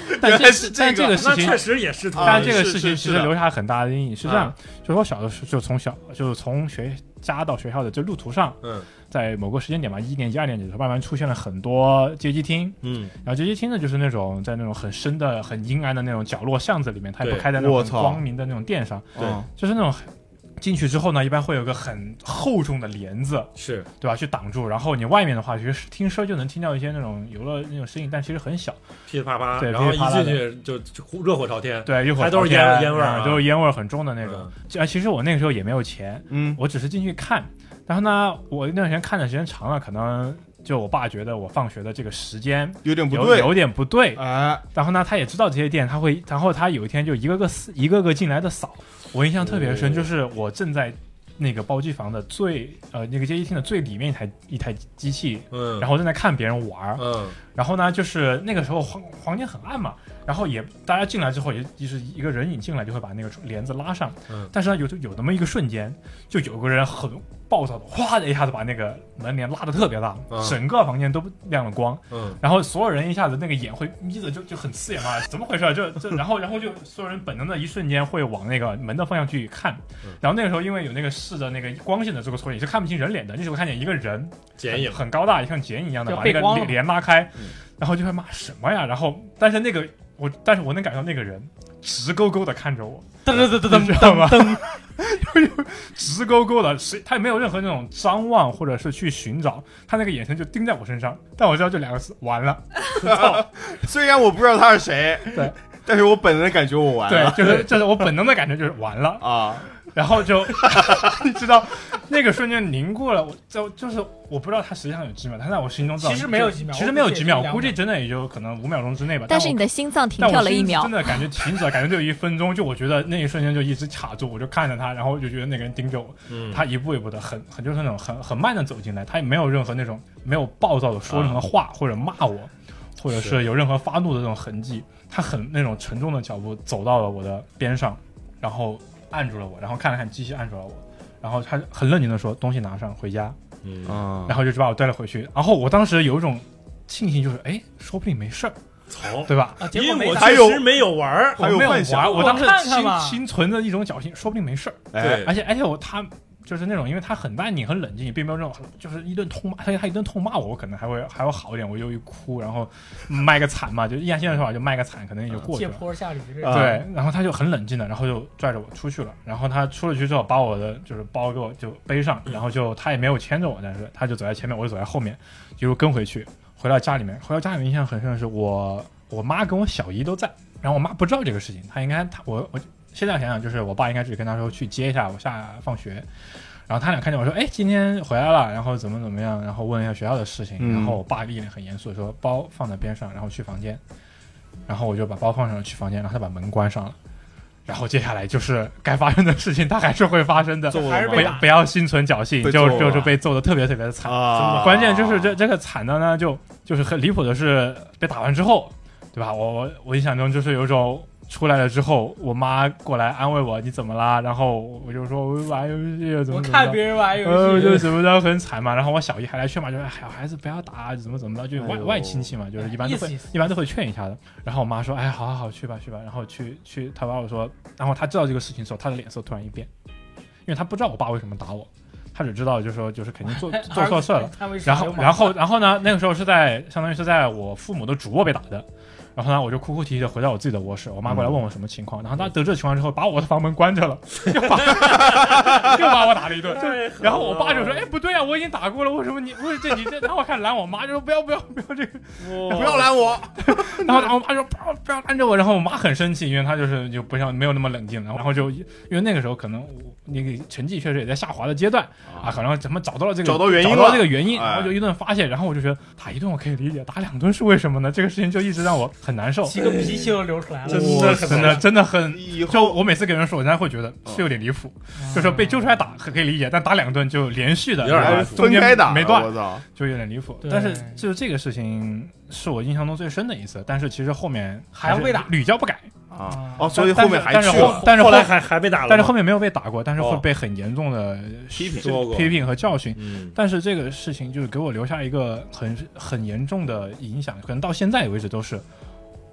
但原来是但这个事情那确实也是， 但这个事情是是其实留下很大的阴影。是这样，就是我小的时候就从小就从学家到学校的这路途上， 嗯， 在某个时间点吧，一年级、二年级的时候，慢慢出现了很多街机厅， 嗯， 然后街机厅呢，就是那种在那种很深的、很阴暗的那种角落巷子里面，它也不开在那种很光明的那种店上， 对， 就是那种。进去之后呢，一般会有个很厚重的帘子， 是对吧？去挡住，然后你外面的话，其实听声就能听到一些那种游乐那种声音，但其实很小， 噼里啪啪， 对， 然后一进去就就热火朝天， 对，热火还都是烟烟味儿， 都是烟味儿很重的那种。啊、嗯，其实我那个时候也没有钱， 嗯， 我只是进去看，然后呢，我那段时间看的时间长了，可能。就我爸觉得我放学的这个时间有点不对， 有点不对， 哎， 然后呢，他也知道这些店，他会，然后他有一天就一个个一个个进来的扫，我印象特别深，就是我正在那个包机房的最呃那个街机厅的最里面一台一台机器， 嗯， 然后正在看别人玩， 嗯， 然后呢，就是那个时候房房间很暗嘛，然后也大家进来之后也就是一个人影进来就会把那个帘子拉上， 嗯， 但是呢有有那么一个瞬间，就有个人很暴躁的哗的一下子把那个门帘拉得特别大， 嗯， 整个房间都亮了光， 嗯， 然后所有人一下子那个眼会眯着就就很刺眼嘛，怎么回事？就就然后然后就所有人本能的一瞬间会往那个门的方向去看， 嗯， 然后那个时候因为有那个视的那个光线的这个错觉，你是看不清人脸的，你只会看见一个人剪影很高大，像剪影一样的把那个帘拉开， 嗯， 然后就会骂什么呀？然后但是那个我但是我能感受到那个人直勾勾的看着我， 噔噔噔噔知道吗？直勾勾的，谁他也没有任何那种张望或者是去寻找，他那个眼神就盯在我身上，但我知道这两个字完了。 虽然我不知道他是谁， 对， 但是我本能的感觉我完了， 对，就是就是我本能的感觉就是完了啊。 然后就你知道那个瞬间凝固了，我就就是我不知道它实际上有几秒，它在我心中其实没有几秒， 其实没有几秒，我估计真的也就可能五秒钟之内吧。 但是你的心脏停跳了一秒， 真的感觉停止了，感觉就有一分钟，就我觉得那一瞬间就一直卡住，我就看着他，然后我就觉得那个人盯着我， 嗯， 他一步一步的很很就是那种很很慢的走进来，他也没有任何那种没有暴躁的说任何话，啊，或者骂我，或者是有任何发怒的这种痕迹，他很那种沉重的脚步走到了我的边上，然后按住了我，然后看了看机器按住了我，然后他很冷静的说东西拿上回家， 嗯， 然后就把我带了回去，然后我当时有一种庆幸，就是哎说不定没事儿，对吧？ 啊，结果没确实没有玩， 还有幻想， 我当时看看嘛心心存着一种侥幸，说不定没事儿， 对， 而且而且我他。就是那种，因为他很淡定、很冷静，也并没有这种，就是一顿痛骂。他他一顿痛骂我，我可能还会还会好一点，我就一哭，然后卖个惨嘛，就一按现在说法就卖个惨，可能也就过去了。 借坡下驴， 对，然后他就很冷静的，然后就拽着我出去了。然后他出了去之后，把我的就是包给我就背上，然后就他也没有牵着我，但是他就走在前面，我就走在后面，一路跟回去。回到家里面，回到家里面印象很深的是我我妈跟我小姨都在，然后我妈不知道这个事情，她应该她我我现在想想就是我爸应该只跟她说去接一下我下放学。然后他俩看见我说：“哎，今天回来了，然后怎么怎么样？”然后问一下学校的事情。嗯、然后我爸一脸很严肃地说：“包放在边上，然后去房间。”然后我就把包放上了，去房间，然后他把门关上了。然后接下来就是该发生的事情，它还是会发生的， 还是被不要心存侥幸，就就是被揍得特别特别的惨。 啊、 关键就是这这个惨的呢，就就是很离谱的是，被打完之后，对吧？我我我印象中就是有一种。出来了之后，我妈过来安慰我，你怎么啦？然后我就说我玩游戏怎么怎么， 我看别人玩游戏， 呃，就怎么着很惨嘛。然后我小姨还来劝嘛，就说小孩子不要打，怎么怎么着，就外、哎、外亲戚嘛，就是一般都会一般都会劝一下的。然后我妈说，哎，好好好，去吧去吧。然后去去，她把我说，然后她知道这个事情的时候，她的脸色突然一变，因为她不知道我爸为什么打我。他只知道就是说就是肯定做做错事了，然后然后然后呢，那个时候是在相当于是在我父母的主卧被打的，然后呢我就哭哭啼啼的回到我自己的卧室，我妈过来问我什么情况，然后她得知情况之后把我的房门关着了，又把又把我打了一顿，然后我爸就说哎不对啊，我已经打过了，为什么你为这你这，然后我开始拦我妈就说不要不要不要这个不要拦我， 然后然后我妈说不要不要拦着我，然后我妈很生气，因为她就是就不像没有那么冷静，然后就因为那个时候可能那个成绩确实也在下滑的阶段。啊，可能怎么找到了这个找到原因了， 找到这个原因，然后就一顿发泄，然后我就觉得打一顿我可以理解，打两顿是为什么呢？这个事情就一直让我很难受， 几个脾气都流出来了， 真的真的真的很。就我每次给人说，人家会觉得是有点离谱，嗯、就是被揪出来打可以理解，但打两顿就连续的， 分开打没断，就有点离谱。但是就是这个事情是我印象中最深的一次，但是其实后面还要被打， 屡教不改。 啊哦，所以后面还但是后但是后来还还被打了， 但是后面没有被打过，但是会被很严重的批评、 批评和教训。 嗯， 但是这个事情就是给我留下一个很很严重的影响，可能到现在为止都是，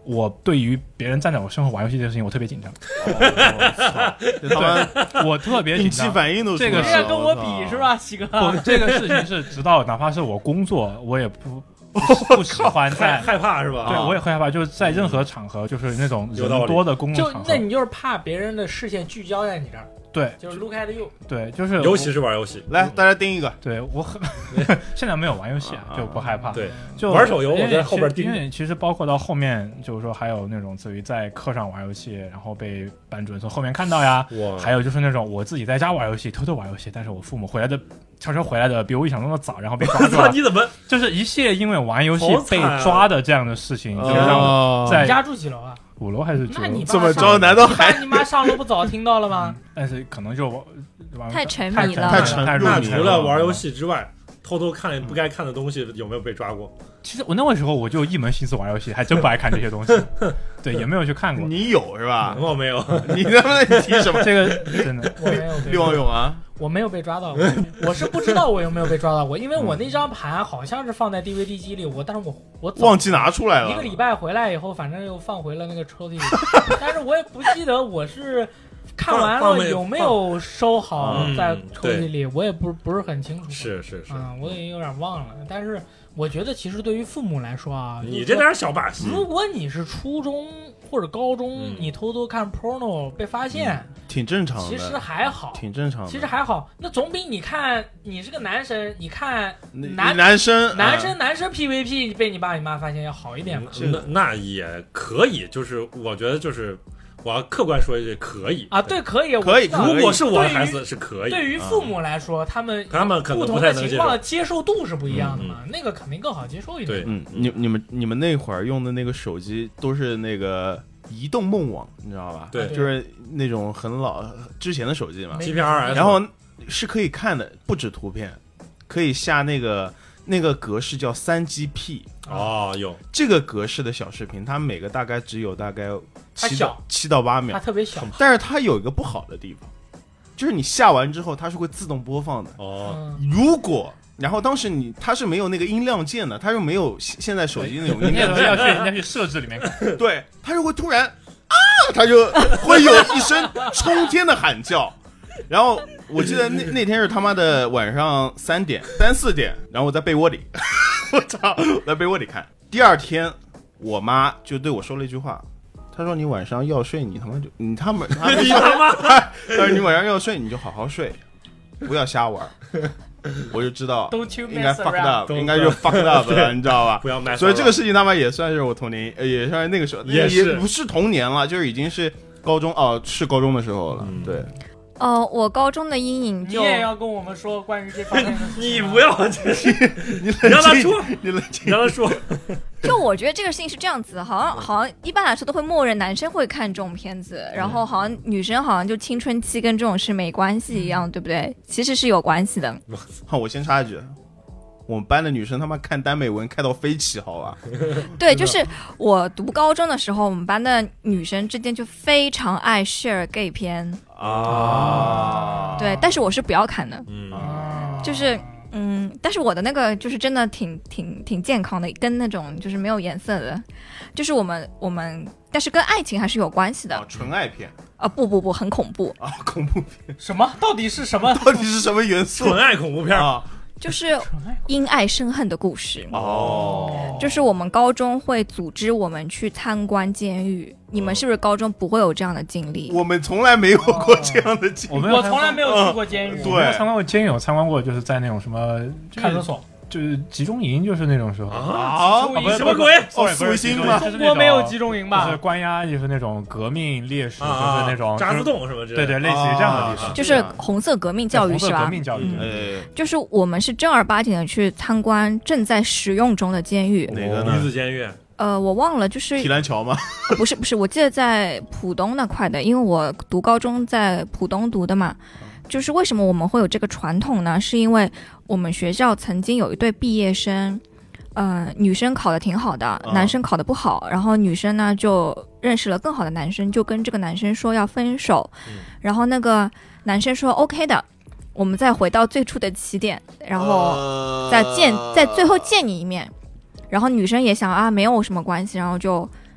我对于别人站在我身后玩游戏这件事情，我特别紧张。 哦、我操！他们我特别紧张， 应激反应都这个是跟我比是吧，西哥？ 不，这个事情是直到哪怕是我工作，我也不不喜欢在害怕是吧？ 对，我也会害怕，就是在任何场合，就是那种人多的公共场合， 就那你就是怕别人的视线聚焦在你这儿。 对， 就是 look at you。 对，就是尤其是玩游戏。 来，大家盯一个。 对我很现在没有玩游戏啊，就不害怕。 对， 就玩手游我在后边盯。 因为其实包括到后面，就是说还有那种至于在课上玩游戏，然后被班主任从后面看到呀。还有就是那种我自己在家玩游戏，偷偷玩游戏，但是我父母回来的悄悄回来的比我预想中的早，然后被抓住了。 你怎么？ 就是一系列因为玩游戏被抓的这样的事情，就让在你家住几楼啊？ 五楼还是九楼？ 那你这么着，难道还你妈上楼不早听到了吗？ 但是可能就玩太沉迷了， 太沉入迷了。 那除了玩游戏之外，偷偷看不该看的东西，有没有被抓过？ 其实我那个时候我就一门心思玩游戏，还真不爱看这些东西。对，也没有去看过。 你有是吧？ 我没有。 你他妈在提什么？ 这个真的， 我没有。 厉王勇啊， 我没有被抓到过，我是不知道我有没有被抓到过，因为我那张盘好像是放在 D V D 机里，我但是我我忘记拿出来了。 一个礼拜回来以后，反正又放回了那个抽屉里，但是我也不记得我是看完了有没有收好在抽屉里，我也不不是很清楚。 是是是， 嗯，我也有点忘了。但是我觉得其实对于父母来说啊， 你这点小把戏， 如果你是初中或者高中， 嗯、 你偷偷看 porno 被发现。嗯挺正常的， 其实还好， 挺正常的。 其实还好，那总比你看你是个男生，你看男男生男生、嗯、男生 P V P 被你爸你妈发现要好一点嘛？ 那那也可以，就是我觉得就是我要客观说一句，可以啊，对，可以， 可以。 如果是我的孩子是可以。 对于父母来说， 啊、 他们他们可能不同的情况的接受度是不一样的嘛， 嗯嗯、 那个肯定更好接受一点。 对， 嗯，你你们你们那会儿用的那个手机都是那个。移动梦网，你知道吧？ 对， 就是那种很老之前的手机嘛 ，G P R S， 然后是可以看的，不止图片，可以下那个那个格式叫三 G P 哦，有这个格式的小视频，它每个大概只有大概七到七到八秒， 它特别小， 但是它有一个不好的地方，就是你下完之后它是会自动播放的哦， 如果。然后当时你它是没有那个音量键的，它是没有现在手机那种音量键， 要去要去设置里面看。 对，它就会突然啊，它就会有一声冲天的喊叫。然后我记得那那天是他妈的晚上三点三四点，然后我在被窝里，我操，我在被窝里看。第二天我妈就对我说了一句话，她说你晚上要睡，你他妈就你他妈你他妈， 她说你晚上要睡你就好好睡，不要瞎玩。我就知道应该 fucked up， 应该就 fucked up 了，你知道吧？ 不要买。 所以这个事情他妈也算是我童年，也算是那个时候， 也也不是童年了，就是已经是高中哦，是高中的时候了。 嗯、 对。 哦、呃，我高中的阴影就你也要跟我们说关于这方面的事情。 你不要， 你让他说， 你冷静， 让他说。 就我觉得这个事情是这样子，好像好像一般来说都会默认男生会看这种片子，然后好像女生好像就青春期跟这种事没关系一样，对不对？其实是有关系的。 好，我先插一句，我们班的女生他妈看耽美文看到飞起，好吧？ 对，就是我读高中的时候，我们班的女生之间就非常爱 share gay 片啊。 对，但是我是不要看的， 嗯， 就是嗯，但是我的那个就是真的挺挺挺健康的，跟那种就是没有颜色的，就是我们我们，但是跟爱情还是有关系的。 哦，纯爱片啊，不不不，很恐怖啊，恐怖片什么？到底是什么？ 到底是什么元素？ 纯爱恐怖片啊。 就是因爱生恨的故事哦， 就是我们高中会组织我们去参观监狱，你们是不是高中不会有这样的经历？ 我们从来没有过这样的经历， 我从来没有去过监狱。 对， 我参观过监狱，我参观过，就是在那种什么看守所。 就是集中营，就是那种时候啊，什么鬼？ 哦，苏心吗？ 中国没有集中营吧？ 就是关押，就是那种革命烈士，就是那种渣滓洞什么之类的。 对对，类似于这样的地方， 就是红色革命教育是吧？ 革命教育， 就是我们是正儿八经的去参观正在使用中的监狱。 哪个呢？ 女子监狱。 呃，我忘了，就是提篮桥吗？ 不是不是，我记得在浦东那块的，因为我读高中在浦东读的嘛。就是为什么我们会有这个传统呢？是因为我们学校曾经有一对毕业生，呃，女生考得挺好的，男生考得不好，然后女生呢就认识了更好的男生，就跟这个男生说要分手，然后那个男生说 OK 的，我们再回到最初的起点，然后再见，再最后见你一面，然后女生也想啊没有什么关系，然后就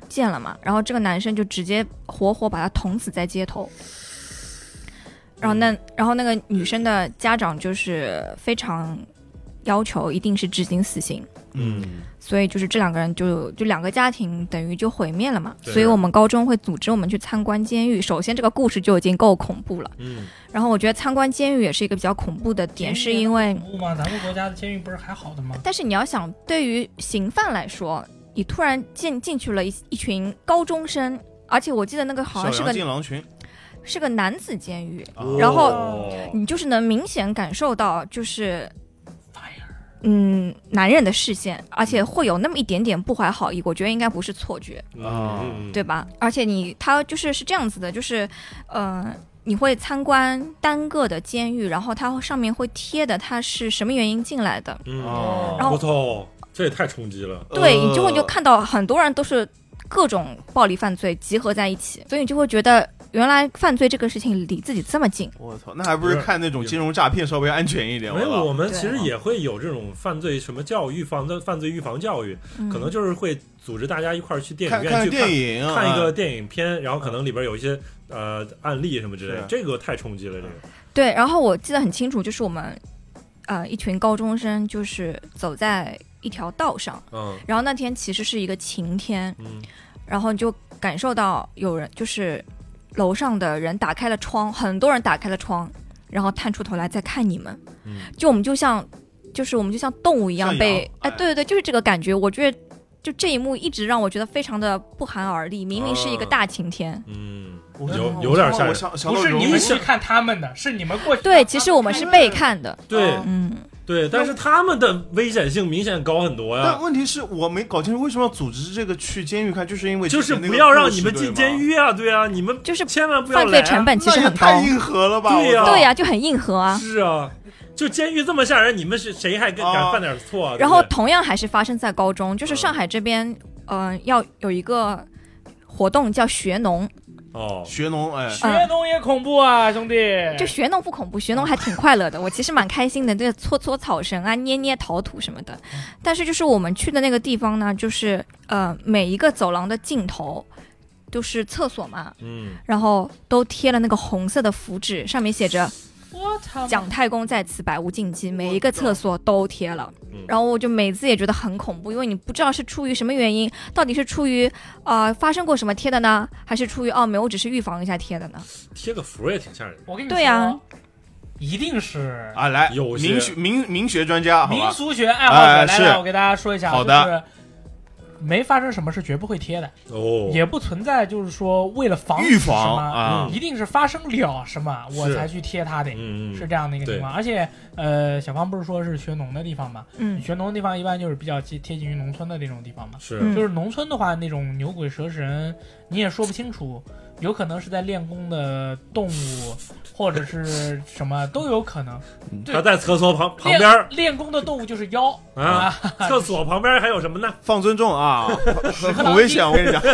见了嘛，然后这个男生就直接活活把他捅死在街头。然后那然后那个女生的家长就是非常要求一定是执行死刑， 嗯， 所以就是这两个人就就两个家庭等于就毁灭了嘛。所以我们高中会组织我们去参观监狱，首先这个故事就已经够恐怖了， 嗯， 然后我觉得参观监狱也是一个比较恐怖的点，是因为恐怖吗？咱们国家的监狱不是还好的吗？ 但是你要想，对于刑犯来说，你突然进进去了一一群高中生，而且我记得那个好像是个进狼群， 是个男子监狱， 哦、 然后你就是能明显感受到就是嗯男人的视线，而且会有那么一点点不怀好意，我觉得应该不是错觉啊、 嗯， 对吧？而且你他就是是这样子的，就是呃你会参观单个的监狱，然后它上面会贴的他是什么原因进来的， 嗯， 然后我操，这也太冲击了。 对，你就会就看到很多人都是各种暴力犯罪集合在一起，所以你就会觉得原来犯罪这个事情离自己这么近。 我操，那还不是看那种金融诈骗稍微安全一点。 没有，我们其实也会有这种犯罪什么教育防的犯罪预防教育、嗯，可能就是会组织大家一块儿去电影院看去看电影， 看一个电影片，然后可能里边有一些呃案例什么之类的，这个太冲击了。这个对，然后我记得很清楚，就是我们呃一群高中生就是走在一条道上， 嗯， 然后那天其实是一个晴天， 嗯， 然后就感受到有人就是楼上的人打开了窗，很多人打开了窗，然后探出头来再看你们， 嗯， 就我们就像就是我们就像动物一样被哎， 对对对，就是这个感觉。我觉得就这一幕一直让我觉得非常的不寒而栗，明明是一个大晴天， 嗯， 有有点吓人。 不是你们去看他们的，是你们过去。 对，其实我们是被看的。 对， 嗯。 对，但是他们的危险性明显高很多呀。 但问题是我没搞清楚为什么要组织这个去监狱看，就是因为就是不要让你们进监狱啊！对啊，你们就是千万不要来、啊。 犯罪成本其实很高， 太硬核了吧？ 对呀、 啊，对呀、啊，就很硬核啊。 是啊，就监狱这么吓人，你们是谁还敢犯点错、啊？ 然后同样还是发生在高中，就是上海这边，嗯、呃，要有一个活动叫学农。 哦， 学农，哎， 学农也恐怖啊，兄弟！ 就学农不恐怖，学农还挺快乐的。我其实蛮开心的，这个搓搓草绳啊，捏捏陶土什么的。但是就是我们去的那个地方呢，就是呃，每一个走廊的尽头都是厕所嘛， 嗯， 然后都贴了那个红色的符纸，上面写着我操， 蒋太公在此，百无禁忌，每一个厕所都贴了。 嗯、 然后我就每次也觉得很恐怖，因为你不知道是出于什么原因，到底是出于呃发生过什么贴的呢，还是出于哦没有，我只是预防一下贴的呢？ 贴个符也挺吓人的。 我跟你说， 对啊， 一定是啊，来， 有民学民民学专家， 民俗学爱好者， 哎、 来来，我给大家说一下， 好的。 就是没发生什么是绝不会贴的哦， 也不存在就是说为了防预防啊、嗯，一定是发生了什么我才去贴它的， 嗯， 是这样的一个情况。而且呃，小芳不是说是学农的地方嘛， 嗯， 学农的地方一般就是比较贴贴近于农村的那种地方嘛， 是， 就是农村的话，那种牛鬼蛇神你也说不清楚，有可能是在练功的动物，或者是什么都有可能。 他在厕所旁旁边练功的动物就是妖啊，厕所旁边还有什么呢？ 放尊重啊，很很危险，我跟你讲。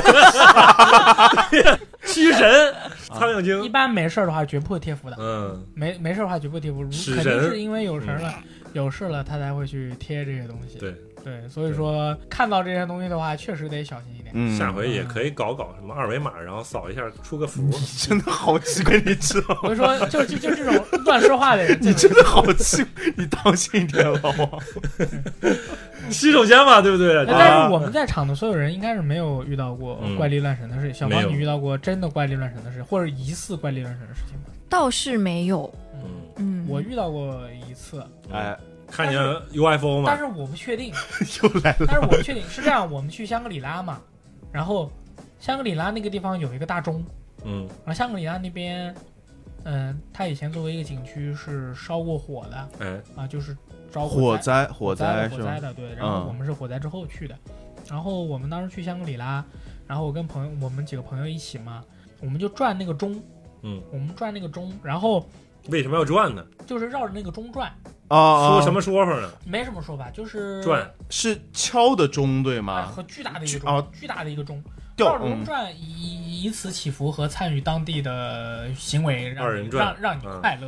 驱神、苍蝇精， 一般没事的话绝不会贴符的。 嗯， 没没事的话绝不会贴符，肯定是因为有神了、嗯、有事了他才会去贴这些东西。 对对，所以说看到这些东西的话，确实得小心一点。 嗯， 下回也可以搞搞什么二维码，然后扫一下出个符。 你真的好奇怪，你知道吗？ 我就说，就就就这种乱说话的人， 你真的好奇，你当心一点，老王。 洗手间嘛，对不对？ 但是我们在场的所有人应该是没有遇到过怪力乱神的事。嗯、小芳，你遇到过真的怪力乱神的事，或者疑似怪力乱神的事情吗？ 倒是没有。 嗯嗯，我遇到过一次。 哎。看见 U F O 吗？ 但是我不确定， 又来了。 但是我不确定是这样，我们去香格里拉嘛，然后香格里拉那个地方有一个大钟， 嗯， 然后香格里拉那边，嗯、呃，它以前作为一个景区是烧过火的， 哎， 啊，就是烧火灾， 火灾， 火灾，火灾的，对。然后我们是火灾之后去的，嗯、然后我们当时去香格里拉，然后我跟朋友，我们几个朋友一起嘛，我们就转那个钟， 嗯， 我们转那个钟，然后为什么要转呢？ 就是绕着那个钟转。 啊， 说什么说法呢？ 没什么说法，就是转是敲的钟对吗？ 和巨大的一个钟， 啊、 巨大的一个钟， 绕着钟转，嗯、以以此祈福和参与当地的行为，让二人转让让你快乐。嗯、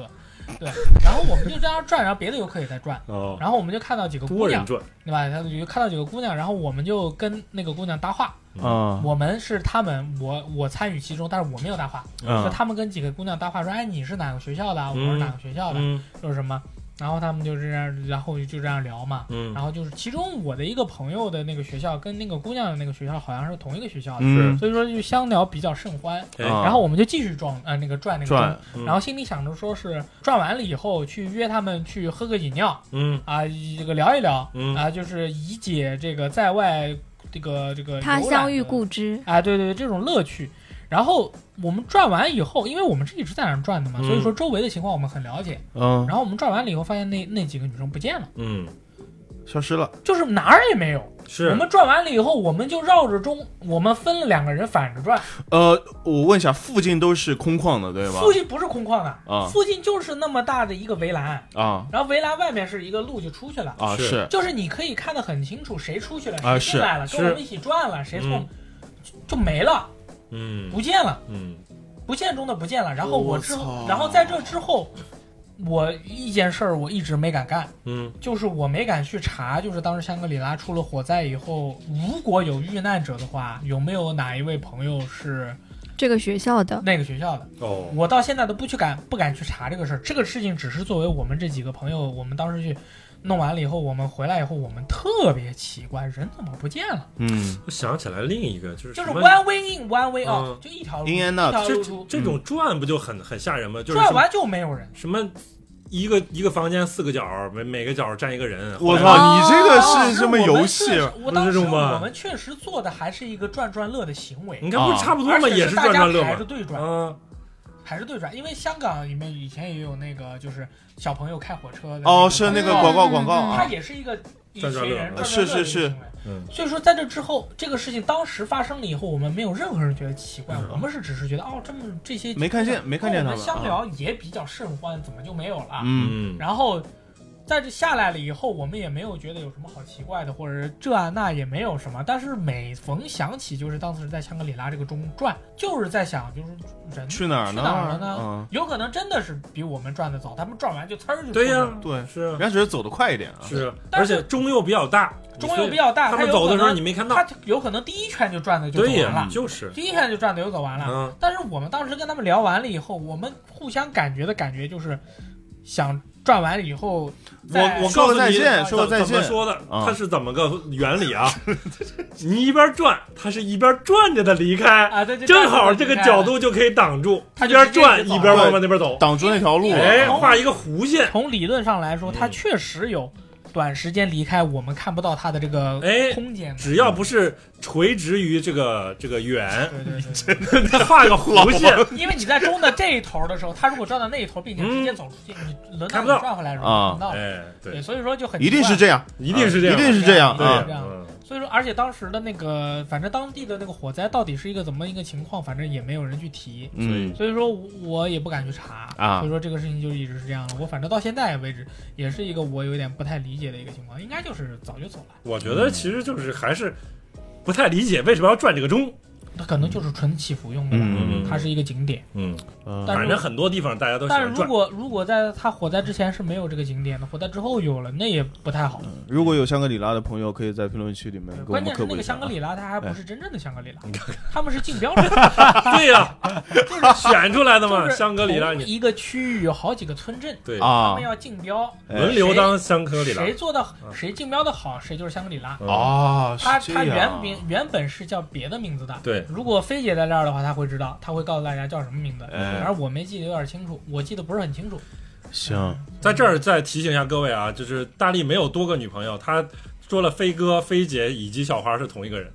对，然后我们就这样转，然后别的游客也在转， 哦， 然后我们就看到几个姑娘， 多人转， 对吧？他就看到几个姑娘，然后我们就跟那个姑娘搭话。 啊， 我们是他们，我我参与其中，但是我没有搭话。 嗯就他们跟几个姑娘搭话，说：“哎，你是哪个学校的？我是哪个学校的？ 嗯就是什么？”然后他们就这样，然后就这样聊嘛。 嗯， 然后就是其中我的一个朋友的那个学校跟那个姑娘的那个学校好像是同一个学校的， 嗯所以说就相聊比较甚欢。 哎啊然后我们就继续转呃那个转那个转， 嗯然后心里想着说是转完了以后去约他们去喝个饮料嗯啊，这个聊一聊嗯啊，就是以解这个在外这个这个他游览的乡遇故知， 啊，对对对，这种乐趣。然后我们转完以后，因为我们是一直在那儿转的嘛， 嗯所以说周围的情况我们很了解。 嗯， 然后我们转完了以后，发现那那几个女生不见了， 嗯， 消失了。 就是哪儿也没有。 是我们转完了以后，我们就绕着中，我们分了两个人反着转。 呃，我问一下，附近都是空旷的，对吧？ 附近不是空旷的， 啊附近就是那么大的一个围栏， 啊然后围栏外面是一个路就出去了。 啊， 是是就是你可以看得很清楚，谁出去了， 啊谁进来了， 是跟我们一起转了，谁从嗯就就没了， 嗯不见了。 嗯不见中的不见了。然后我之我操后，然后在这之后，我一件事儿我一直没敢干， 嗯就是我没敢去查，就是当时香格里拉出了火灾以后，如果有遇难者的话，有没有哪一位朋友是这个学校的， 那个学校的？ 哦， 我到现在都不去敢不敢去查这个事儿。这个事情只是作为我们这几个朋友，我们当时去弄完了以后，我们回来以后，我们特别奇怪，人怎么不见了？ 嗯， 我想起来另一个就是就是什么 one way in one way out，、 嗯就一条路， In 一 and out 条路这出， 这种转不就很很吓人吗？就是什么转完就没有人。 什么一个一个房间四个角，每每个角站一个人。 我后来操，你这个哦是什么游戏？ 是我当时不是这种吧我们确实做的还是一个转转乐的行为， 你看不是差不多吗？ 而且也是大家转转乐嘛排着。队转， 嗯排着队转。因为香港里面以前也有那个就是小朋友开火车的哦，是那个广告广告它啊， 也是一个一转转乐群人转转乐是是的一个是行为嗯所以说在这之后，这个事情当时发生了以后，我们没有任何人觉得奇怪， 嗯我们是只是觉得哦，这么这些没看见没看见他们跟我们相聊也比较甚欢，怎么就没有了？ 嗯， 嗯然后在这下来了以后，我们也没有觉得有什么好奇怪的，或者是这啊那也没有什么。但是每逢想起，就是当时在香格里拉这个中转，就是在想，就是人去哪儿呢？ 去哪儿了呢？ 嗯， 有可能真的是比我们转的早，他们转完就呲儿就对呀出去了对， 是人家只是走得快一点啊。 是， 但是而且中又比较大， 中又比较大， 他他有可们走的时候能你没看到。 他有可能第一圈就转的就走对呀完了，， 就是第一圈就转的就走完了。 嗯但是我们当时跟他们聊完了以后，我们互相感觉的感觉就是想转完了以后再， 我我说个告诉你再见怎说个再见怎么说的， 啊它是怎么个原理啊？你一边转，它是一边转着的离开， 啊，对，就正好这个角度就可以挡住，一边它就直接就走转一边往那边走， 挡住那条路了。 哎， 啊画一个弧线， 从理论上来说，它嗯确实有短时间离开我们看不到它的这个哎空间的。 只要不是垂直于这个这个圆， 对对对它画一个弧线， 对，因为你在中的这一头的时候，它如果转到那一头，并且直接走出去，你轮到你看不到转回来的时候啊看不到了。 哎， 对， 对， 所以说就很一定是奇怪这样， 一定是这样， 一定是这样对啊这样嗯所以说，而且当时的那个，反正当地的那个火灾到底是一个怎么一个情况，反正也没有人去提。 嗯， 所以说我也不敢去查啊所以说这个事情就一直是这样的。我反正到现在为止，也是一个我有点不太理解的一个情况，应该就是早就走了， 我觉得其实就是还是不太理解为什么要转这个钟， 它可能就是纯祈福用的吧， 嗯它是一个景点。 嗯， 嗯但是反正很多地方大家都喜但是如欢转， 果如果在它火灾之前是没有这个景点的，火灾之后有了，那也不太好。 如果有香格里拉的朋友，可以在评论区里面对给我关键是那个们科普一下啊。 香格里拉，它还不哎是真正的香格里拉你看， 他们是竞标出来的， 对呀，就是选出来的嘛， 就是香格里拉同你一个区域有好几个村镇， 对他啊们要竞标， 哎轮流当香格里拉谁做的谁竞标的好，谁就是香格里拉。 嗯啊， 它它是这样原名原本是叫别的名字的， 对如果菲姐在这儿的话，她会知道，她会告诉大家叫什么名字。 哎而我没记得有点清楚，我记得不是很清楚。 行， 在这儿再提醒一下各位啊，就是大力没有多个女朋友，他说了飞哥、飞姐以及小花是同一个人，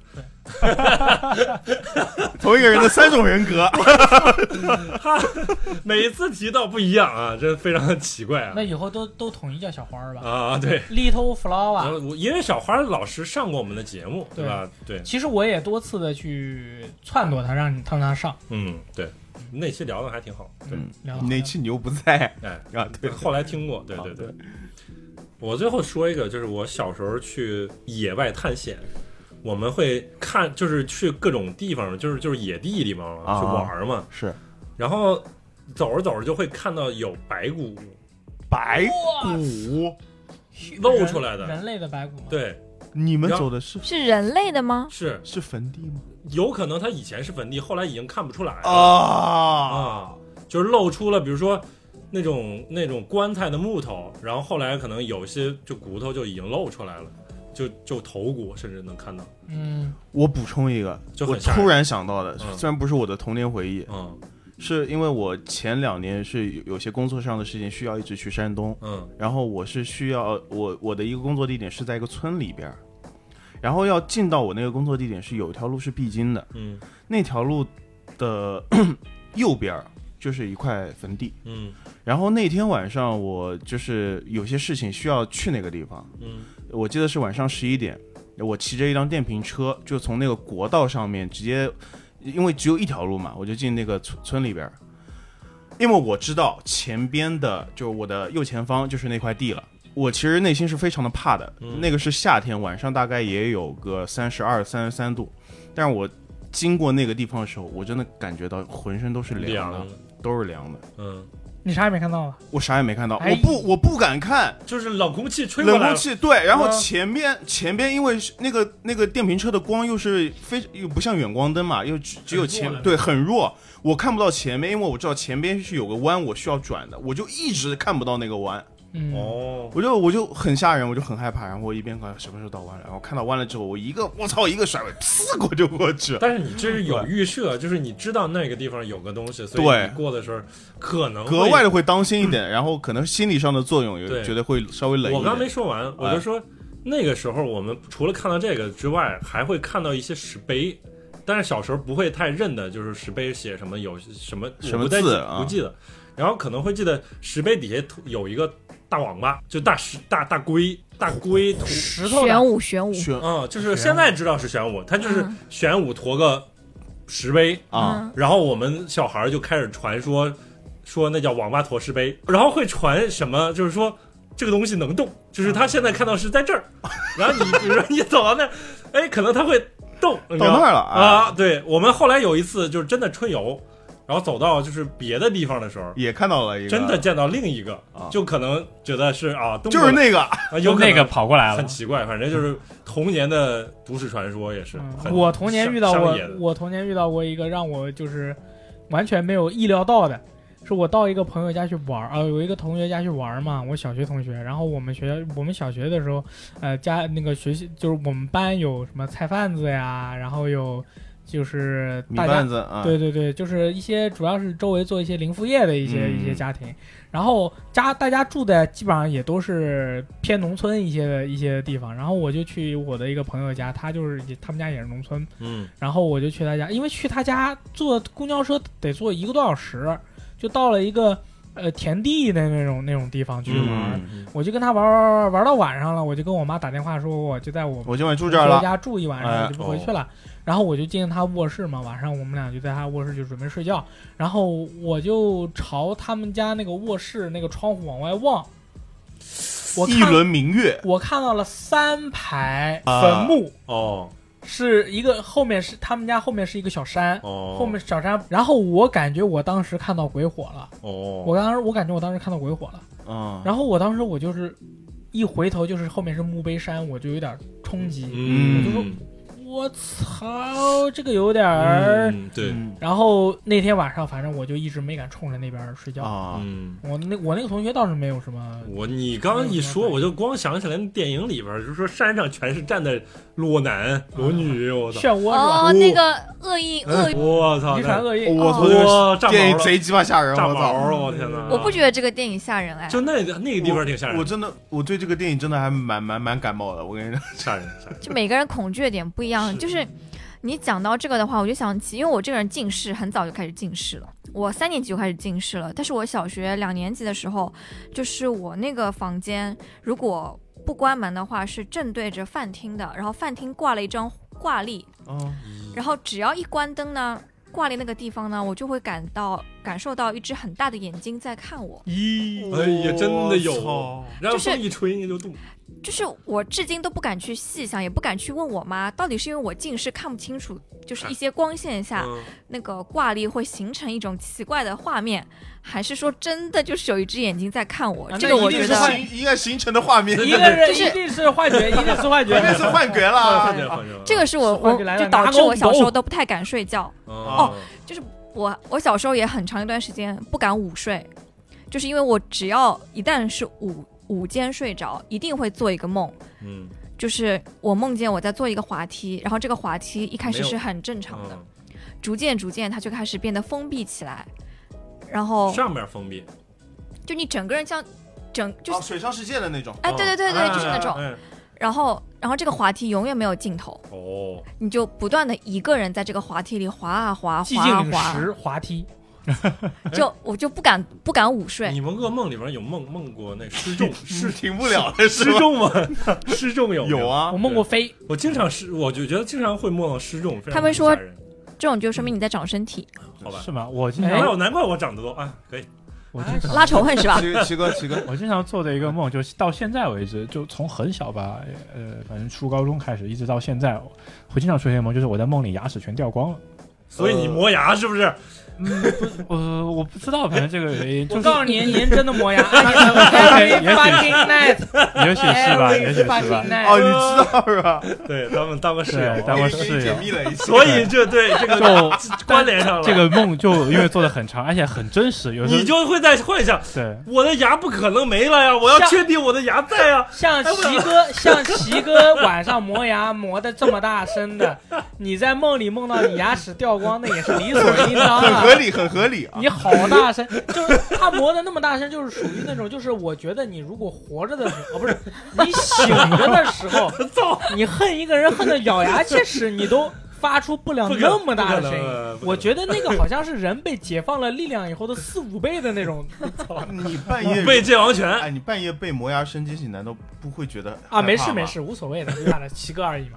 同一个人的三种人格。 他每次提到不一样啊，这非常的奇怪啊那以后都都统一叫小花儿吧啊对。 ，Little 然 Flower。 后我因为小花老师上过我们的节目，对对吧？对， 其实我也多次的去撺掇他，让你让他上。 嗯，对，那期聊的还挺好，对， 嗯聊得好那期你又不在哎， 啊？对， 后来听过，对好对对。我最后说一个，就是我小时候去野外探险，我们会看，就是去各种地方，就是就是野地里嘛， 啊去玩嘛。 是然后走着走着就会看到有白骨， 白骨露出来的人类的白骨吗？ 对， 你们走的是是人类的吗？ 是是坟地吗？ 有可能它以前是坟地，后来已经看不出来了啊、 嗯，就是露出了，比如说那种那种棺材的木头，然后后来可能有些就骨头就已经露出来了，就就头骨甚至能看到。 嗯， 我补充一个，我就很吓人突然想到的， 嗯虽然不是我的童年回忆， 嗯是因为我前两年是有有些工作上的事情需要一直去山东， 嗯然后我是需要我我的一个工作地点是在一个村里边，然后要进到我那个工作地点是有一条路是必经的， 嗯那条路的右边就是一块坟地， 嗯然后那天晚上我就是有些事情需要去那个地方， 嗯我记得是晚上十一点，我骑着一辆电瓶车就从那个国道上面直接，因为只有一条路嘛，我就进那个村村里边，因为我知道前边的就是我的右前方就是那块地了。我其实内心是非常的怕的， 嗯、 那个是夏天，晚上大概也有个三十二、三十三度，但是我经过那个地方的时候，我真的感觉到浑身都是凉的， 凉都是凉的。 嗯， 你啥也没看到啊？ 我啥也没看到， 哎、 我不我不敢看， 就是冷空气吹过来了， 冷空气对，然后前边、嗯、前边因为那个那个电瓶车的光又是非又不像远光灯嘛，又只只有前对很弱，我看不到前面，因为我知道前边是有个弯我需要转的，我就一直看不到那个弯。 嗯哦， 我就我就很吓人，我就很害怕，然后我一边看什么时候到弯了，然后看到弯了之后，我一个我操一个甩尾，呲过就过去。 但是你这是有预设，就是你知道那个地方有个东西，所以你过的时候可能格外的会当心一点，嗯、然后可能心理上的作用也觉得会稍微冷一点。 我刚没说完，我就说、哎、那个时候我们除了看到这个之外，还会看到一些石碑，但是小时候不会太认的，就是石碑写什么有什么什么字啊不记得，然后可能会记得石碑底下有一个大王八，就大石大大龟大龟图石头玄武玄武嗯，就是现在知道是玄武，它就是玄武驮个石碑啊、 嗯，然后我们小孩就开始传说说那叫王八驮石碑，然后会传什么，就是说这个东西能动，就是他现在看到是在这儿，然后你比如说你走到那儿，哎，可能他会动到那儿了啊！对，我们后来有一次就是真的春游。然后走到就是别的地方的时候， 也看到了一个， 真的见到另一个，啊、就可能觉得是啊， 就是那个， 啊、有那个跑过来了， 很奇怪。反正就是童年的都市传说，也是。 嗯、我童年遇到过，我童年遇到过一个让我就是完全没有意料到的，是我到一个朋友家去玩啊，有一个同学家去玩嘛，我小学同学，然后我们学校我们小学的时候，呃，家那个学习就是我们班有什么菜贩子呀，然后有。就是大家米贩子、啊， 对对对，就是一些主要是周围做一些零副业的一些、嗯、一些家庭，然后家大家住的基本上也都是偏农村一些的一些地方，然后我就去我的一个朋友家，他就是他们家也是农村， 嗯， 然后我就去他家，因为去他家坐公交车得坐一个多小时，就到了一个呃田地的那种那种地方去玩、嗯，我就跟他玩玩玩玩到晚上了，我就跟我妈打电话说，我就在我我今晚住这儿了， 家住一晚上， 哎、 我就不回去了。哦，然后我就进他卧室嘛，晚上我们俩就在他卧室就准备睡觉，然后我就朝他们家那个卧室那个窗户往外望，我一轮明月， 我看到了三排坟墓、 啊、哦， 是一个后面是他们家后面是一个小山， 哦， 后面小山，然后我感觉我当时看到鬼火了， 哦， 我当时我感觉我当时看到鬼火了， 嗯， 然后我当时我就是一回头就是后面是墓碑山，我就有点冲击， 嗯， 我就说。我操，这个有点儿、 嗯，对。 然后那天晚上，反正我就一直没敢冲着那边睡觉啊。 嗯， 我那我那个同学倒是没有什么。 我你刚一说，我就光想起来那电影里边，就是说山上全是站的裸男裸女，我操， 漩涡是吧？哦，那个恶意恶意， 我操， 遗传恶意， 我操，电影贼鸡巴吓人，我操， 我天哪！ 我不觉得这个电影吓人哎， 就那个那个地方挺吓人。 我真的，我对这个电影真的还蛮蛮蛮感冒的，我跟你说， 吓人吓人。 就每个人恐惧的点不一样，就是你讲到这个的话，我就想起，因为我这个人近视，很早就开始近视了。我三年级就开始近视了，但是我小学两年级的时候，就是我那个房间如果不关门的话，是正对着饭厅的，然后饭厅挂了一张挂历， 哦， 然后只要一关灯呢，挂历那个地方呢，我就会感到感受到一只很大的眼睛在看我。 咦，哎呀，真的有！ 然后风一吹你就动。 就是我至今都不敢去细想，也不敢去问我妈，到底是因为我近视看不清楚，就是一些光线下、嗯、那个挂历会形成一种奇怪的画面，还是说真的就是有一只眼睛在看我？啊、这个我觉得一个形成的画面， 一个人一定是幻觉，一定是幻觉， 一定是幻觉了。 这个是我我就导致我小时候都不太敢睡觉。哦，哦就是我我小时候也很长一段时间不敢午睡，就是因为我只要一旦是午。午间睡着一定会做一个梦，嗯，就是我梦见我在做一个滑梯，然后这个滑梯一开始是很正常的、嗯、逐渐逐渐它就开始变得封闭起来，然后上面封闭就你整个人像整就是、 哦、水上世界的那种， 哎对对对对、哦、就是那种、哎哎、然后然后这个滑梯永远没有尽头哦，你就不断的一个人在这个滑梯里滑啊滑滑啊滑石滑梯就我就不敢不敢午睡。 你们噩梦里面有梦梦过那失重是停不了的失重吗？失重有有啊， 我梦过飞， 我经常失，我就觉得经常会梦到失重。 他们说这种就说明你在长身体， 好吧？ 是吗？我经常， 哎呦，难怪我长得多啊，可以。 我经常拉仇恨是吧？ 奇哥，奇哥， 我经常做的一个梦，就到现在为止，就从很小吧，呃，反正初高中开始，一直到现在，会经常出现梦，就是我在梦里牙齿全掉光了。 所以你磨牙是不是？ 嗯，不，呃，我不知道，反正这个原因。就是、 我告诉你，您真的磨牙。Every fucking night， 也许是吧，也许是吧。 哦，你知道是吧？ 对，他们当个室友， 当个室友。 所以这对这个就关联上了。 这个梦就因为做的很长，而且很真实，有时候你就会在幻想， 对， 我的牙不可能没了呀，我要确定我的牙在呀。 像齐哥，像齐哥晚上磨牙磨的这么大声的，你在梦里梦到你牙齿掉光，那也是理所应当的。 合理，很合理啊！ 你好大声，就是他磨的那么大声，就是属于那种，就是我觉得你如果活着的时候，哦，不是你醒着的时候，你恨一个人恨得咬牙切齿，你都发出不了那么大的声音。我觉得那个好像是人被解放了力量以后的四五倍的那种。 你半夜五倍界王拳， 哎，你半夜被磨牙声惊醒，难道不会觉得啊？没事没事，无所谓的，就打了七个而已嘛。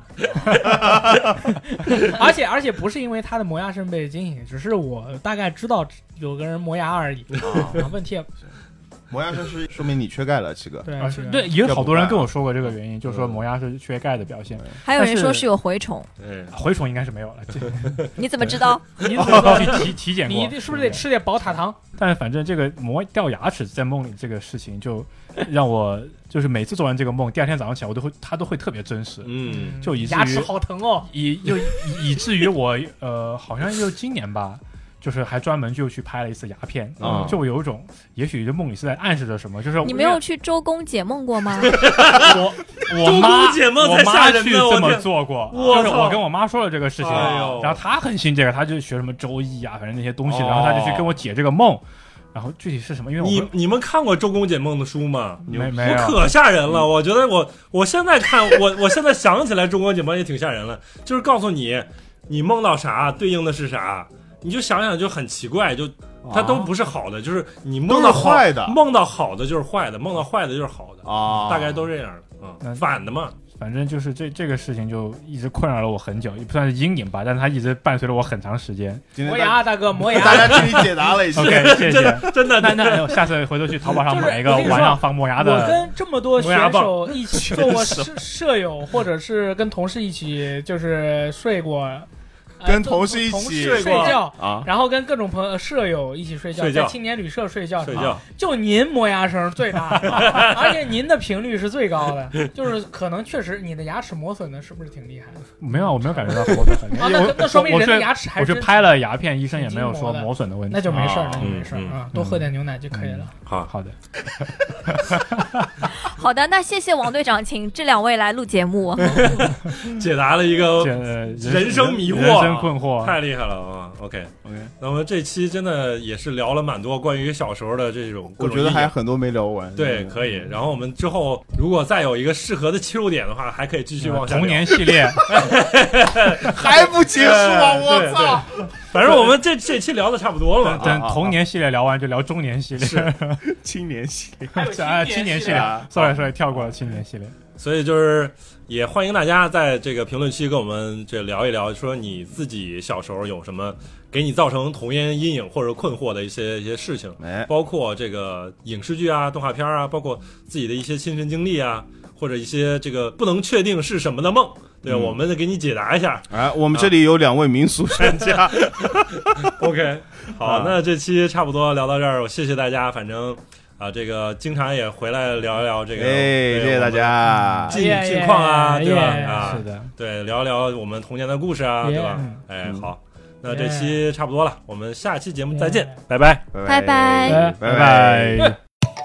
而且而且不是因为他的磨牙声被惊醒，只是我大概知道有个人磨牙而已。啊，问题。 磨牙声是说明你缺钙了，七哥。 对对，也有好多人跟我说过这个原因，就是说磨牙是缺钙的表现。 还有人说是有蛔虫， 蛔虫应该是没有了。 你怎么知道？ 你怎么知道？ 去体体检过？ 你是不是得吃点宝塔糖？ 但是反正这个磨掉牙齿在梦里这个事情，就让我就是每次做完这个梦，第二天早上起来我都会，它都会特别真实。嗯，就以至于牙齿好疼哦， 以就以以至于我呃，好像就今年吧。就是还专门就去拍了一次牙片，嗯、就有一种，也许这梦里是在暗示着什么，就是你没有去周公解梦过吗？ 我我妈解梦我妈去这么做过，就是我跟我妈说了这个事情， 哎、 然后她很信这个，她就学什么周易啊，反正那些东西，哦、然后她就去跟我解这个梦。然后具体是什么？因为我你你们看过周公解梦的书吗？ 没没有， 可吓人了！我觉得我我现在看我我现在想起来周公解梦也挺吓人了，就是告诉你你梦到啥对应的是啥。你就想想就很奇怪，就它都不是好的，啊、就是你梦到好坏的， 梦到好的就是坏的，梦到坏的就是好的啊，大概都这样的，嗯，反的嘛。 反正就是这这个事情就一直困扰了我很久，也不算是阴影吧，但是它一直伴随了我很长时间。 磨牙，大哥，磨牙， 大家替你解答了一下。 OK， 谢谢， 真的， 那那下次回头去淘宝上买一个晚上放磨牙的。 我跟这么多选手一起做过舍舍友，或者是跟同事一起就是睡过。 跟同事一起睡觉啊，然后跟各种朋友舍友一起睡觉， 睡觉在青年旅社睡觉， 睡觉。 就您磨牙声最大，而且您的频率是最高的，就是可能确实你的牙齿磨损的是不是挺厉害的？ 没有，我没有感觉到磨损很厉害。 那那说明人的牙齿还是我去拍了牙片，医生也没有说磨损的问题， 那就没事，那就没事啊，多喝点牛奶就可以了。 好好的， 好的，那谢谢王队长，请这两位来录节目， 解答了一个人生迷惑。 人生困惑太厉害了啊 ！OK OK， 那么这期真的也是聊了蛮多关于小时候的这种， 我觉得还有很多没聊完。 对，可以。然后我们之后如果再有一个适合的切入点的话，还可以继续往下聊。 童年系列还不结束啊！我操！ 反正我们这这期聊的差不多了嘛。 等童年系列聊完就聊中年系列， 青年系列啊， 青年系列 ，sorry sorry， 跳过了青年系列。 所以就是也欢迎大家在这个评论区跟我们这聊一聊，说你自己小时候有什么给你造成童年阴影或者困惑的一些一些事情， 哎， 包括这个影视剧啊、动画片啊，包括自己的一些亲身经历啊，或者一些这个不能确定是什么的梦，对、嗯、我们给你解答一下。 哎，我们这里有两位民俗专家。 OK， 好，那这期差不多聊到这儿，我谢谢大家，反正。啊，这个经常也回来聊一聊这个， 哎，谢谢大家， 近近况啊，对吧？啊， 是的， 对，聊一聊我们童年的故事啊，对吧？哎，好，那这期差不多了，我们下期节目再见，拜拜， 拜拜， 拜拜。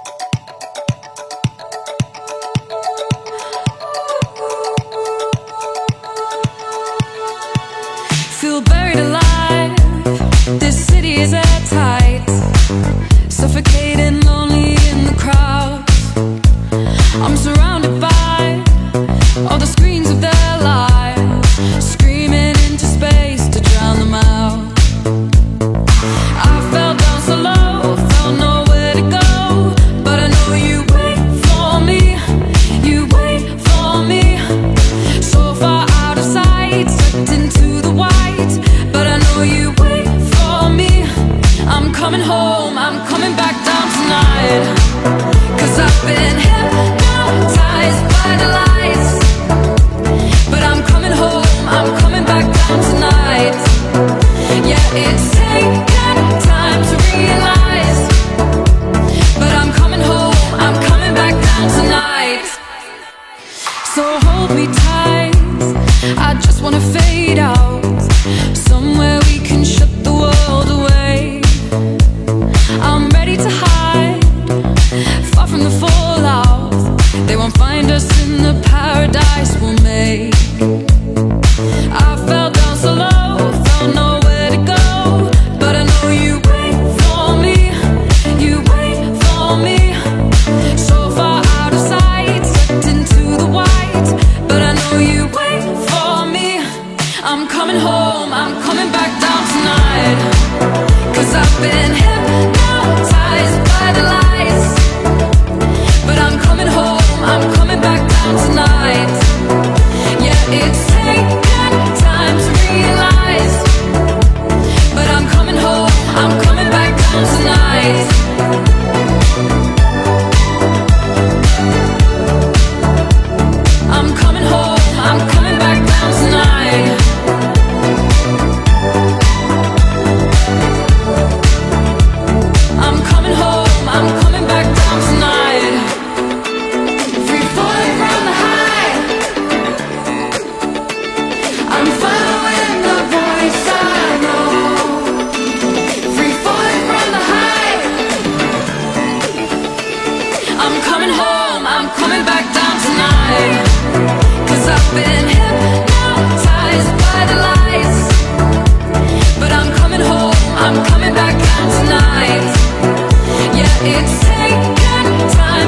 Feel buried alive. This city is airtight. Suffocating, lonely in the crowd. I'm surrounded by all the screens of their lives, screaming into space to drown them out. I fell down so low, felt nowhere to go, but I know you wait for me, you wait for me. So far out of sight, sucked into the white, but I know you wait for me. I'm coming home, I'm coming back down tonight, 'cause I've been hypnotized by the lights. But I'm coming home, I'm coming back down tonight. Yeah, it's taken time to realize, but I'm coming home, I'm coming back down tonight. So hold me tight, I just wanna fade out, somewhere we can shut the world away. I'm ready to hide, far from the fallout. They won't find us in the paradise we'll make. I fell down so low, found nowhere to go, but I know you wait for me, you wait for me. So far out of sight, sucked into the white, but I know you wait for me. I'm coming home, I'm coming back down tonight, 'cause I've been hypnotized by the lights. But I'm coming home, I'm coming back down tonight. Yeah, it's taken time to realize, but I'm coming home, I'm coming back down tonight. I'm coming home, I'm coming back down tonight. I'm coming home, I'm coming back down tonight. Free falling from the high, I'm following the voice I know. Free falling from the high, I'm coming home, I'm coming back down tonight, 'cause I've been hypnotized by the lights. But I'm coming home, I'm coming back down tonight. Yeah, it's taken time